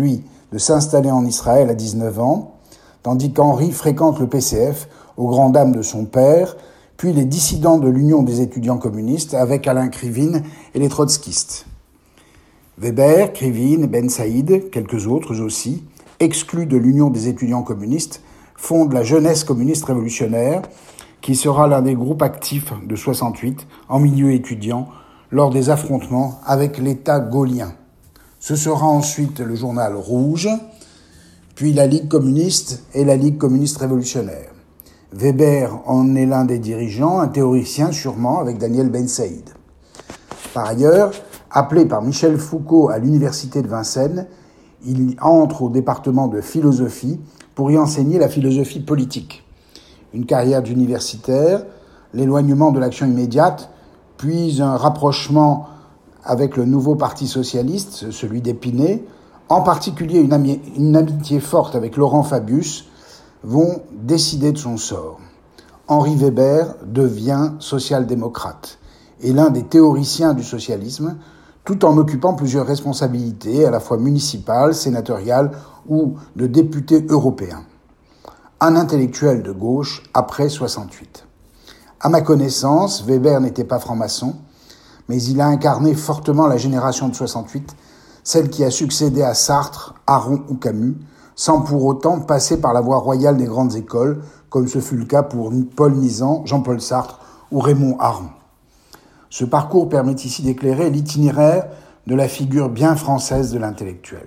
Speaker 15: de s'installer en Israël à dix-neuf ans, tandis qu'Henri fréquente le P C F aux grandes dames de son père, puis les dissidents de l'Union des étudiants communistes avec Alain Krivine et les trotskistes. Weber, Krivine, Ben Saïd, quelques autres aussi, exclus de l'Union des étudiants communistes, fondent la Jeunesse communiste révolutionnaire, qui sera l'un des groupes actifs de soixante-huit en milieu étudiant lors des affrontements avec l'État gaullien. Ce sera ensuite le Journal Rouge, puis la Ligue communiste et la Ligue communiste révolutionnaire. Weber en est l'un des dirigeants, un théoricien sûrement, avec Daniel Ben Saïd. Par ailleurs, appelé par Michel Foucault à l'université de Vincennes, il entre au département de philosophie pour y enseigner la philosophie politique. Une carrière d'universitaire, l'éloignement de l'action immédiate, puis un rapprochement avec le nouveau parti socialiste, celui d'Épinay, en particulier une, ami- une amitié forte avec Laurent Fabius, vont décider de son sort. Henri Weber devient social-démocrate et l'un des théoriciens du socialisme, tout en occupant plusieurs responsabilités, à la fois municipales, sénatoriales ou de député européen. Un intellectuel de gauche après soixante-huit. À ma connaissance, Weber n'était pas franc-maçon, mais il a incarné fortement la génération de soixante-huit, celle qui a succédé à Sartre, Aron ou Camus, sans pour autant passer par la voie royale des grandes écoles, comme ce fut le cas pour Paul Nizan, Jean-Paul Sartre ou Raymond Aron. Ce parcours permet ici d'éclairer l'itinéraire de la figure bien française de l'intellectuel.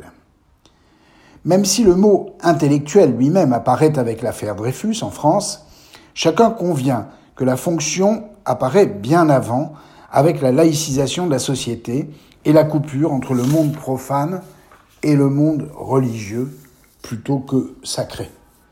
Speaker 15: Même si le mot intellectuel lui-même apparaît avec l'affaire Dreyfus en France, chacun convient que la fonction apparaît bien avant avec la laïcisation de la société et la coupure entre le monde profane et le monde religieux, plutôt que sacré.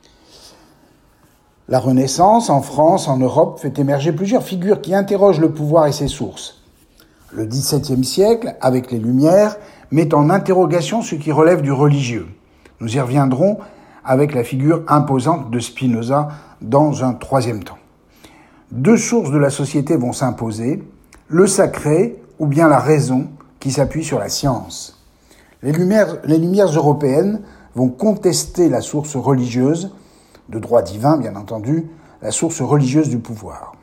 Speaker 15: La Renaissance, en France, en Europe, fait émerger plusieurs figures qui interrogent le pouvoir et ses sources. Le dix-septième siècle, avec les Lumières, met en interrogation ce qui relève du religieux. Nous y reviendrons avec la figure imposante de Spinoza dans un troisième temps. Deux sources de la société vont s'imposer, le sacré ou bien la raison qui s'appuie sur la science. Les Lumières, les Lumières européennes vont contester la source religieuse, de droit divin bien entendu, la source religieuse du pouvoir.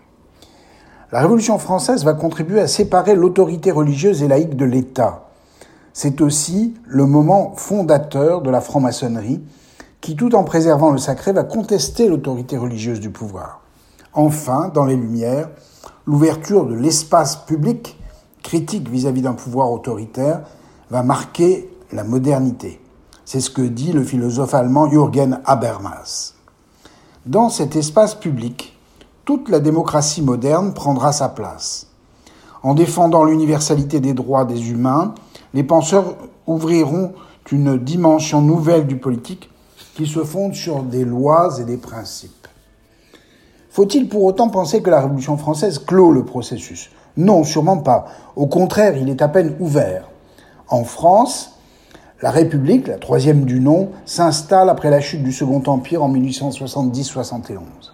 Speaker 15: La Révolution française va contribuer à séparer l'autorité religieuse et laïque de l'État. C'est aussi le moment fondateur de la franc-maçonnerie qui, tout en préservant le sacré, va contester l'autorité religieuse du pouvoir. Enfin, dans les Lumières, l'ouverture de l'espace public, critique vis-à-vis d'un pouvoir autoritaire, va marquer la modernité. C'est ce que dit le philosophe allemand Jürgen Habermas. Dans cet espace public, toute la démocratie moderne prendra sa place. En défendant l'universalité des droits des humains, les penseurs ouvriront une dimension nouvelle du politique qui se fonde sur des lois et des principes. Faut-il pour autant penser que la Révolution française clôt le processus ? Non, sûrement pas. Au contraire, il est à peine ouvert. En France, la République, la troisième du nom, s'installe après la chute du Second Empire en mille huit cent soixante-dix soixante et onze.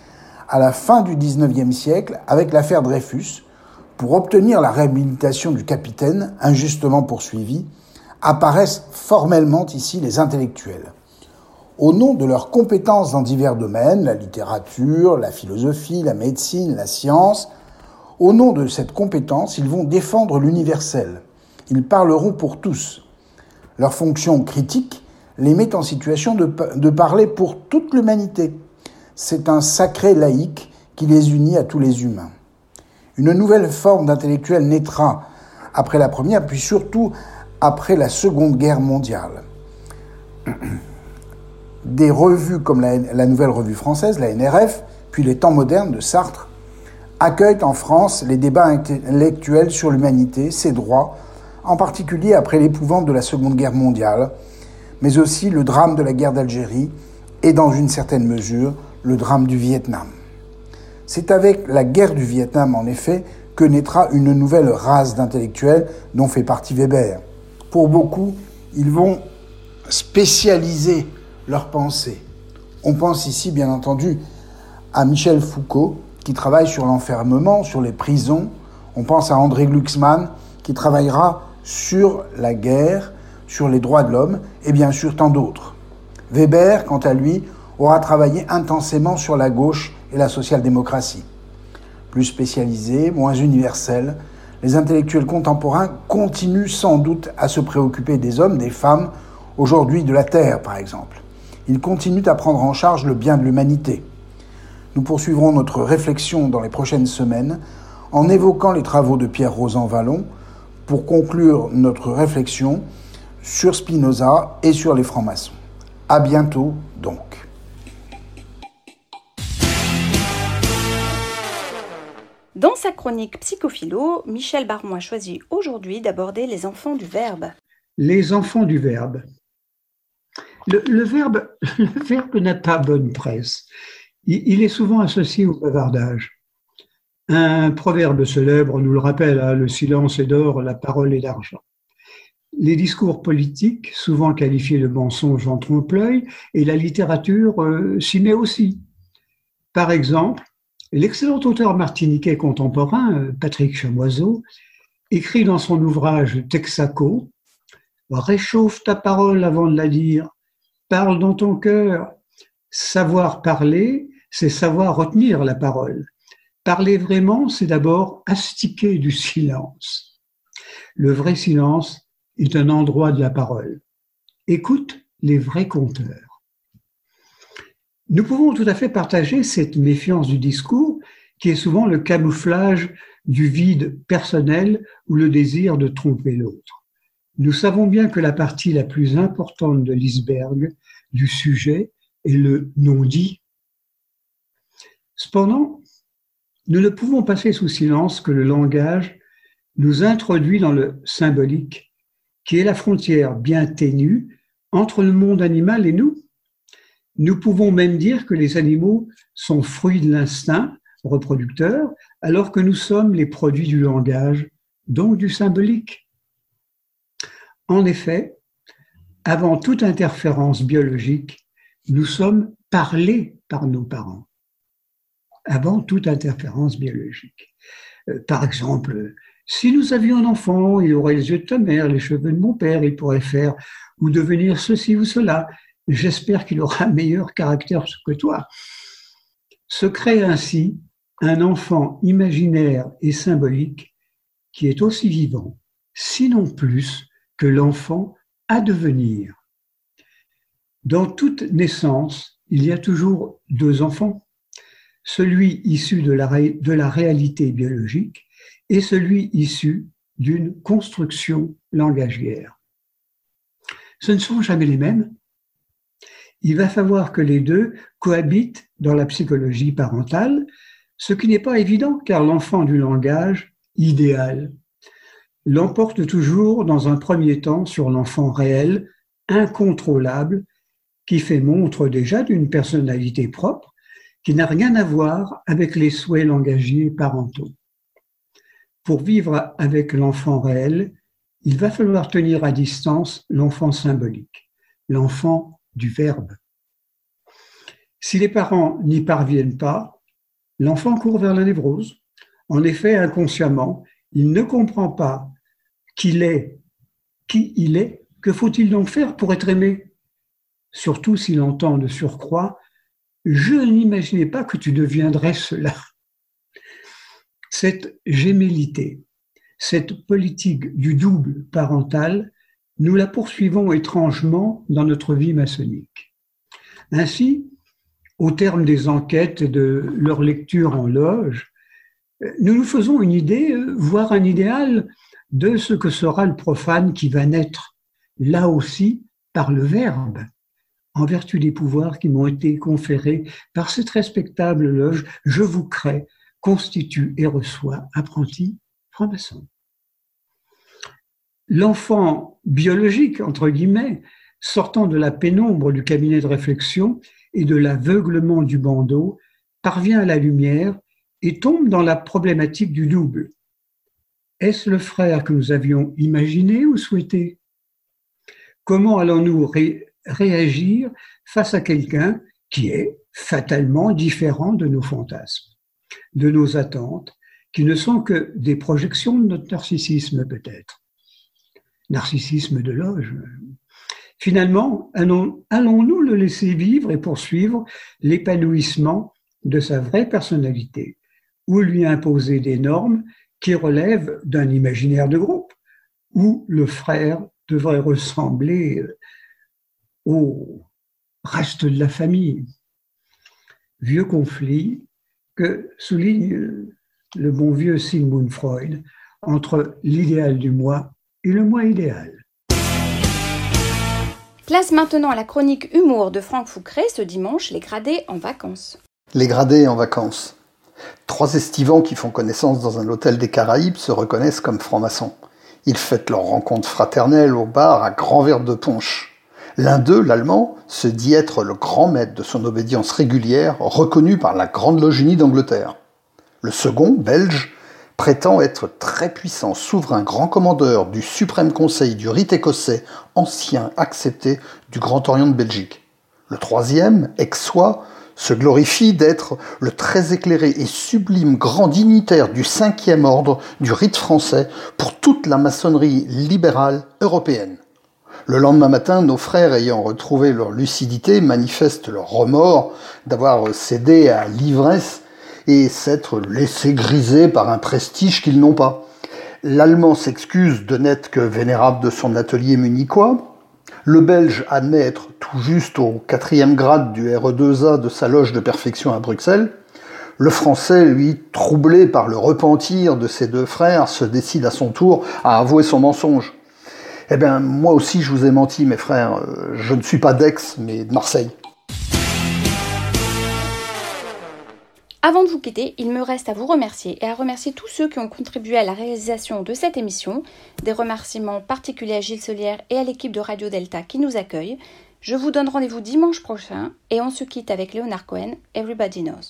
Speaker 15: À la fin du dix-neuvième siècle, avec l'affaire Dreyfus, pour obtenir la réhabilitation du capitaine, injustement poursuivi, apparaissent formellement ici les intellectuels. Au nom de leurs compétences dans divers domaines, la littérature, la philosophie, la médecine, la science, au nom de cette compétence, ils vont défendre l'universel. Ils parleront pour tous. Leur fonction critique les met en situation de, de parler pour toute l'humanité. C'est un sacré laïque qui les unit à tous les humains. Une nouvelle forme d'intellectuel naîtra après la Première, puis surtout après la Seconde Guerre mondiale. Des revues comme la, la Nouvelle Revue Française, la N R F, puis les Temps modernes de Sartre, accueillent en France les débats intellectuels sur l'humanité, ses droits, en particulier après l'épouvante de la Seconde Guerre mondiale, mais aussi le drame de la guerre d'Algérie et, dans une certaine mesure, le drame du Vietnam. C'est avec la guerre du Vietnam, en effet, que naîtra une nouvelle race d'intellectuels dont fait partie Weber. Pour beaucoup, ils vont spécialiser leur pensée. On pense ici, bien entendu, à Michel Foucault, qui travaille sur l'enfermement, sur les prisons. On pense à André Glucksmann, qui travaillera sur la guerre, sur les droits de l'homme et bien sûr tant d'autres. Weber, quant à lui, aura travaillé intensément sur la gauche et la social-démocratie. Plus spécialisés, moins universels, les intellectuels contemporains continuent sans doute à se préoccuper des hommes, des femmes, aujourd'hui de la Terre par exemple. Ils continuent à prendre en charge le bien de l'humanité. Nous poursuivrons notre réflexion dans les prochaines semaines en évoquant les travaux de Pierre Rosan-Vallon pour conclure notre réflexion sur Spinoza et sur les francs-maçons. À bientôt donc.
Speaker 2: Dans sa chronique Psychophilo, Michel Baron a choisi aujourd'hui d'aborder les enfants du verbe.
Speaker 16: Les enfants du verbe. Le, le verbe, le verbe n'a pas bonne presse. Il, il est souvent associé au bavardage. Un proverbe célèbre nous le rappelle, hein, le silence est d'or, la parole est d'argent. Les discours politiques, souvent qualifiés de mensonges en trompe-l'œil, et la littérature euh, s'y met aussi. Par exemple, l'excellent auteur martiniquais contemporain, Patrick Chamoiseau, écrit dans son ouvrage Texaco « Réchauffe ta parole avant de la dire, parle dans ton cœur. Savoir parler, c'est savoir retenir la parole. Parler vraiment, c'est d'abord astiquer du silence. Le vrai silence est un endroit de la parole. Écoute les vrais conteurs. » Nous pouvons tout à fait partager cette méfiance du discours qui est souvent le camouflage du vide personnel ou le désir de tromper l'autre. Nous savons bien que la partie la plus importante de l'iceberg du sujet est le non-dit. Cependant, nous ne pouvons passer sous silence que le langage nous introduit dans le symbolique, qui est la frontière bien ténue entre le monde animal et nous. Nous pouvons même dire que les animaux sont fruits de l'instinct reproducteur, alors que nous sommes les produits du langage, donc du symbolique. En effet, avant toute interférence biologique, nous sommes parlés par nos parents. Avant toute interférence biologique. Par exemple, si nous avions un enfant, il aurait les yeux de ta mère, les cheveux de mon père, il pourrait faire ou devenir ceci ou cela. J'espère qu'il aura un meilleur caractère que toi. Se crée ainsi un enfant imaginaire et symbolique qui est aussi vivant, sinon plus, que l'enfant à devenir. Dans toute naissance, il y a toujours deux enfants, celui issu de la, ré- de la réalité biologique et celui issu d'une construction langagière. Ce ne sont jamais les mêmes. Il va falloir que les deux cohabitent dans la psychologie parentale, ce qui n'est pas évident car l'enfant du langage idéal l'emporte toujours dans un premier temps sur l'enfant réel, incontrôlable, qui fait montre déjà d'une personnalité propre, qui n'a rien à voir avec les souhaits langagiers parentaux. Pour vivre avec l'enfant réel, il va falloir tenir à distance l'enfant symbolique, l'enfant du verbe. Si les parents n'y parviennent pas, l'enfant court vers la névrose. En effet, inconsciemment, il ne comprend pas qu'il est, qui il est, que faut-il donc faire pour être aimé? Surtout s'il entend de surcroît « Je n'imaginais pas que tu deviendrais cela ». Cette gémellité, cette politique du double parental, nous la poursuivons étrangement dans notre vie maçonnique. Ainsi, au terme des enquêtes et de leur lecture en loge, nous nous faisons une idée, voire un idéal, de ce que sera le profane qui va naître, là aussi par le verbe, en vertu des pouvoirs qui m'ont été conférés par cette respectable loge, je vous crée, constitue et reçoit apprenti franc-maçon. L'enfant biologique, entre guillemets, sortant de la pénombre du cabinet de réflexion et de l'aveuglement du bandeau, parvient à la lumière et tombe dans la problématique du double. Est-ce le frère que nous avions imaginé ou souhaité? Comment allons-nous ré- réagir face à quelqu'un qui est fatalement différent de nos fantasmes, de nos attentes, qui ne sont que des projections de notre narcissisme peut-être? narcissisme de loge. Finalement, allons-nous le laisser vivre et poursuivre l'épanouissement de sa vraie personnalité, ou lui imposer des normes qui relèvent d'un imaginaire de groupe, où le frère devrait ressembler au reste de la famille? Vieux conflit que souligne le bon vieux Sigmund Freud entre l'idéal du moi et le moi idéal.
Speaker 2: Place maintenant à la chronique humour de Franck Foucret ce dimanche, les gradés en vacances.
Speaker 4: Les gradés en vacances. Trois estivants qui font connaissance dans un hôtel des Caraïbes se reconnaissent comme francs-maçons. Ils fêtent leur rencontre fraternelle au bar à grands verres de punch. L'un d'eux, l'Allemand, se dit être le grand maître de son obédience régulière, reconnu par la Grande Loge Unie d'Angleterre. Le second, Belge, prétend être très puissant souverain grand commandeur du suprême conseil du rite écossais, ancien accepté du Grand Orient de Belgique. Le troisième, Aixois, se glorifie d'être le très éclairé et sublime grand dignitaire du cinquième ordre du rite français pour toute la maçonnerie libérale européenne. Le lendemain matin, nos frères, ayant retrouvé leur lucidité, manifestent leur remords d'avoir cédé à l'ivresse et s'être laissés griser par un prestige qu'ils n'ont pas. L'Allemand s'excuse de n'être que vénérable de son atelier munichois. Le Belge admet être tout juste au quatrième grade du R E deux A de sa loge de perfection à Bruxelles. Le Français, lui, troublé par le repentir de ses deux frères, se décide à son tour à avouer son mensonge. Eh bien, moi aussi je vous ai menti, mes frères. Je ne suis pas d'Aix, mais de Marseille.
Speaker 2: Avant de vous quitter, il me reste à vous remercier et à remercier tous ceux qui ont contribué à la réalisation de cette émission. Des remerciements particuliers à Gilles Solière et à l'équipe de Radio Delta qui nous accueille. Je vous donne rendez-vous dimanche prochain et on se quitte avec Leonard Cohen, Everybody Knows.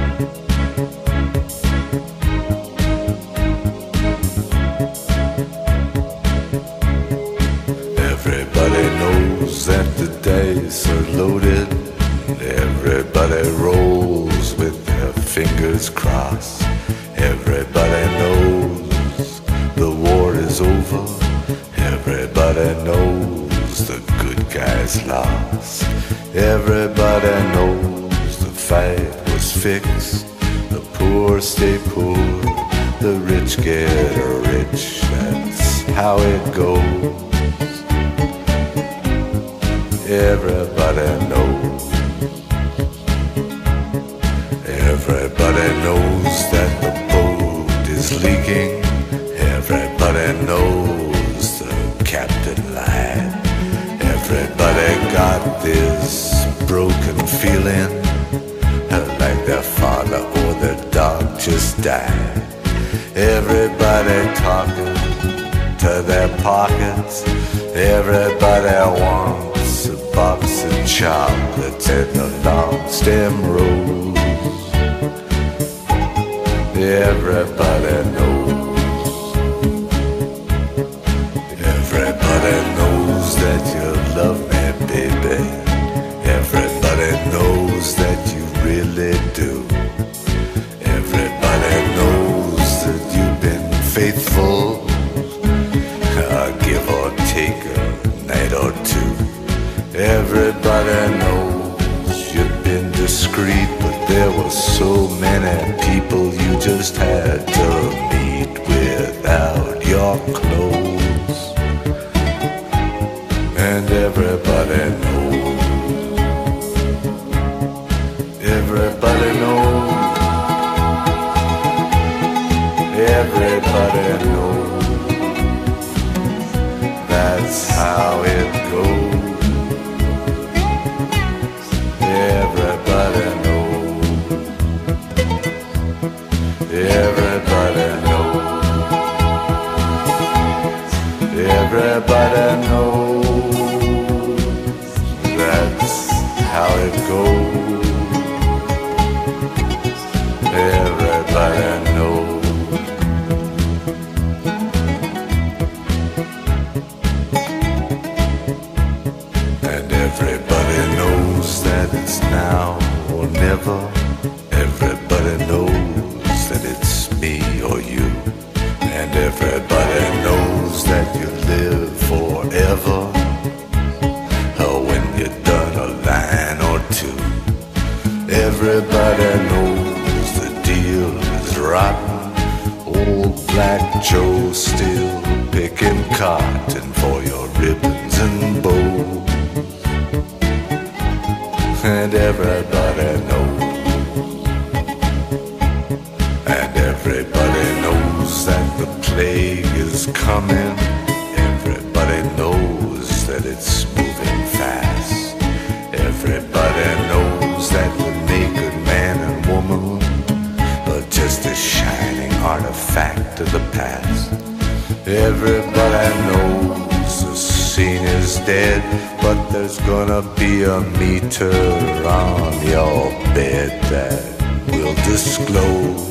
Speaker 17: Everybody knows that the dice are loaded. Everybody rolls with their fingers crossed. Everybody knows the war is over. Everybody knows the good guys lost. Everybody knows the fight was fixed. The poor stay poor, the rich get rich. That's how it goes. Everybody knows. Everybody knows that the boat is leaking. Everybody knows the captain lied. Everybody got this broken feeling, like their father or their dog just died. Everybody talking to their pockets. Everybody wants a box of chocolates and a long stem rose. Everybody knows. Everybody knows that you love me, baby. Everybody knows that you really do. Everybody knows that you've been faithful, uh, give or take a night or two. Everybody knows you've been discreet, but there were so many people you just had to meet without your clothes. And everybody knows. Everybody knows. Everybody knows. That's how it goes. Everybody knows. Everybody knows. Everybody knows. That's how it goes. Everybody knows. And everybody knows that it's now or never. Everybody knows that it's me or you. And everybody knows that you live making cotton for your ribbons and bows. And everybody knows, and everybody knows that the plague is coming. Everybody knows that it's moving fast. Everybody knows that the naked man and woman are just a shining artifact of the past. Everybody knows the scene is dead, but there's gonna be a meter on your bed that will disclose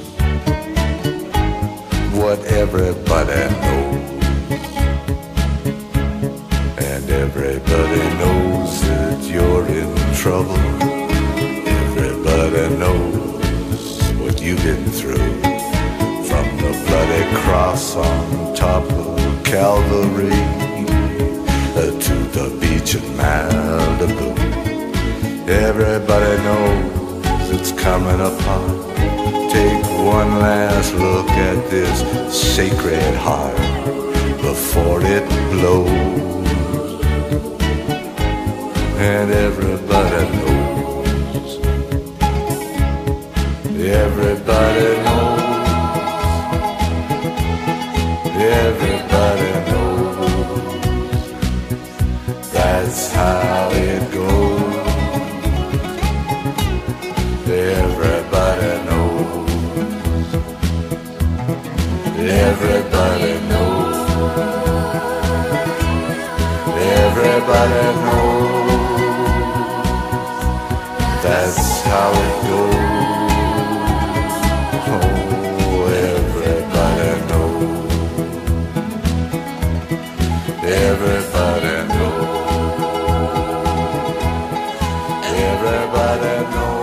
Speaker 17: what everybody knows. And everybody knows that you're in trouble. Everybody knows what you've been through. From the bloody cross on top of Calvary to the beach in Malibu. Everybody knows it's coming apart. Take one last look at this sacred heart before it blows. And everybody knows, everybody knows, everybody knows, that's how it goes. Everybody knows, everybody knows, everybody knows, that's how it goes. Oh, everybody knows, everybody knows, everybody knows.